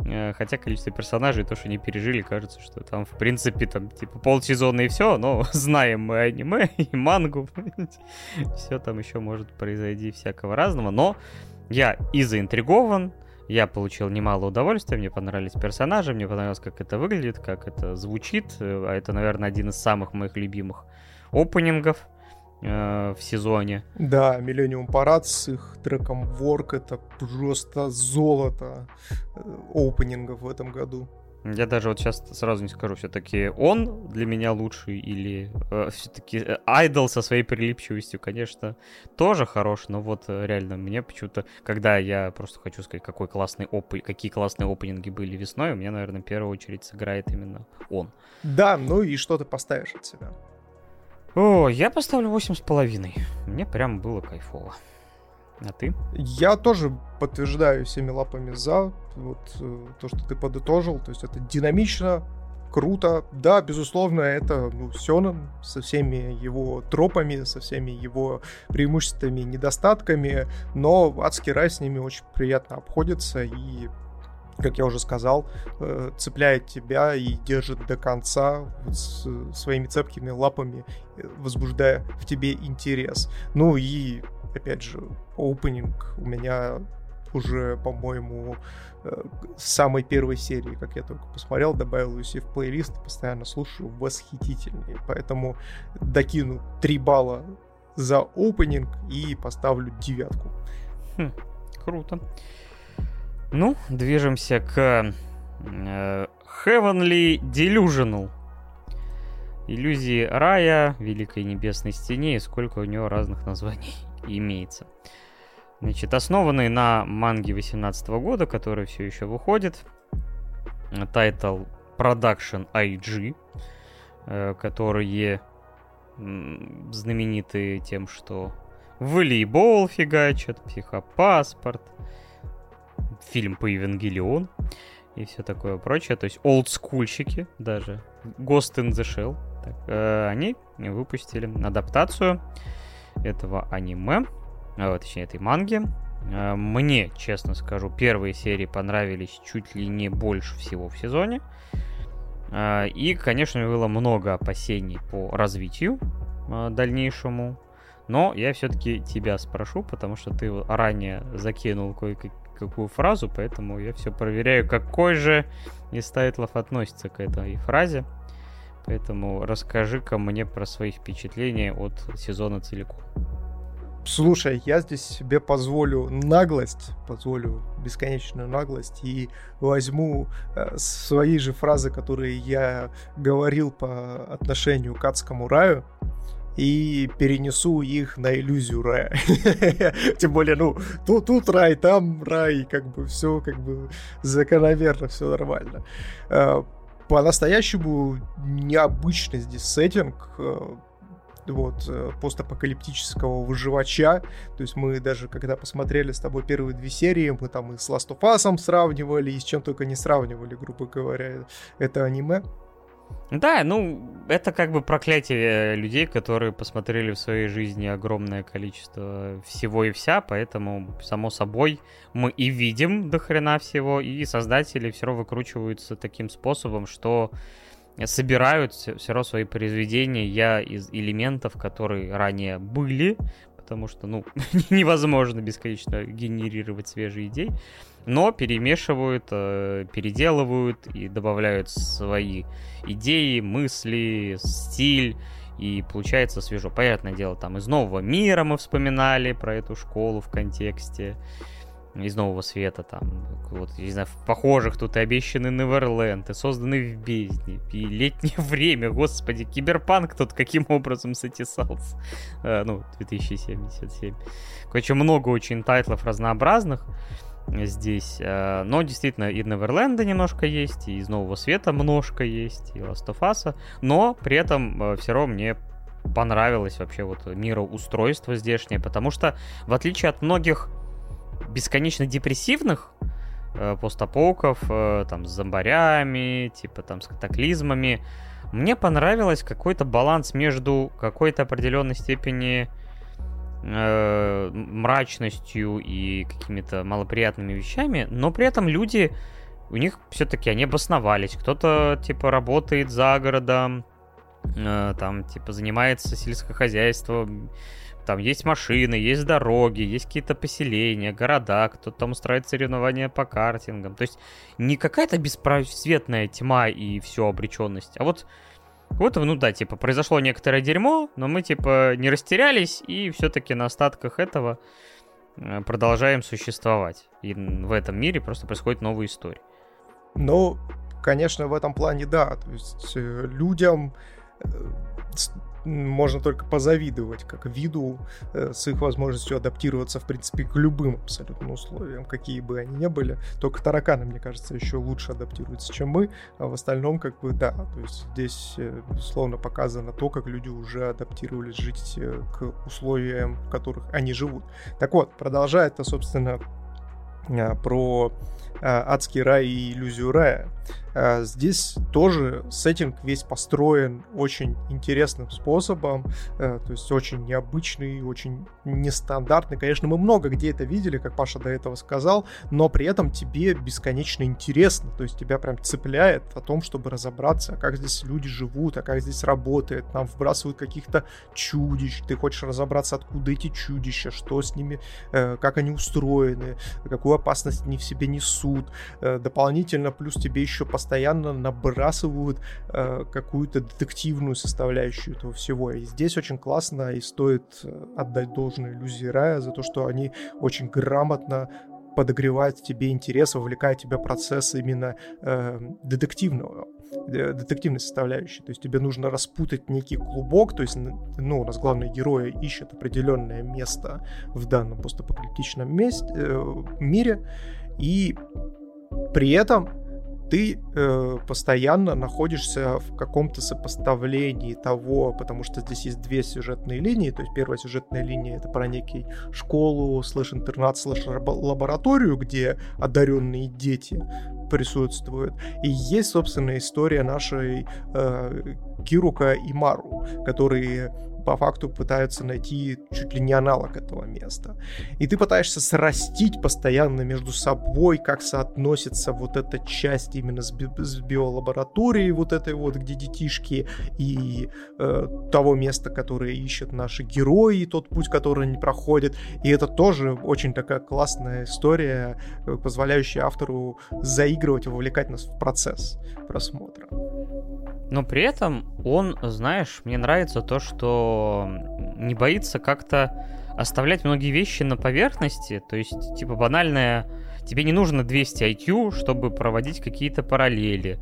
Хотя количество персонажей, то, что не пережили, кажется, что там, в принципе, там, типа, полсезона и все, но знаем мы аниме и мангу. Все там еще может произойти всякого разного, но я и заинтригован, я получил немало удовольствия, мне понравились персонажи, мне понравилось, как это выглядит, как это звучит, а это, наверное, один из самых моих любимых опенингов в сезоне. Да, Millennium Parade с их треком Work — это просто золото опенингов в этом году. Я даже вот сейчас сразу не скажу, все-таки он для меня лучший или все-таки Idol со своей прилипчивостью, конечно, тоже хорош, но вот реально мне почему-то, когда я просто хочу сказать, какие классные опенинги были весной, у меня, наверное, в первую очередь сыграет именно он. Да, ну и что ты поставишь от себя? О, я поставлю 8,5. Мне прям было кайфово. А ты? Я тоже подтверждаю всеми лапами за вот то, что ты подытожил. То есть это динамично, круто. Да, безусловно, это сёнэн со всеми его тропами, со всеми его преимуществами и недостатками, но адский рай с ними очень приятно обходится и, как я уже сказал, цепляет тебя и держит до конца своими цепкими лапами, возбуждая в тебе интерес. Ну и, опять же, опенинг у меня уже, по-моему, с самой первой серии, как я только посмотрел, добавил ее в плейлист, постоянно слушаю, восхитительный. Поэтому докину 3 балла за опенинг и поставлю 9. Круто. Ну, движемся к Heavenly Delusional. Иллюзии рая, Великой Небесной Стене, и сколько у него разных названий имеется. Значит, основанный на манге 2018 года, который все еще выходит. Тайтл Production IG, которые знамениты тем, что волейбол фигачат, психопаспорт, фильм по Евангелион и все такое прочее. То есть олдскульщики, даже Ghost in the Shell, они выпустили адаптацию этого аниме, точнее этой манги. Мне, честно скажу, первые серии понравились чуть ли не больше всего в сезоне. И, конечно, было много опасений по развитию дальнейшему. Но я все-таки тебя спрошу, потому что ты ранее закинул кое-какую фразу, поэтому я все проверяю, какой же из тайтлов относится к этой фразе. Поэтому расскажи-ка мне про свои впечатления от сезона целиком. Слушай, я здесь себе позволю бесконечную наглость и возьму свои же фразы, которые я говорил по отношению к адскому раю, и перенесу их на иллюзию рая. Тем более, тут рай, там рай, как бы все как бы закономерно, все нормально. По-настоящему необычный здесь сеттинг, постапокалиптического выживача. То есть мы даже, когда посмотрели с тобой первые 2 серии, мы там и с Last of Us сравнивали, и с чем только не сравнивали, грубо говоря, это аниме. Да, это как бы проклятие людей, которые посмотрели в своей жизни огромное количество всего и вся, поэтому, само собой, мы и видим до хрена всего, и создатели все равно выкручиваются таким способом, что собирают все равно свои произведения из элементов, которые ранее были, потому что, невозможно бесконечно генерировать свежие идеи, но перемешивают, переделывают и добавляют свои идеи, мысли, стиль, и получается свежо. Понятное дело, там из Нового мира мы вспоминали про эту школу в контексте, из Нового света, там, не знаю, в похожих тут и обещанный Неверленд, и созданный в бездне, и летнее время, господи, Киберпанк тут каким образом затесался, 2077. Короче, много очень тайтлов разнообразных здесь, но действительно и Неверленда немножко есть, и из Нового света немножко есть, и Last of Us, но при этом все равно мне понравилось вообще мироустройство здешнее, потому что, в отличие от многих бесконечно депрессивных постапоков, там, с зомбарями, типа там с катаклизмами, мне понравилось какой-то баланс между какой-то определенной степени мрачностью и какими-то малоприятными вещами, но при этом люди у них все-таки они обосновались. Кто-то, типа, работает за городом, там, типа, занимается сельскохозяйством, там есть машины, есть дороги, есть какие-то поселения, города, кто-то там устраивает соревнования по картингам. То есть не какая-то беспросветная тьма и все, обреченность, а вот, ну да, типа, произошло некоторое дерьмо, но мы, типа, не растерялись и все-таки на остатках этого продолжаем существовать. И в этом мире просто происходит новая история. Ну, конечно, в этом плане, да. То есть людям можно только позавидовать как виду с их возможностью адаптироваться, в принципе, к любым абсолютно условиям, какие бы они ни были. Только тараканы, мне кажется, еще лучше адаптируются, чем мы, а в остальном, как бы, да. То есть здесь, безусловно, показано то, как люди уже адаптировались жить к условиям, в которых они живут. Так вот, продолжая это, собственно, про адский рай и иллюзию рая. Здесь тоже сеттинг весь построен очень интересным способом, то есть очень необычный, очень нестандартный. Конечно, мы много где это видели, как Паша до этого сказал, но при этом тебе бесконечно интересно, то есть тебя прям цепляет о том, чтобы разобраться, как здесь люди живут, а как здесь работает. Нам вбрасывают каких-то чудищ, ты хочешь разобраться, откуда эти чудища, что с ними, как они устроены, какую опасность они в себе несут. Дополнительно плюс тебе еще постоянно набрасывают какую-то детективную составляющую этого всего. И здесь очень классно, и стоит отдать должное иллюзии рая за то, что они очень грамотно подогревают в тебе интерес, вовлекают тебя в процесс именно детективной составляющей. То есть тебе нужно распутать некий клубок, то есть, ну, у нас главные герои ищут определенное место в данном постапокалиптичном мире, и при этом ты постоянно находишься в каком-то сопоставлении того, потому что здесь есть две сюжетные линии. То есть первая сюжетная линия — это про некий школу, /интернат, /лабораторию, где одаренные дети присутствуют. И есть, собственно, история нашей Кирука и Мару, которые по факту пытаются найти чуть ли не аналог этого места. И ты пытаешься срастить постоянно между собой, как соотносится вот эта часть именно с биолабораторией вот этой вот, где детишки, и того места, которое ищут наши герои, и тот путь, который они проходят. И это тоже очень такая классная история, позволяющая автору заигрывать и вовлекать нас в процесс просмотра. Но при этом он, знаешь, мне нравится то, что не боится как-то оставлять многие вещи на поверхности. То есть, типа, банальное, тебе не нужно 200 IQ, чтобы проводить какие-то параллели,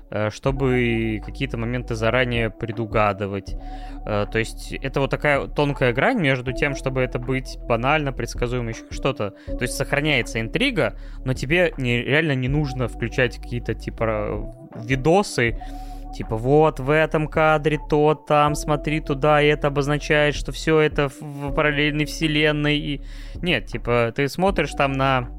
чтобы какие-то моменты заранее предугадывать. То есть это вот такая тонкая грань между тем, чтобы это быть банально, предсказуемо, еще что-то. То есть сохраняется интрига, но тебе реально не нужно включать какие-то, типа, видосы, типа, вот в этом кадре то, там, смотри туда, и это обозначает, что все это в параллельной вселенной. И... Нет, типа, ты смотришь там на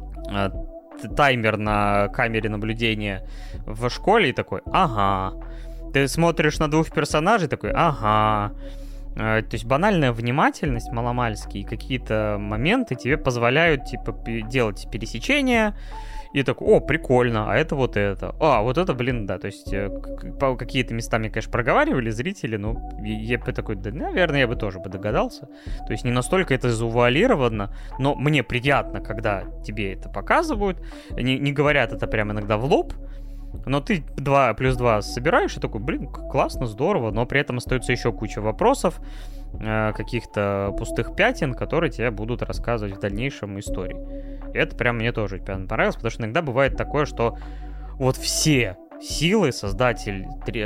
таймер на камере наблюдения в школе и такой, ага. Ты смотришь на двух персонажей, такой, ага. То есть банальная внимательность маломальски и какие-то моменты тебе позволяют, типа, делать пересечения. И такой, о, прикольно, а это вот это. А, вот это, блин, да. То есть какие-то места мне, конечно, проговаривали зрители, но я бы такой, да, наверное, я бы тоже бы догадался. То есть не настолько это завуалировано, но мне приятно, когда тебе это показывают. Не говорят это прямо иногда в лоб, но ты 2 плюс 2 собираешь и такой, блин, классно, здорово, но при этом остается еще куча вопросов, каких-то пустых пятен, которые тебе будут рассказывать в дальнейшем истории. И это прям мне тоже понравилось, потому что иногда бывает такое, что вот все силы создатель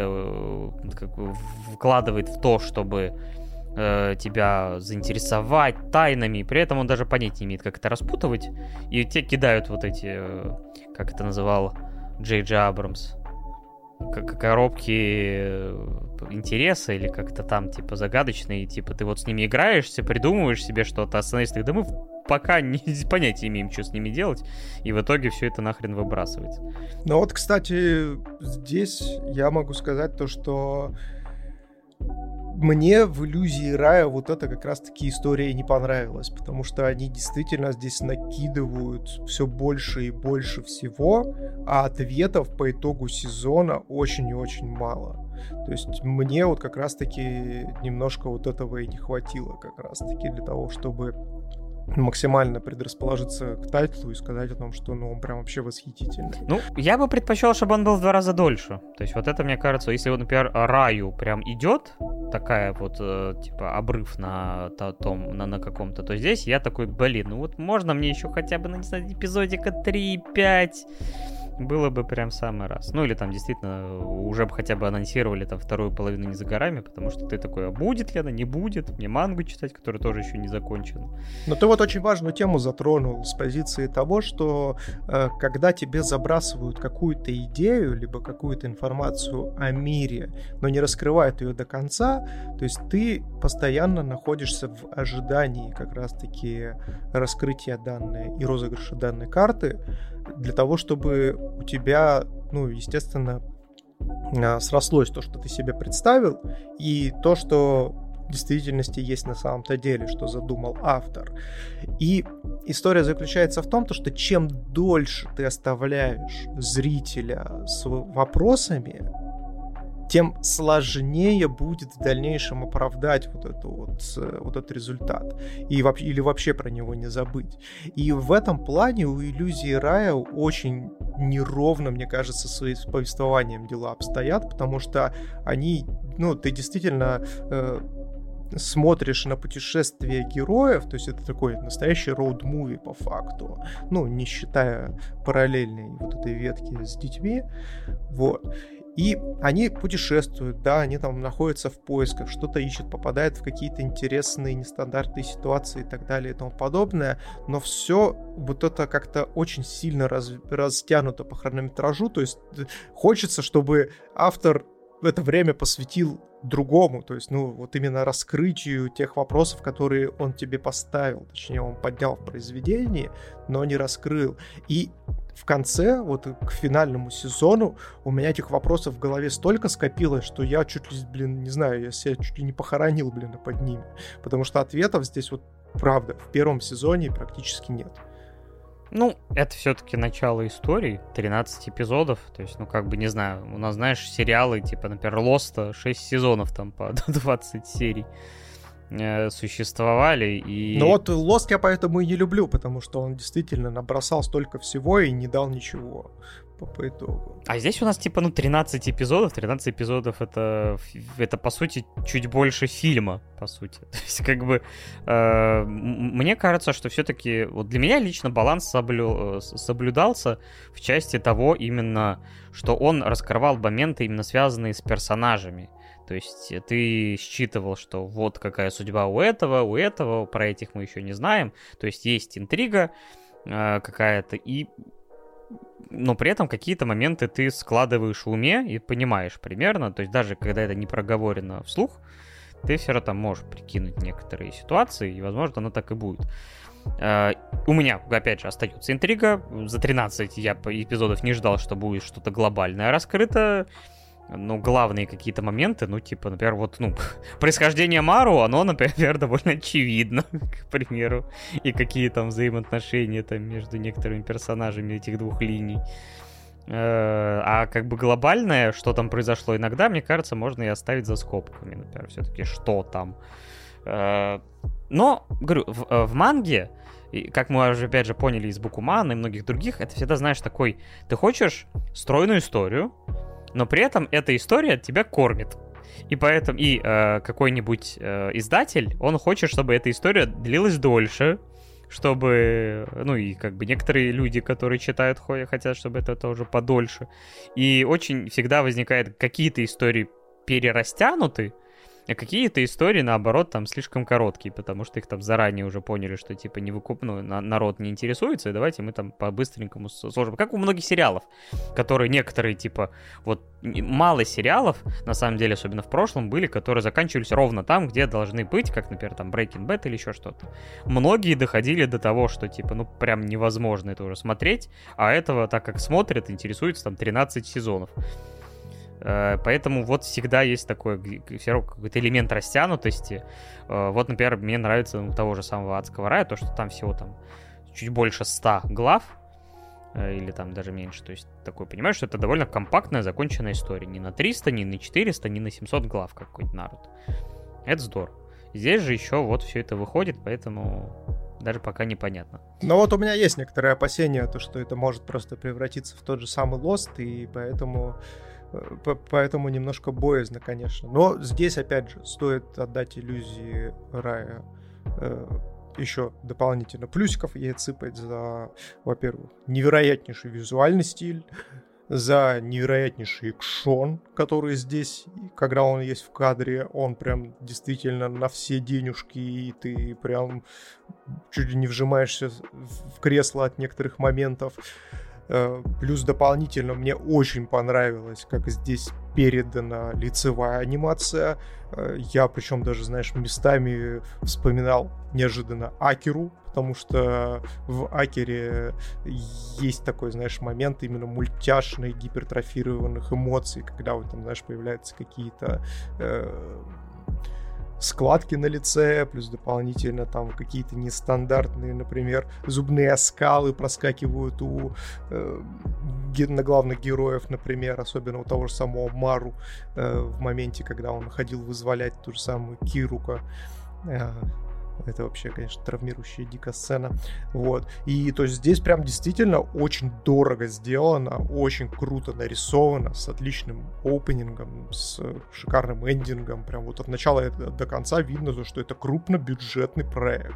вкладывает в то, чтобы тебя заинтересовать тайнами, и при этом он даже понятия не имеет, как это распутывать, и те кидают вот эти, как это называл Джей Джей Абрамс, коробки интереса или как-то там, типа, загадочные, типа, ты вот с ними играешься, придумываешь себе что-то, остановишься, да мы пока не понятия имеем, что с ними делать, и в итоге все это нахрен выбрасывается. Ну вот, кстати, здесь я могу сказать то, что мне в «Иллюзии рая» вот это как раз-таки история не понравилась, потому что они действительно здесь накидывают все больше и больше всего, а ответов по итогу сезона очень и очень мало. То есть мне вот как раз-таки немножко вот этого и не хватило как раз-таки для того, чтобы максимально предрасположиться к тайтлу и сказать о том, что он прям вообще восхитительный. Ну, я бы предпочел, чтобы он был в 2 раза дольше. То есть вот это, мне кажется, если вот, например, Раю прям идет, такая вот, типа, обрыв на каком-то, то здесь я такой, блин, ну вот можно мне еще хотя бы, не знаю, эпизодика 3-5, было бы прям самый раз. Ну или там действительно уже бы хотя бы анонсировали там вторую половину не за горами, потому что ты такой, а будет ли она, не будет, мне мангу читать, которая тоже еще не закончена. Но ты вот очень важную тему затронул с позиции того, что когда тебе забрасывают какую-то идею, либо какую-то информацию о мире, но не раскрывают ее до конца, то есть ты постоянно находишься в ожидании как раз-таки раскрытия данной и розыгрыша данной карты, для того, чтобы у тебя, ну, естественно, срослось то, что ты себе представил, и то, что в действительности есть на самом-то деле, что задумал автор. И история заключается в том, что чем дольше ты оставляешь зрителя с вопросами, тем сложнее будет в дальнейшем оправдать вот этот результат. Или вообще про него не забыть. И в этом плане у «Иллюзии рая» очень неровно, мне кажется, с повествованием дела обстоят, потому что они, ну, ты действительно смотришь на путешествие героев, то есть это такой настоящий роуд-муви по факту, ну, не считая параллельной вот этой ветки с детьми, вот. И они путешествуют, да, они там находятся в поисках, что-то ищут, попадают в какие-то интересные, нестандартные ситуации и так далее и тому подобное, но все вот это как-то очень сильно растянуто по хронометражу, то есть хочется, чтобы автор в это время посвятил другому, то есть, ну, вот именно раскрытию тех вопросов, которые он тебе поставил, точнее, он поднял в произведении, но не раскрыл. И в конце, вот к финальному сезону, у меня этих вопросов в голове столько скопилось, что я чуть ли, блин, не знаю, я себя чуть ли не похоронил, блин, под ними. Потому что ответов здесь вот, правда, в первом сезоне практически нет. Ну, это все-таки начало истории, 13 эпизодов, то есть, ну, как бы, не знаю, у нас, знаешь, сериалы, типа, например, Lost, 6 сезонов там по 20 серий существовали, и... Ну вот Lost я поэтому и не люблю, потому что он действительно набросал столько всего и не дал ничего по итогу. А здесь у нас, типа, 13 эпизодов. 13 эпизодов это по сути, чуть больше фильма, по сути. То есть, как бы, мне кажется, что все-таки, вот для меня лично баланс соблюдался в части того именно, что он раскрывал моменты, именно связанные с персонажами. То есть ты считывал, что вот какая судьба у этого, про этих мы еще не знаем. То есть есть интрига какая-то, но при этом какие-то моменты ты складываешь в уме и понимаешь примерно. То есть даже когда это не проговорено вслух, ты все равно там можешь прикинуть некоторые ситуации, и, возможно, оно так и будет. У меня, опять же, остается интрига. За 13 я эпизодов не ждал, что будет что-то глобальное раскрыто. Ну, главные какие-то моменты, ну, типа, например, вот, ну, происхождение Мару, оно, например, довольно очевидно, к примеру, и какие там взаимоотношения там между некоторыми персонажами этих двух линий. А как бы глобальное, что там произошло иногда, мне кажется, можно и оставить за скобками, например, все-таки что там. Но, говорю, в манге, как мы уже, опять же, поняли из Бакумана и многих других, это всегда, знаешь, такой, ты хочешь стройную историю, но при этом эта история тебя кормит. И поэтому какой-нибудь издатель, он хочет, чтобы эта история длилась дольше, чтобы, ну и как бы некоторые люди, которые читают, хотят, чтобы это тоже подольше. И очень всегда возникает, какие-то истории перерастянуты, а какие-то истории, наоборот, там слишком короткие, потому что их там заранее уже поняли, что типа народ не интересуется, и давайте мы там по-быстренькому сложим. Как у многих сериалов, которые некоторые, типа, вот мало сериалов, на самом деле, особенно в прошлом, были, которые заканчивались ровно там, где должны быть, как, например, там Breaking Bad или еще что-то. Многие доходили до того, что, типа, ну, прям невозможно это уже смотреть, а этого, так как смотрят, интересуется там 13 сезонов. Поэтому вот всегда есть такой все равно какой-то элемент растянутости. Вот, например, мне нравится у того же самого «Адского рая» то, что там всего там чуть больше 100 глав, или там даже меньше. То есть такой, понимаешь, что это довольно компактная, законченная история. Не на 300, не на 400, не на 700 глав, как какой-нибудь Наруто. Это здорово. Здесь же еще вот все это выходит, поэтому даже пока непонятно. Но вот у меня есть некоторые опасения, то, что это может просто превратиться в тот же самый Lost, и поэтому немножко боязно, конечно. Но здесь, опять же, стоит отдать иллюзии рая еще дополнительно плюсиков ей отсыпать за, во-первых, невероятнейший визуальный стиль, за невероятнейший экшон, который здесь, когда он есть в кадре, он прям действительно на все денежки, и ты прям чуть ли не вжимаешься в кресло от некоторых моментов. Плюс дополнительно мне очень понравилось, как здесь передана лицевая анимация. Я причем даже, знаешь, местами вспоминал неожиданно Акеру, потому что в Акере есть такой, знаешь, момент именно мультяшных, гипертрофированных эмоций, когда вот там, знаешь, появляются какие-то складки на лице, плюс дополнительно там какие-то нестандартные, например, зубные оскалы проскакивают на главных героев, например, особенно у того же самого Мару в моменте, когда он ходил вызволять ту же самую Кирука. Это вообще, конечно, травмирующая дико сцена. Вот. И то есть здесь прям действительно очень дорого сделано, очень круто нарисовано, с отличным опенингом, с шикарным эндингом. Прям вот от начала до конца видно, что это крупнобюджетный проект.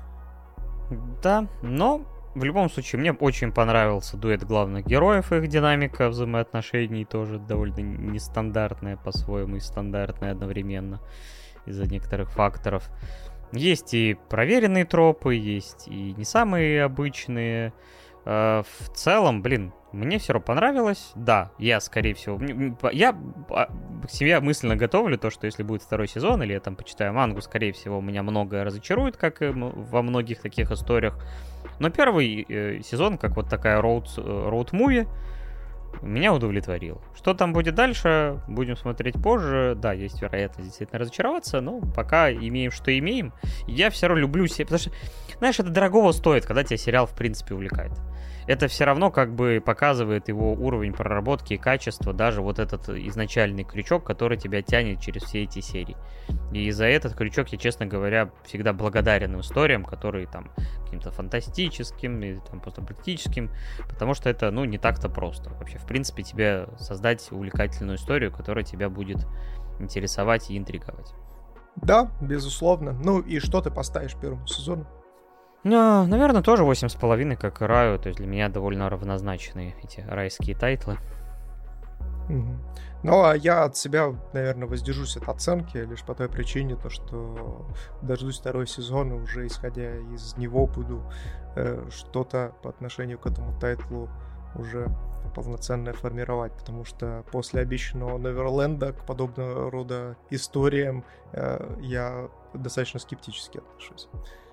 Да, но в любом случае мне очень понравился дуэт главных героев, их динамика взаимоотношений тоже довольно нестандартная по-своему и стандартная одновременно из-за некоторых факторов. Есть и проверенные тропы, есть и не самые обычные. В целом, мне все равно понравилось. Да, я, скорее всего... Я себя мысленно готовлю то, что если будет второй сезон, или я там почитаю мангу, скорее всего, меня многое разочарует, как и во многих таких историях. Но первый сезон, как вот такая роуд-муви, меня удовлетворил. Что там будет дальше, будем смотреть позже. Да, есть вероятность действительно разочароваться, но пока имеем, что имеем. Я все равно люблю себя, потому что, знаешь, это дорогого стоит, когда тебя сериал, в принципе, увлекает. Это все равно как бы показывает его уровень проработки и качества, даже вот этот изначальный крючок, который тебя тянет через все эти серии. И за этот крючок я, честно говоря, всегда благодарен историям, которые там каким-то фантастическим или там просто практическим, потому что это, не так-то просто. Вообще, в принципе, тебе создать увлекательную историю, которая тебя будет интересовать и интриговать. Да, безусловно. Ну и что ты поставишь первому сезону? Наверное, тоже 8,5, как и Раю. То есть для меня довольно равнозначные эти райские тайтлы. Угу. Ну, а я от себя, наверное, воздержусь от оценки лишь по той причине, то, что дождусь второй сезон, и уже исходя из него буду что-то по отношению к этому тайтлу уже полноценное формировать, потому что после обещанного Неверленда к подобного рода историям я достаточно скептически отношусь.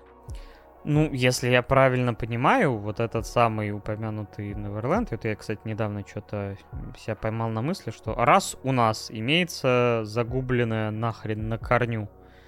Если я правильно понимаю, вот этот самый упомянутый Неверленд, это я, кстати, недавно что-то себя поймал на мысли, что раз у нас имеется загубленная нахрен на корню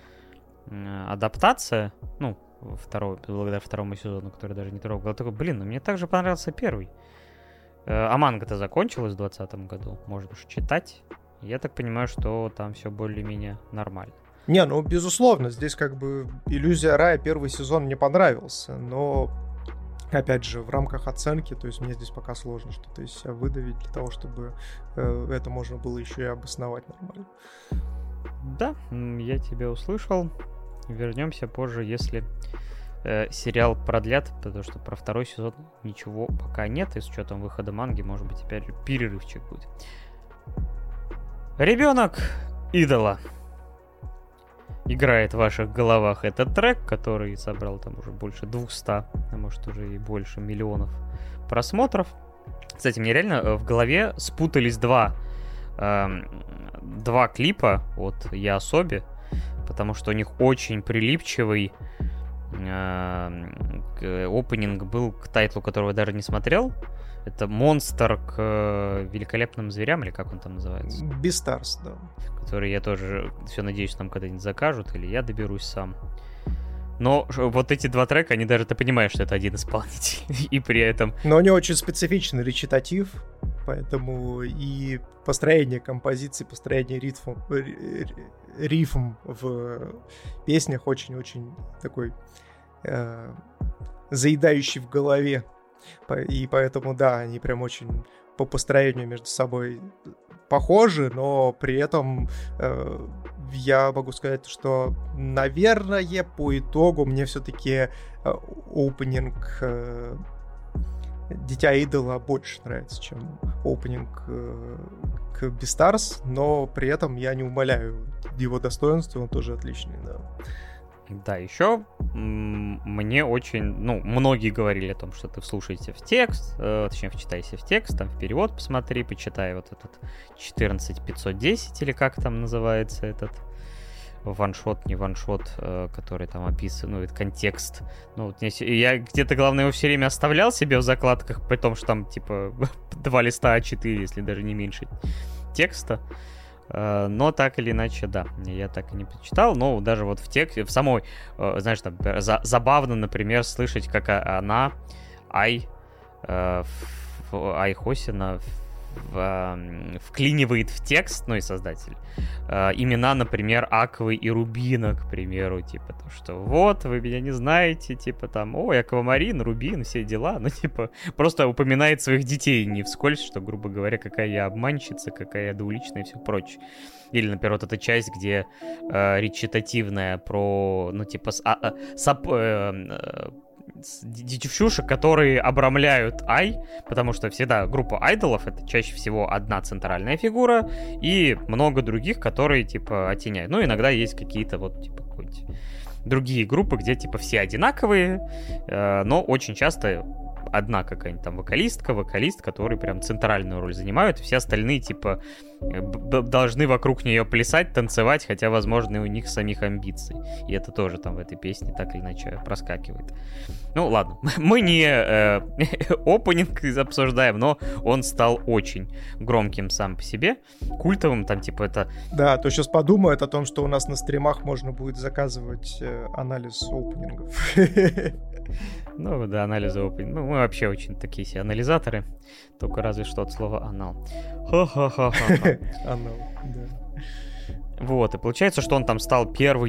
адаптация, благодаря второму сезону, который даже не трогал, я такой, мне так же понравился первый. А манга-то закончилась в 2020 году, можно уж читать. Я так понимаю, что там все более-менее нормально. Безусловно, здесь как бы «Иллюзия рая» первый сезон мне понравился, но, опять же, в рамках оценки, то есть мне здесь пока сложно что-то из себя выдавить для того, чтобы это можно было еще и обосновать нормально. Да, я тебя услышал. Вернемся позже, если сериал продлят, потому что про второй сезон ничего пока нет, и с учетом выхода манги, может быть, опять же, перерывчик будет. Ребенок идола играет в ваших головах этот трек, который собрал там уже больше 200, а может уже и больше миллионов просмотров. Кстати, мне реально в голове спутались два клипа от Ясоби, потому что у них очень прилипчивый опенинг был к тайтлу, которого я даже не смотрел. Это «Монстр к великолепным зверям», или как он там называется? Beastars, да. Который я тоже все надеюсь, нам когда-нибудь закажут, или я доберусь сам. Но вот эти два трека, они даже, ты понимаешь, что это один исполнитель. И при этом... Но у него очень специфичный речитатив, поэтому и построение композиции, построение рифм в песнях очень-очень такой заедающий в голове. И поэтому, да, они прям очень по построению между собой похожи, но при этом я могу сказать, что, наверное, по итогу мне все-таки опенинг «Дитя идола» больше нравится, чем опенинг к Beastars, но при этом я не умаляю его достоинства, он тоже отличный, да. Да, еще мне очень, многие говорили о том, что ты вслушайся в текст, точнее, вчитайся в текст, там в перевод посмотри, почитай вот этот 14510 или как там называется этот ваншот, не ваншот, который там описан, этот контекст. Я где-то, главное, его все время оставлял себе в закладках, при том, что там, типа, 2 листа А4, если даже не меньше текста. Но так или иначе, да, я так и не прочитал. Но даже вот в тексте, в самой, знаешь, там забавно, например, слышать, как она, Хосина вклинивает в текст, и создатель, имена, например, Аквы и Рубина, к примеру, типа, то, что вот, вы меня не знаете, типа, там, Аквамарин, Рубин, все дела, просто упоминает своих детей не вскользь, что, грубо говоря, какая я обманщица, какая я двуличная и все прочее. Или, например, вот эта часть, где речитативная про, девчушек, которые обрамляют потому что всегда группа айдолов — это чаще всего одна центральная фигура и много других, которые, типа, оттеняют. Иногда есть какие-то какие-нибудь другие группы, где, типа, все одинаковые, но очень часто одна какая-нибудь там вокалист, который прям центральную роль занимают, все остальные, типа, должны вокруг нее плясать, танцевать, хотя, возможно, и у них самих амбиций. И это тоже там в этой песне так или иначе проскакивает. Ладно, мы не опенинг обсуждаем, но он стал очень громким сам по себе, культовым, там, типа, это... Да, то сейчас подумают о том, что у нас на стримах можно будет заказывать анализ опенингов. Да, анализы опенинга. Мы вообще очень такие себе анализаторы, только разве что от слова анал. Ха-ха-ха-ха. Анал, да. Вот, и получается, что он там стал первой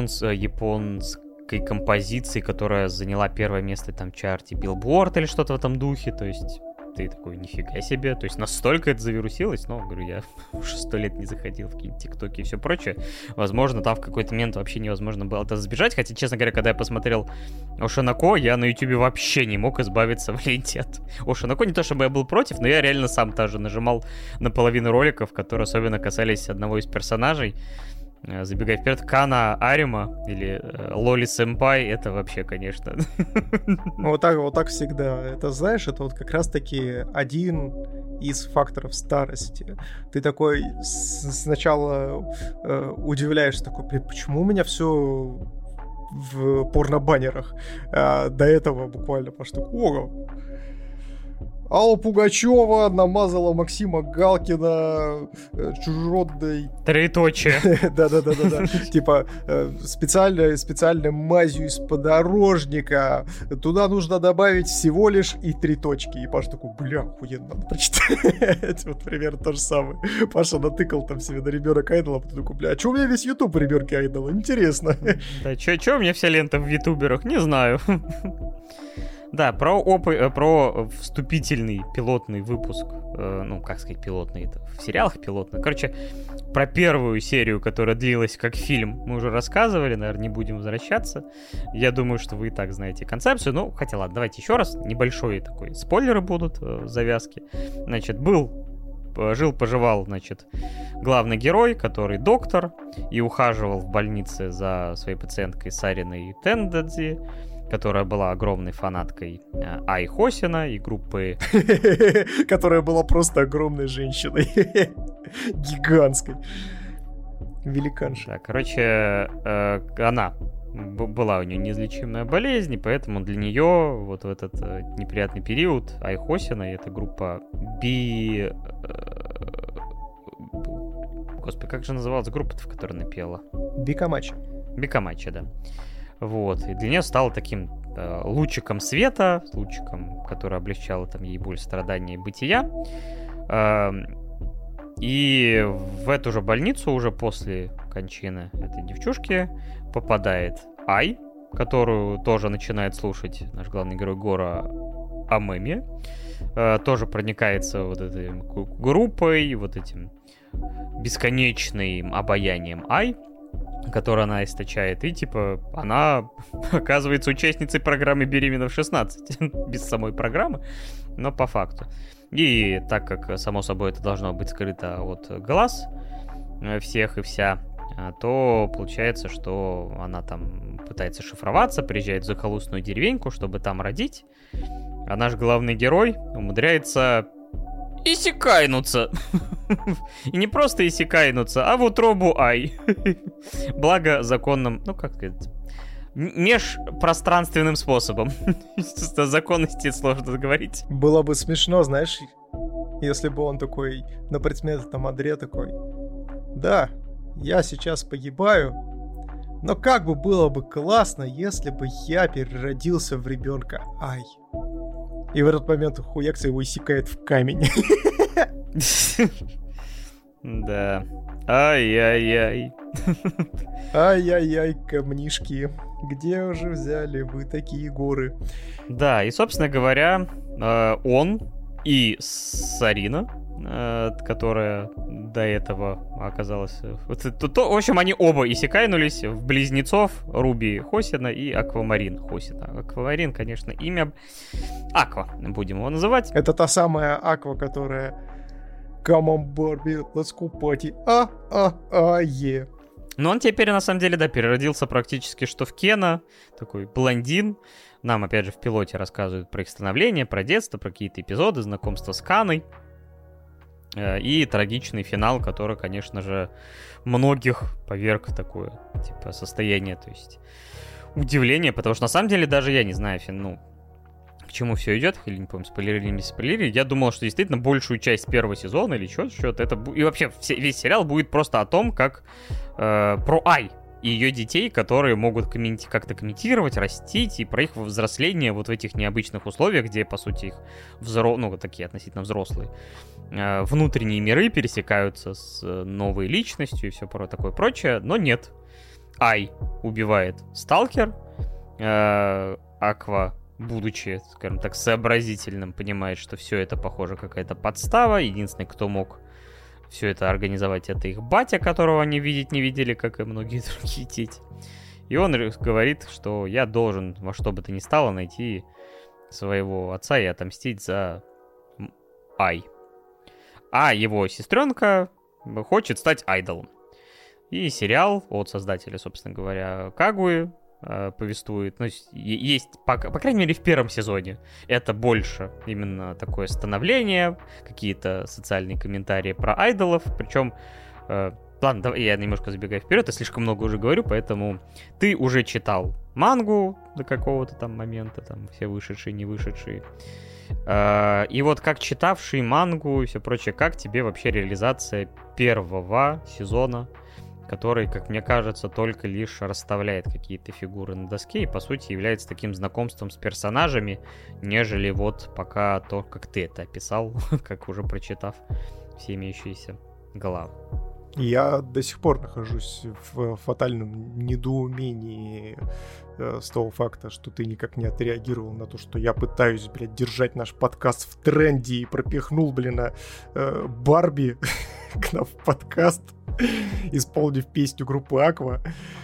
японской композицией, которая заняла первое место там в чарте Billboard или что-то в этом духе, то есть ты такой, нифига себе, то есть настолько это завирусилось, говорю, я уже 100 лет не заходил в какие-то тиктоки и все прочее, возможно, там в какой-то момент вообще невозможно было это сбежать, хотя, честно говоря, когда я посмотрел Ошинако, я на ютубе вообще не мог избавиться в ленте от Ошинако, не то чтобы я был против, но я реально сам тоже нажимал на половину роликов, которые особенно касались одного из персонажей. Забегая вперед, Кана Арима или Лоли Сэмпай, это вообще, конечно. Вот так всегда. Это, знаешь, это вот как раз-таки один из факторов старости. Ты такой сначала удивляешься, такой, почему у меня все в порно-баннерах? До этого буквально потому Алла Пугачева намазала Максима Галкина чужеродной... Троеточие. Да. Типа специальной мазью из подорожника. Туда нужно добавить всего лишь и 3 точки. И Паша такой, охуенно, надо прочитать. Вот примерно то же самое. Паша натыкал там себе на ребенок айдола, потом такой, а что у меня весь ютуб ребенки айдола? Интересно. Да, что у меня вся лента в ютуберах? Не знаю. Да, про вступительный пилотный выпуск, пилотный, это в сериалах пилотный. Короче, про первую серию, которая длилась как фильм, мы уже рассказывали, наверное, не будем возвращаться. Я думаю, что вы и так знаете концепцию, хотя ладно, давайте еще раз, небольшой такой, спойлеры будут, завязки. Значит, жил-поживал, главный герой, который доктор, и ухаживал в больнице за своей пациенткой Сариной Тендадзи, которая была огромной фанаткой Ай Хосина и группы... Которая была просто огромной женщиной. Гигантской. Великанша. Да, короче, она была у нее неизлечимая болезнь, и поэтому для нее вот в этот неприятный период Ай Хосина, и эта группа Господи, как же называлась группа-то, в которой она пела? Бикамачи. Бикамачи, да. Вот, и для нее стало таким лучиком света, лучиком, который облегчал там ей боль, страдания и бытия. И в эту же больницу уже после кончины этой девчушки попадает Ай, которую тоже начинает слушать наш главный герой Гора Амеми. Тоже проникается вот этой группой, вот этим бесконечным обаянием Ай, которое она источает. И типа она оказывается участницей программы «Беременна в 16». Без самой программы, но по факту. И так как, само собой, это должно быть скрыто от глаз всех и вся, то получается, что она там пытается шифроваться, приезжает в захолустную деревеньку, чтобы там родить. А наш главный герой умудряется исекайнуться. И не просто исекайнуться, а в утробу Ай. Благо законным, ну как сказать, межпространственным способом. О законности сложно говорить. Было бы смешно, знаешь, если бы он такой на предсмертном одре такой: да, я сейчас погибаю, но как бы было бы классно, если бы я переродился в ребенка Ай. И в этот момент хуякса его иссякает в камень. Да. Ай-яй-яй. Ай-яй-яй, камнишки. Где уже взяли вы такие горы? Да, и, собственно говоря, он и Сарина, которая до этого оказалась... В общем, они оба иссякайнулись в близнецов Руби Хосина и Аквамарин Хосина. Аквамарин, конечно, имя... Аква, будем его называть. Это та самая Аква, которая... Come on, Barbie, let's go party. Yeah. Но он теперь, на самом деле, да, переродился практически что в Кена. Такой блондин. Нам, опять же, в пилоте рассказывают про их становление, про детство, про какие-то эпизоды, знакомства с Каной. И трагичный финал, который, конечно же, многих поверг в такое, типа, состояние, то есть, удивление, потому что, на самом деле, даже я не знаю, к чему все идет, или не помню, спойлерили или не спойлерили, я думал, что действительно большую часть первого сезона или что-то, это и вообще весь сериал будет просто о том, как про Ай и ее детей, которые могут как-то комментировать, растить, и про их взросление вот в этих необычных условиях, где, по сути, их такие относительно взрослые внутренние миры пересекаются с новой личностью и все такое прочее, но нет. Ай убивает Сталкер, Аква, будучи, скажем так, сообразительным, понимает, что все это, похоже, какая-то подстава. Единственный, кто мог все это организовать, это их батя, которого они видеть не видели, как и многие другие дети. И он говорит, что я должен во что бы то ни стало найти своего отца и отомстить за Ай. А его сестренка хочет стать айдолом. И сериал от создателя, собственно говоря, Кагуи повествует, ну, есть, по крайней мере, в первом сезоне это больше именно такое становление, какие-то социальные комментарии про айдолов, причем, ладно, давай я немножко забегаю вперед, я слишком много уже говорю, поэтому ты уже читал мангу до какого-то там момента, там все вышедшие, не вышедшие, и вот как читавший мангу и все прочее, как тебе вообще реализация первого сезона, который, как мне кажется, только лишь расставляет какие-то фигуры на доске и, по сути, является таким знакомством с персонажами, нежели вот пока то, как ты это описал, как уже прочитав все имеющиеся главы. Я до сих пор нахожусь в фатальном недоумении с того факта, что ты никак не отреагировал на то, что я пытаюсь, блядь, держать наш подкаст в тренде и пропихнул, Барби к нам в подкаст, исполнив песню группы Аква.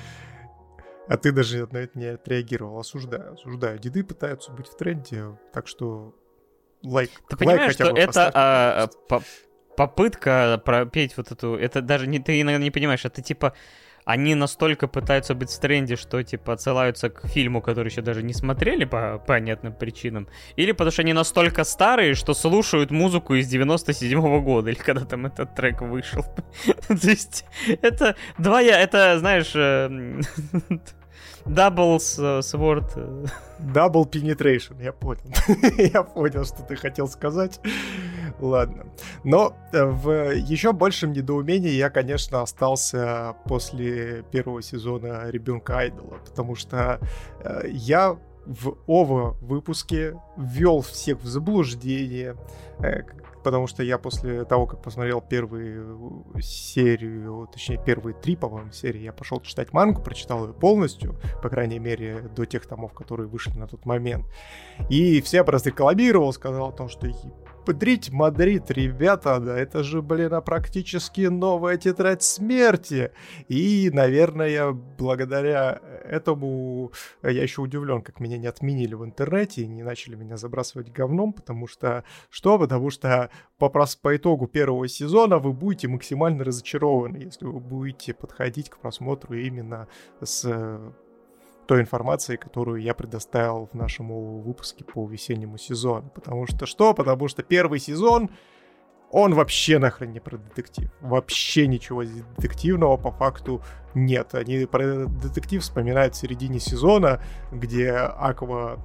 А ты даже на это не отреагировал. Осуждаю. Деды пытаются быть в тренде, так что лайк. Ты понимаешь, хотя что бы это попытка пропеть вот эту... Это даже не ты, наверное, не понимаешь, это типа... Они настолько пытаются быть в тренде, что, типа, отсылаются к фильму, который еще даже не смотрели по понятным причинам. Или потому что они настолько старые, что слушают музыку из 97-го года, или когда там этот трек вышел. То есть, это знаешь... Double Sword. Double Penetration, я понял. Я понял, что ты хотел сказать. Ладно. Но в еще большем недоумении я, конечно, остался после первого сезона «Ребенка Айдола», потому что я в ОВА-выпуске ввел всех в заблуждение, потому что я после того, как посмотрел первую серию, точнее, первые 3, по-моему, серии, я пошел читать мангу, прочитал ее полностью, по крайней мере, до тех томов, которые вышли на тот момент. И всем разрекламировал, сказал о том, что Мадрид, ребята, да это же, практически новая тетрадь смерти. И, наверное, благодаря этому я еще удивлен, как меня не отменили в интернете и не начали меня забрасывать говном, потому что по итогу первого сезона вы будете максимально разочарованы, если вы будете подходить к просмотру именно с той информации, которую я предоставил в нашем выпуске по весеннему сезону. Потому что первый сезон, он вообще нахрен не про детектив. Вообще ничего детективного по факту нет. Они про детектив вспоминают в середине сезона, где Аква,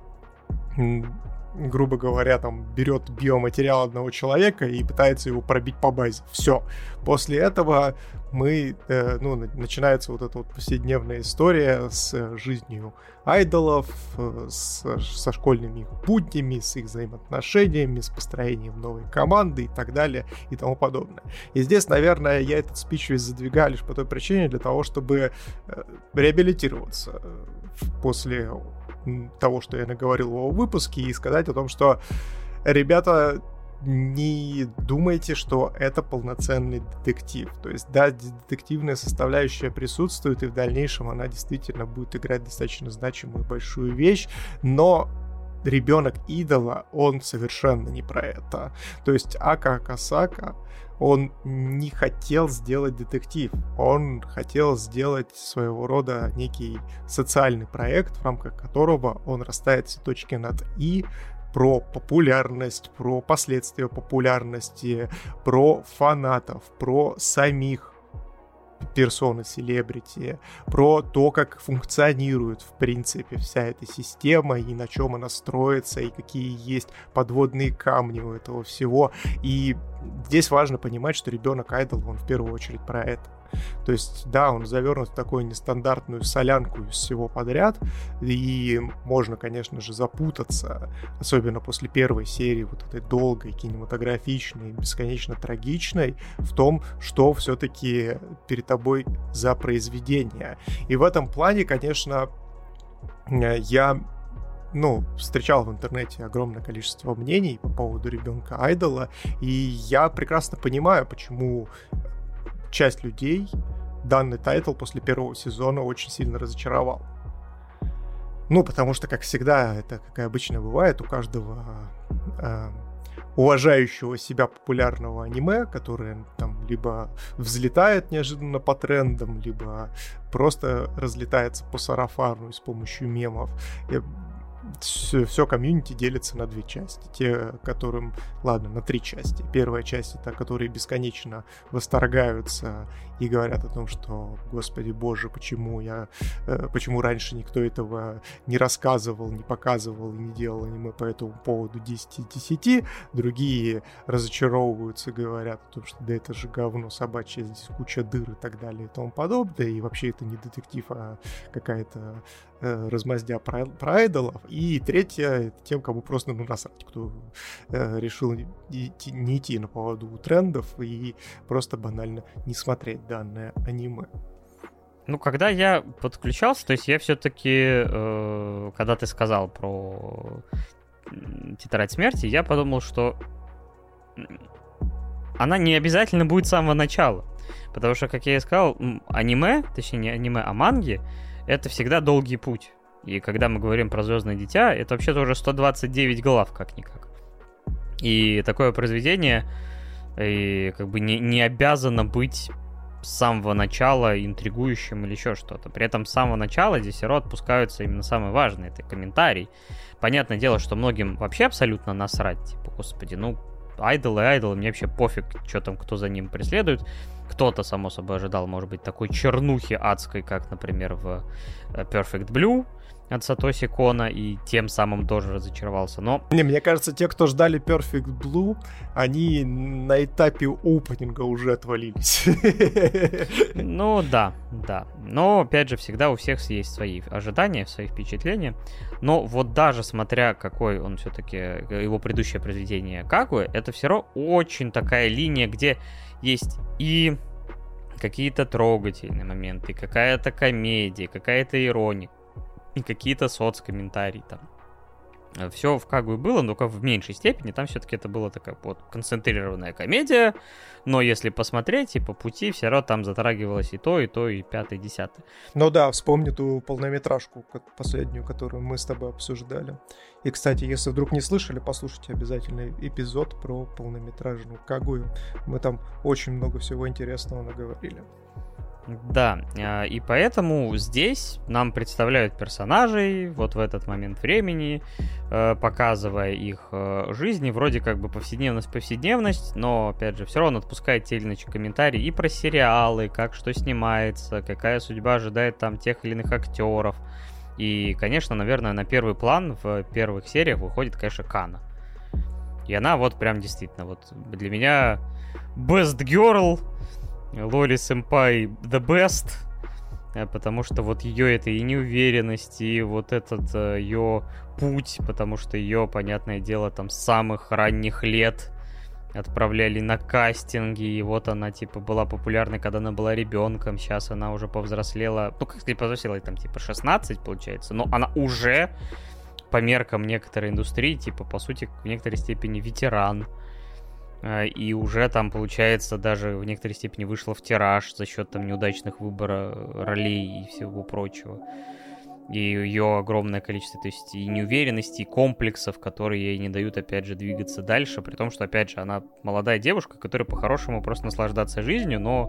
грубо говоря, там берет биоматериал одного человека и пытается его пробить по базе. Все. После этого начинается вот эта вот повседневная история с жизнью айдолов, со школьными их буднями, с их взаимоотношениями, с построением новой команды и так далее и тому подобное. И здесь, наверное, я этот спич весь задвигаю лишь по той причине, для того, чтобы реабилитироваться после того, что я наговорил в его выпуске, и сказать о том, что, ребята, не думайте, что это полноценный детектив. То есть, да, детективная составляющая присутствует, и в дальнейшем она действительно будет играть достаточно значимую большую вещь, но ребенок идола, он совершенно не про это. То есть Ака Акасака, он не хотел сделать детектив, он хотел сделать своего рода некий социальный проект, в рамках которого он расставит все точки над «и», про популярность, про последствия популярности, про фанатов, про самих персоны селебрити, про то, как функционирует в принципе вся эта система и на чем она строится, и какие есть подводные камни у этого всего. И здесь важно понимать, что ребенок айдол, он в первую очередь про это. То есть, да, он завернут в такую нестандартную солянку из всего подряд, и можно, конечно же, запутаться, особенно после первой серии, вот этой долгой, кинематографичной, бесконечно трагичной, в том, что все-таки перед тобой за произведение. И в этом плане, конечно, я встречал в интернете огромное количество мнений по поводу ребенка айдола, и я прекрасно понимаю, почему часть людей данный тайтл после первого сезона очень сильно разочаровал. Потому что, как всегда, это, как и обычно бывает, у каждого уважающего себя популярного аниме, которое там либо взлетает неожиданно по трендам, либо просто разлетается по сарафану с помощью мемов. Все комьюнити делится на 2 части. Те, которым... Ладно, на 3 части. Первая часть — это которые бесконечно восторгаются и говорят о том, что, господи боже, почему раньше никто этого не рассказывал, не показывал и не делал аниме по этому поводу 10 из 10. Другие разочаровываются и говорят о том, что да это же говно собачье, здесь куча дыр и так далее и тому подобное. И вообще это не детектив, а какая-то размаздя про айдолов. И третье — это тем, кому просто насрать, кто решил не идти на поводу у трендов и просто банально не смотреть данное аниме. Когда я подключался, то есть я все-таки, когда ты сказал про Тетрадь смерти, я подумал, что она не обязательно будет с самого начала. Потому что, как я и сказал, аниме, точнее не аниме, а манги, это всегда долгий путь. И когда мы говорим про «Звездное дитя», это вообще-то уже 129 глав, как-никак. И такое произведение не обязано быть с самого начала интригующим или еще что-то. При этом с самого начала здесь отпускаются именно самое важное, это комментарий. Понятное дело, что многим вообще абсолютно насрать. Типа, господи, айдолы, мне вообще пофиг, что там, кто за ним преследует. Кто-то, само собой, ожидал, может быть, такой чернухи адской, как, например, в Perfect Blue от Сатоси Кона, и тем самым тоже разочаровался, но... Мне кажется, те, кто ждали Perfect Blue, они на этапе опенинга уже отвалились. Ну, да. Но, опять же, всегда у всех есть свои ожидания, свои впечатления. Но вот даже смотря, какой он все-таки, его предыдущее произведение Кагуя, это все равно очень такая линия, где есть и какие-то трогательные моменты, какая-то комедия, какая-то ирония, и какие-то соцкомментарии там. Все в Кагуе было, но только в меньшей степени. Там все-таки это была такая вот концентрированная комедия. Но если посмотреть, и по пути все равно там затрагивалось и то, и пятое, и десятое. Ну да, вспомни ту полнометражку последнюю, которую мы с тобой обсуждали. И, кстати, если вдруг не слышали, послушайте обязательно эпизод про полнометражную Кагую. Мы там очень много всего интересного наговорили. Да, и поэтому здесь нам представляют персонажей вот в этот момент времени, показывая их жизни, вроде как бы повседневность, но, опять же, все равно отпускает те или иные комментарии и про сериалы, как что снимается, какая судьба ожидает там тех или иных актеров. И, конечно, наверное, на первый план в первых сериях выходит, конечно, Кана. И она вот прям действительно, вот для меня best girl, Лоли Сэмпай the best, потому что вот ее это и неуверенность, и вот этот ее путь, потому что ее, понятное дело, там с самых ранних лет отправляли на кастинги, и вот она, типа, была популярной, когда она была ребенком, сейчас она уже повзрослела, ну, как сказать, повзрослела, там, типа, 16, получается, но она уже, по меркам некоторой индустрии, типа, по сути, в некоторой степени ветеран, и уже там, получается, даже в некоторой степени вышла в тираж за счет там неудачных выбора ролей и всего прочего. И ее огромное количество, то есть и неуверенности, и комплексов, которые ей не дают, опять же, двигаться дальше, при том, что, опять же, она молодая девушка, которая по-хорошему просто наслаждаться жизнью, но,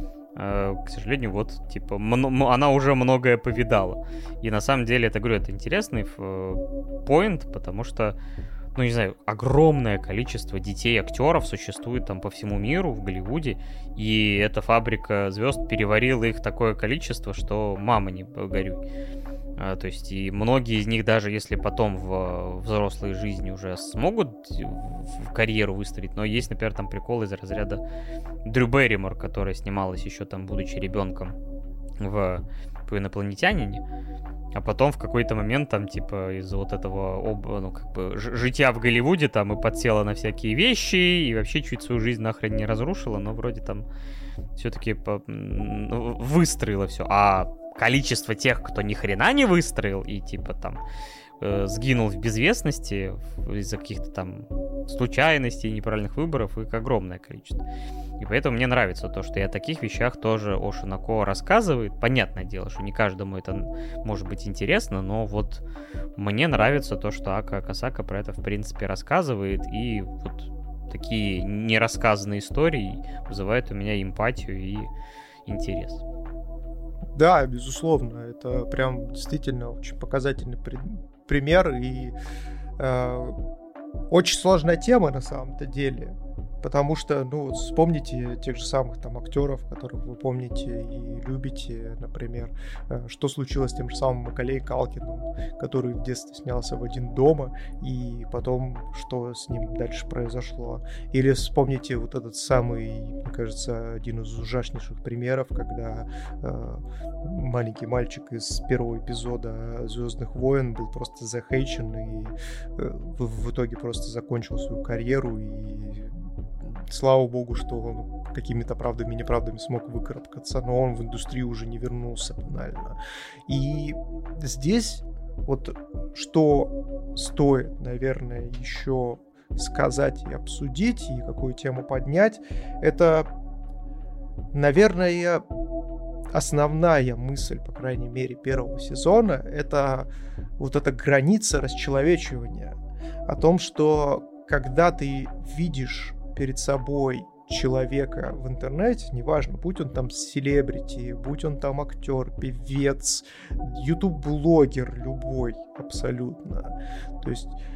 к сожалению, вот, типа, она уже многое повидала. И на самом деле, это, говорю, это интересный поинт, потому что, ну, не знаю, огромное количество детей-актеров существует там по всему миру, в Голливуде, и эта фабрика звезд переварила их такое количество, что мама не горюй. То есть и многие из них, даже если потом в взрослой жизни уже смогут в карьеру выстроить, но есть, например, там прикол из разряда Дрю Берримор, которая снималась еще там, будучи ребенком в «Инопланетянине», а потом в какой-то момент там, типа, из-за вот этого, ну, как бы, житья в Голливуде там и подсела на всякие вещи, и вообще чуть свою жизнь нахрен не разрушила, но вроде там все-таки выстроила все. А количество тех, кто ни хрена не выстроил и, типа, там, сгинул в безвестности из-за каких-то там случайностей, неправильных выборов, их огромное количество. И поэтому мне нравится то, что и о таких вещах тоже Ошинако рассказывает. Понятное дело, что не каждому это может быть интересно, но вот мне нравится то, что Ака Акасака про это в принципе рассказывает, и вот такие нерассказанные истории вызывают у меня эмпатию и интерес. Да, безусловно, это прям действительно очень показательный пример и очень сложная тема на самом-то деле, потому что, ну, вспомните тех же самых там актеров, которых вы помните и любите, например, что случилось с тем же самым Маколей Калкиным, который в детстве снялся в «Один дома», и потом, что с ним дальше произошло. Или вспомните вот этот самый, мне кажется, один из ужаснейших примеров, когда маленький мальчик из первого эпизода «Звездных войн» был просто захейчен и в итоге просто закончил свою карьеру, и слава богу, что он какими-то правдами и неправдами смог выкарабкаться, но он в индустрию уже не вернулся банально. И здесь вот что стоит, наверное, еще сказать и обсудить, и какую тему поднять, это, наверное, основная мысль, по крайней мере, первого сезона, это вот эта граница расчеловечивания. О том, что когда ты видишь перед собой человека в интернете, неважно, будь он там селебрити, будь он там актер, певец, ютуб-блогер любой абсолютно. То есть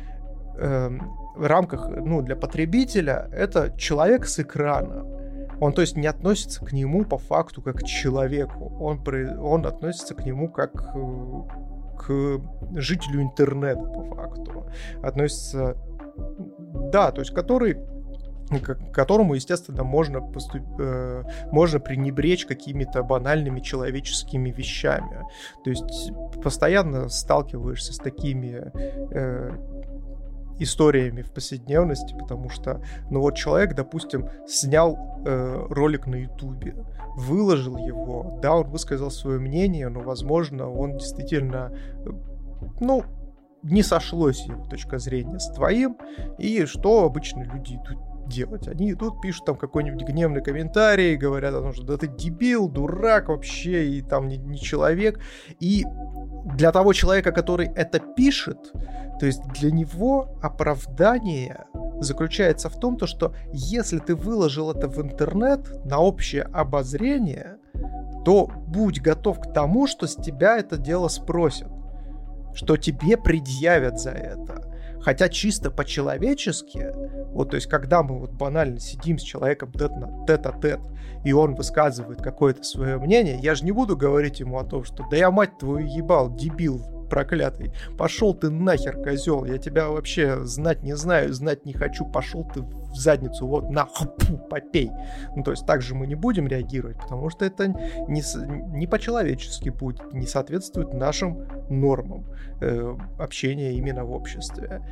в рамках, ну, для потребителя это человек с экрана. Он, то есть, не относится к нему по факту как к человеку. Он относится к нему как к жителю интернета по факту. Относится, да, то есть, к которому, естественно, можно пренебречь какими-то банальными человеческими вещами. То есть постоянно сталкиваешься с такими историями в повседневности, потому что, ну вот человек, допустим, снял ролик на Ютубе, выложил его, да, он высказал свое мнение, но, возможно, он действительно, ну, не сошлось его точка зрения с твоим, и что обычно люди идут делать? Они идут, пишут там какой-нибудь гневный комментарий, говорят о том, что да ты дебил, дурак вообще, и там не человек. И для того человека, который это пишет, то есть для него оправдание заключается в том, что если ты выложил это в интернет на общее обозрение, то будь готов к тому, что с тебя это дело спросят, что тебе предъявят за это. Хотя чисто по-человечески, вот, то есть, когда мы вот банально сидим с человеком тет-а-тет, и он высказывает какое-то свое мнение, я же не буду говорить ему о том, что да я мать твою ебал, дебил проклятый, пошел ты нахер, козел, я тебя вообще знать не знаю, знать не хочу, пошел ты в задницу, вот на, попей. Ну, то есть, так же мы не будем реагировать, потому что это не по-человечески будет, не соответствует нашим нормам общения именно в обществе.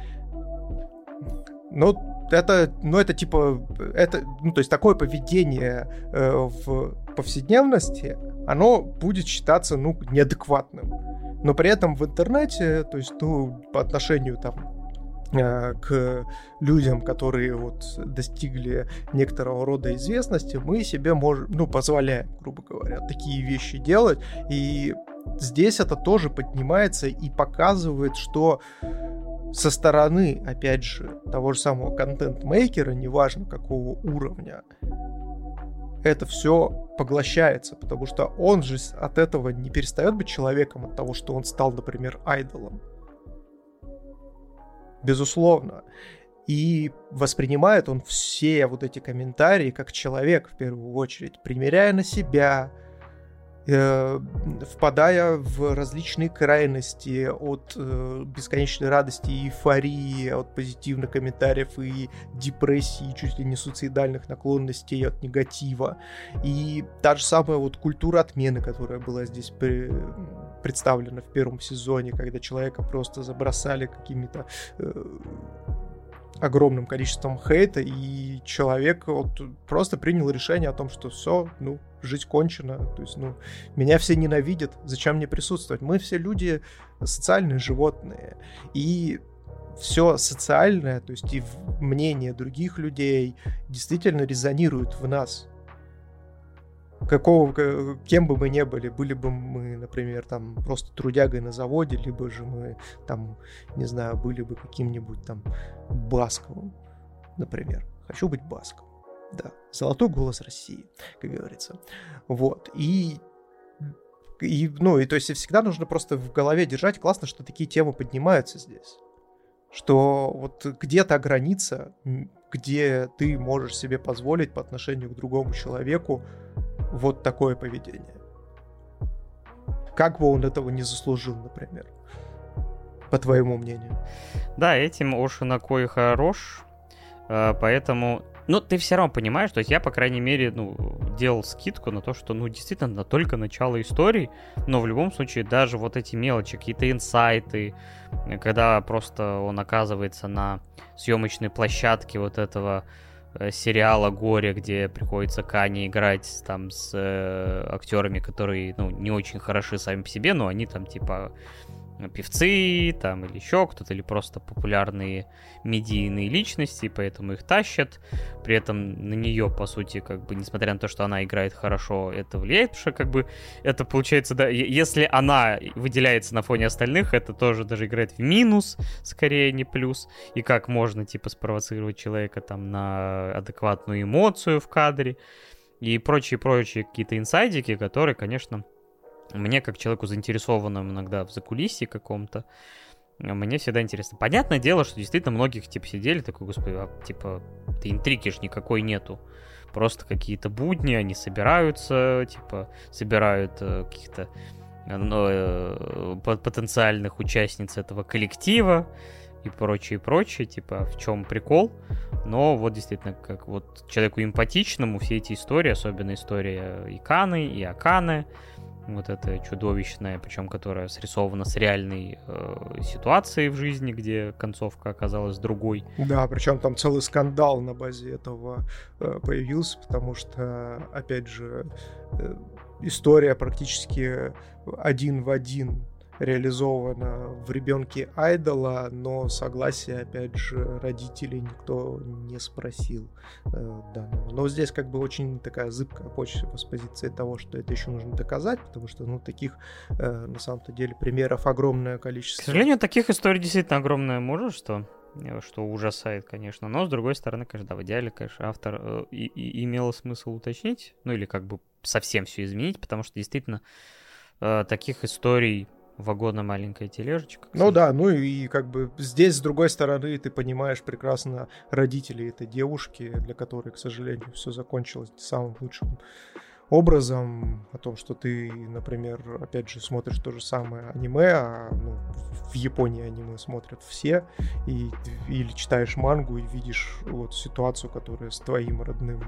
Это типа, ну, то есть такое поведение в повседневности, оно будет считаться, ну, неадекватным. Но при этом в интернете, то есть, ну, по отношению там к людям, которые вот достигли некоторого рода известности, мы себе можем, ну, позволяем, грубо говоря, такие вещи делать. И здесь это тоже поднимается и показывает, что со стороны, опять же, того же самого контент-мейкера, неважно какого уровня, это все поглощается, потому что он же от этого не перестает быть человеком, от того, что он стал, например, айдолом. Безусловно. И воспринимает он все вот эти комментарии как человек, в первую очередь, примеряя на себя, впадая в различные крайности от бесконечной радости и эйфории, от позитивных комментариев и депрессии, чуть ли не суицидальных наклонностей, от негатива. И та же самая вот культура отмены, которая была здесь представлена в первом сезоне, когда человека просто забросали какими-то огромным количеством хейта, и человек вот просто принял решение о том, что все, ну, жизнь кончена, то есть, ну, меня все ненавидят, зачем мне присутствовать? Мы все люди социальные животные, и все социальное, то есть и мнение других людей действительно резонирует в нас. Кем бы мы ни были бы мы, например, там просто трудягой на заводе, либо же мы там, не знаю, были бы каким-нибудь там Басковым, например. Хочу быть Басковым. Да, золотой голос России, как говорится. Вот. И то есть всегда нужно просто в голове держать. Классно, что такие темы поднимаются здесь. Что вот где-то граница, где ты можешь себе позволить по отношению к другому человеку вот такое поведение. Как бы он этого не заслужил, например, по твоему мнению. Да, этим Ошинокой хорош, поэтому... Ну, ты все равно понимаешь, то есть я, по крайней мере, делал скидку на то, что, действительно, только начало истории, но в любом случае даже вот эти мелочи, какие-то инсайты, когда просто он оказывается на съемочной площадке вот этого сериала «Горе», где приходится Кане играть там с актерами, которые, не очень хороши сами по себе, но они там типа певцы там или еще кто-то, или просто популярные медийные личности, поэтому их тащат. При этом на нее, по сути, как бы, несмотря на то, что она играет хорошо, это влияет, потому что, как бы, это получается, да, если она выделяется на фоне остальных, это тоже даже играет в минус, скорее, не плюс. И как можно, типа, спровоцировать человека там на адекватную эмоцию в кадре и прочие какие-то инсайдики, которые, конечно, мне, как человеку заинтересованному иногда в закулисье каком-то, Мне всегда интересно. Понятное дело, что действительно многих, типа, сидели, такой, господи, типа, да интриги ж никакой нету. Просто какие-то будни, они собираются, типа, собирают каких-то потенциальных участниц этого коллектива и прочее, типа, в чем прикол. Но вот действительно, как вот человеку эмпатичному все эти истории, особенно история Иканы и Аканы, вот эта чудовищная, причем которая срисована с реальной ситуацией в жизни, где концовка оказалась другой. Да, причем там целый скандал на базе этого появился, потому что, опять же, история практически один в один реализована в ребенке Айдола, но согласия, опять же, родителей никто не спросил данного. Но здесь как бы очень такая зыбкая почва с позиции того, что это еще нужно доказать, потому что, ну, таких на самом-то деле примеров огромное количество. К сожалению, таких историй действительно огромное может, что ужасает, конечно, но, с другой стороны, конечно, да, в идеале, конечно, автор имело смысл уточнить, ну, или как бы совсем все изменить, потому что действительно таких историй вагона маленькая тележечка. Ну да, ну и как бы здесь, с другой стороны, ты понимаешь прекрасно родителей этой девушки, для которой, к сожалению, все закончилось не самым лучшим образом, о том, что ты, например, опять же, смотришь то же самое аниме, а в Японии аниме смотрят все, или читаешь мангу и видишь вот ситуацию, которая с твоим родным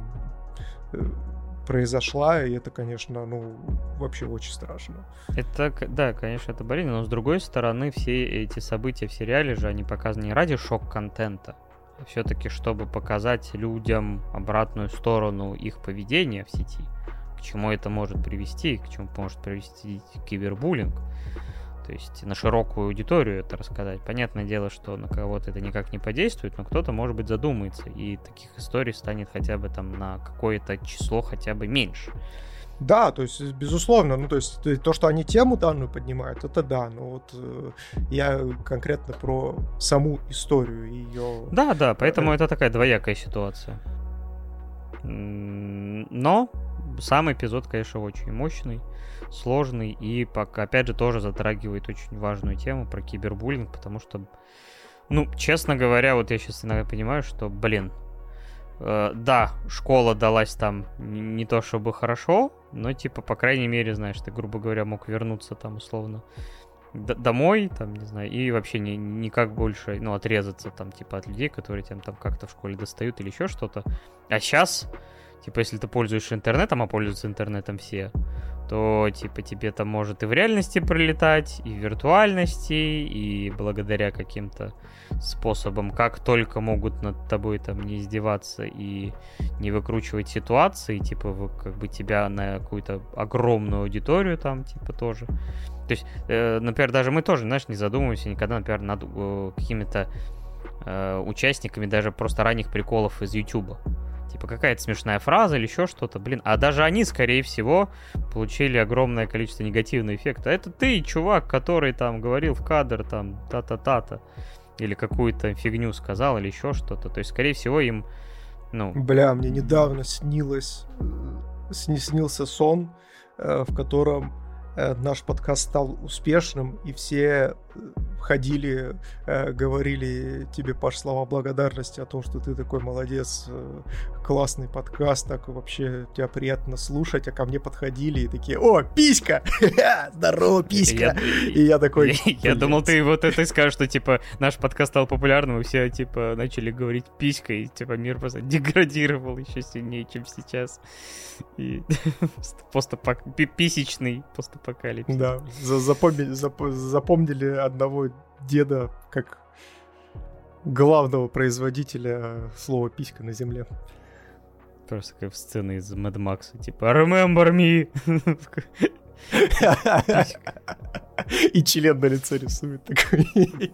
произошла, и это, конечно, ну, вообще очень страшно. Это, да, конечно, это болезненно, но с другой стороны, все эти события в сериале же, они показаны не ради шок-контента, а все-таки, чтобы показать людям обратную сторону их поведения в сети, к чему это может привести, к чему может привести кибербуллинг. То есть на широкую аудиторию это рассказать. Понятное дело, что на кого-то это никак не подействует, но кто-то, может быть, задумается, и таких историй станет хотя бы там на какое-то число хотя бы меньше. Да, то есть, безусловно, ну, то есть, то, что они тему данную поднимают, это да, но вот я конкретно про саму историю ее. Да, поэтому это такая двоякая ситуация. Но сам эпизод, конечно, очень мощный, сложный и, опять же, тоже затрагивает очень важную тему про кибербуллинг, потому что, ну, честно говоря, вот я сейчас иногда понимаю, что, да, школа далась там не то чтобы хорошо, но, типа, по крайней мере, знаешь, ты, грубо говоря, мог вернуться там, условно, домой, там, не знаю, и вообще никак больше, ну, отрезаться там, типа, от людей, которые тебя там как-то в школе достают или еще что-то. А сейчас, типа, если ты пользуешься интернетом, а пользуются интернетом все, то, типа, тебе там может и в реальности пролетать, и в виртуальности, и благодаря каким-то способам, как только могут над тобой там не издеваться и не выкручивать ситуации, типа, как бы тебя на какую-то огромную аудиторию там, типа, тоже. То есть, например, даже мы тоже, знаешь, не задумываемся никогда, например, над какими-то участниками даже просто ранних приколов из Ютуба. Типа какая-то смешная фраза или еще что-то, а даже они, скорее всего, получили огромное количество негативного эффекта. Это ты, чувак, который там говорил в кадр, там, та-та-та-та, или какую-то фигню сказал, или еще что-то. То есть, скорее всего, им, ну... Бля, мне недавно снился сон, в котором наш подкаст стал успешным, и все ходили, говорили тебе, Паш, слова благодарности о том, что ты такой молодец, классный подкаст, так вообще тебя приятно слушать, а ко мне подходили и такие: о, писька! Здорово, писька! И я такой... Я думал, ты вот это скажешь, что, типа, наш подкаст стал популярным, и все, типа, начали говорить писька, и, типа, мир просто деградировал еще сильнее, чем сейчас. И писечный постапокалипсис. Да, запомнили одного деда как главного производителя слова «писька» на земле. Просто как сцена из Mad Max, типа «Remember me!» И член на лице рисует такой.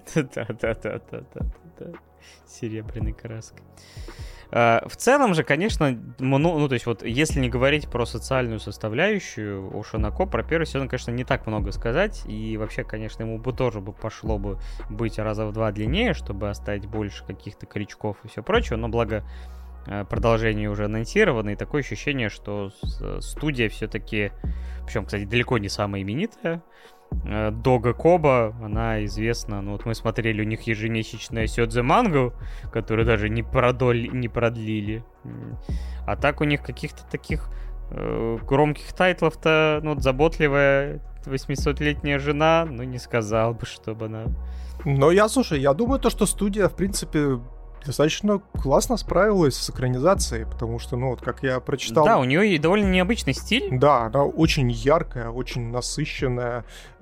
Да. Серебряной краской. В целом же, конечно, ну, то есть вот, если не говорить про социальную составляющую Ошинако, про первый сезон, конечно, не так много сказать, и вообще, конечно, ему бы тоже пошло бы быть раза в 2 длиннее, чтобы оставить больше каких-то крючков и все прочее, но благо продолжение уже анонсировано, и такое ощущение, что студия все-таки, причем, кстати, далеко не самая именитая, Дога Коба, она известна, ну вот мы смотрели у них ежемесячное Сёдзе мангу, которую даже не продлили. А так у них каких-то таких громких тайтлов-то, ну вот заботливая 800-летняя жена, ну не сказал бы, чтобы она... Но слушай, я думаю, что студия, в принципе, достаточно классно справилась с экранизацией, потому что, ну, вот как я прочитал... Да, у нее и довольно необычный стиль. Да, она очень яркая, очень насыщенная,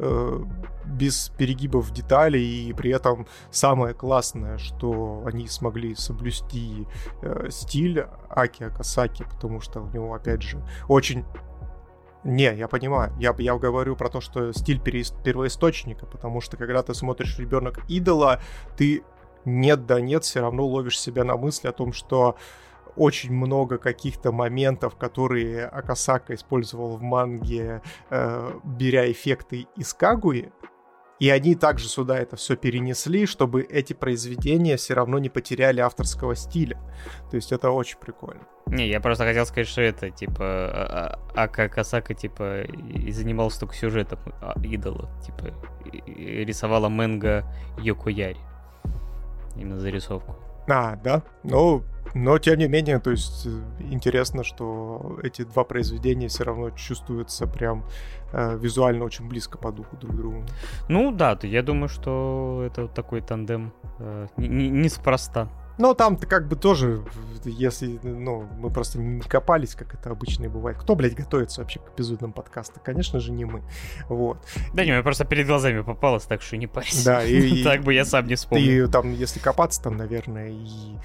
без перегибов деталей, и при этом самое классное, что они смогли соблюсти стиль Аки Акасаки, потому что у него, опять же, очень... Не, я понимаю. Я говорю про то, что стиль первоисточника, потому что когда ты смотришь «Ребенок идола», ты нет да нет все равно ловишь себя на мысли о том, что очень много каких-то моментов, которые Акасака использовал в манге, беря эффекты из Кагуи, и они также сюда это все перенесли, чтобы эти произведения все равно не потеряли авторского стиля. То есть это очень прикольно. Не, я просто хотел сказать, что это, типа, Акасака, типа, и занимался только сюжетом идола, типа, рисовала мэнга Йокояри. Именно зарисовку. Да. Но тем не менее, то есть интересно, что эти два произведения все равно чувствуются прям визуально очень близко по духу друг к другу. Ну да, я думаю, что это вот такой тандем неспроста. Но там-то как бы тоже, если, ну, мы просто не копались, как это обычно и бывает. Кто, блядь, готовится вообще к эпизодам подкаста? Конечно же, не мы. Вот. Да не, мне просто перед глазами попалось, так что не парься. Да, и так бы я сам не вспомнил. И там, если копаться, там, наверное, и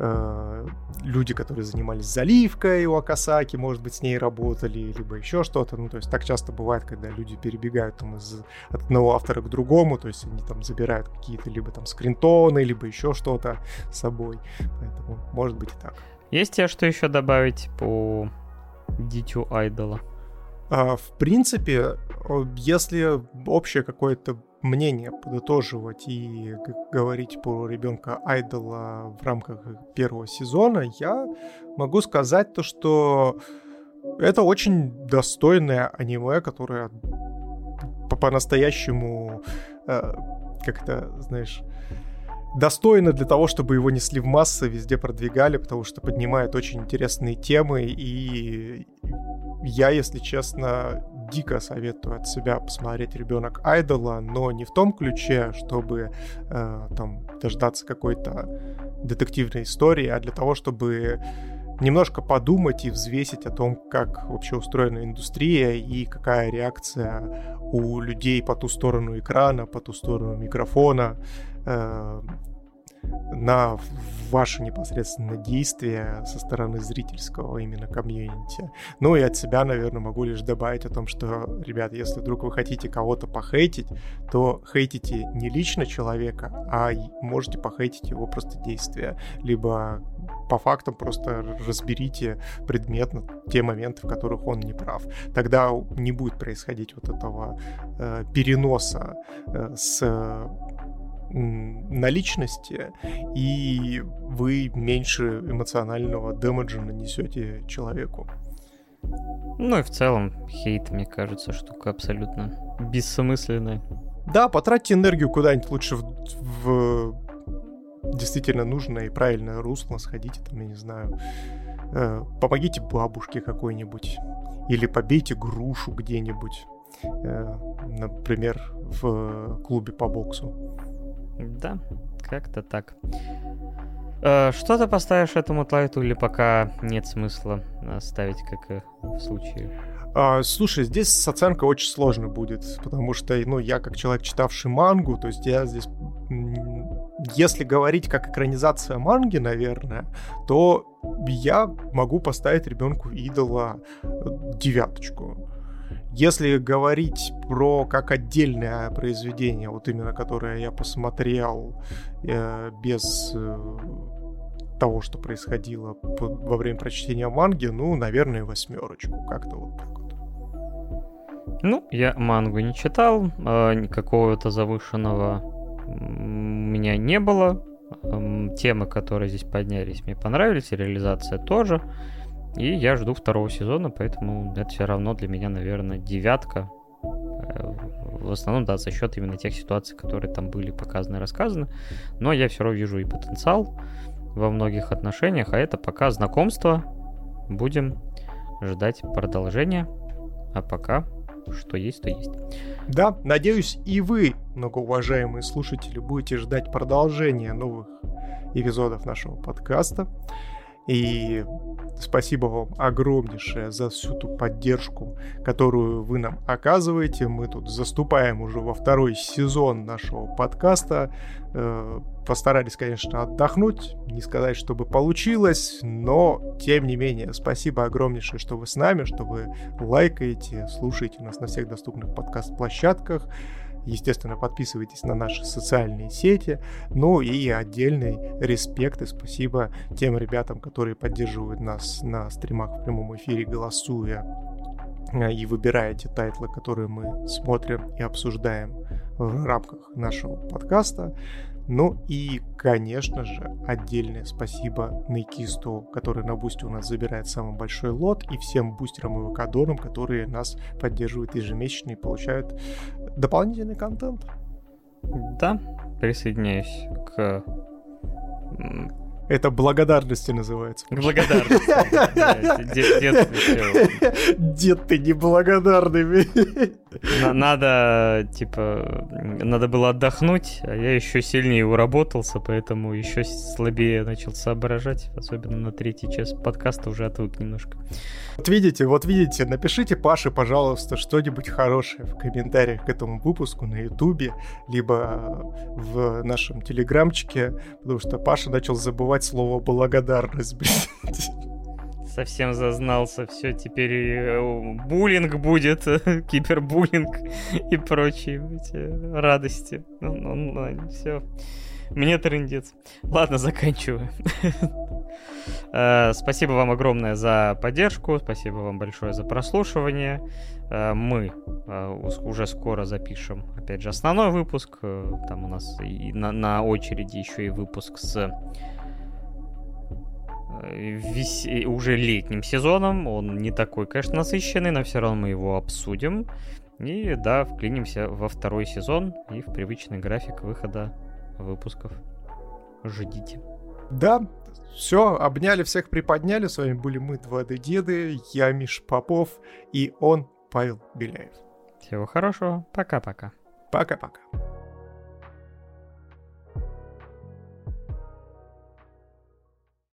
люди, которые занимались заливкой у Акасаки, может быть, с ней работали, либо еще что-то. Ну, то есть так часто бывает, когда люди перебегают там от одного автора к другому, то есть они там забирают какие-то либо там скринтоны, либо еще что-то с собой. Поэтому может быть и так. Есть тебе что еще добавить по Дитю Айдола? В принципе, если общее какое-то мнение подытоживать и говорить про ребенка Айдола в рамках первого сезона, я могу сказать то, что это очень достойное аниме, которое по-настоящему, как-то, знаешь, достойно для того, чтобы его несли в массы, везде продвигали, потому что поднимает очень интересные темы, и я, если честно, дико советую от себя посмотреть «Ребенок Айдола», но не в том ключе, чтобы там дождаться какой-то детективной истории, а для того, чтобы немножко подумать и взвесить о том, как вообще устроена индустрия и какая реакция у людей по ту сторону экрана, по ту сторону микрофона на ваше непосредственно действие со стороны зрительского именно комьюнити. Ну и от себя, наверное, могу лишь добавить о том, что, ребят, если вдруг вы хотите кого-то похейтить, то хейтите не лично человека, а можете похейтить его просто действия. Либо по фактам просто разберите предметно те моменты, в которых он не прав. Тогда не будет происходить вот этого переноса на личности, и вы меньше эмоционального дэмэджа нанесете человеку. Ну и в целом хейт, мне кажется, штука абсолютно бессмысленная. Да, потратьте энергию куда-нибудь лучше в действительно нужное и правильное русло, сходите там, я не знаю, помогите бабушке какой-нибудь, или побейте грушу где-нибудь, например, в клубе по боксу. Да, как-то так. Что ты поставишь этому тайту, или пока нет смысла ставить, как и в случае? Слушай, здесь с оценкой очень сложно будет, потому что, ну, я как человек, читавший мангу, то есть я здесь, если говорить как экранизация манги, наверное, то я могу поставить ребенку идола 9. Если говорить про как отдельное произведение, вот именно которое я посмотрел без того, что происходило во время прочтения манги, ну, наверное, 8. Как-то вот так вот. Ну, я мангу не читал, какого-то завышенного у меня не было. Темы, которые здесь поднялись, мне понравились, и реализация тоже. И я жду 2 сезона, поэтому это все равно для меня, наверное, 9 в основном, да, за счет именно тех ситуаций, которые там были показаны и рассказаны. Но я все равно вижу и потенциал во многих отношениях, а это пока знакомство. Будем ждать продолжения. А пока что есть, то есть. Да, надеюсь, и вы, многоуважаемые слушатели, будете ждать продолжения новых эпизодов нашего подкаста. И спасибо вам огромнейшее за всю ту поддержку, которую вы нам оказываете. Мы тут заступаем уже во второй сезон нашего подкаста. Постарались, конечно, отдохнуть, не сказать, чтобы получилось, но, тем не менее, спасибо огромнейшее, что вы с нами, что вы лайкаете, слушаете нас на всех доступных подкаст-площадках. Естественно, подписывайтесь на наши социальные сети. Ну и отдельный респект и спасибо тем ребятам, которые поддерживают нас на стримах в прямом эфире, голосуя и выбирая те тайтлы, которые мы смотрим и обсуждаем в рамках нашего подкаста. Ну и, конечно же, отдельное спасибо Нейкисту, который на бусте у нас забирает самый большой лот, и всем бустерам и вакадорам, которые нас поддерживают ежемесячно и получают дополнительный контент. Да, присоединяюсь к... Это благодарности называется. Благодарность. Дед, ты неблагодарный. Надо было отдохнуть, а я еще сильнее уработался, поэтому еще слабее начал соображать, особенно на третий час подкаста уже отвык немножко. Вот видите, напишите Паше, пожалуйста, что-нибудь хорошее в комментариях к этому выпуску на Ютубе, либо в нашем телеграмчике, потому что Паша начал забывать слово «благодарность», блядь. Совсем зазнался, все, теперь буллинг будет, кибербуллинг и прочие эти радости. Все, мне трындец. Ладно, заканчиваю. Спасибо вам огромное за поддержку, спасибо вам большое за прослушивание. Мы уже скоро запишем, опять же, основной выпуск. Там у нас и на очереди еще и выпуск с уже летним сезоном. Он не такой, конечно, насыщенный, но все равно мы его обсудим. И да, вклинимся во второй сезон и в привычный график выхода выпусков. Ждите. Да, все, обняли, всех приподняли. С вами были мы, 2D-деды, я Миш Попов и он, Павел Беляев. Всего хорошего, пока-пока. Пока-пока.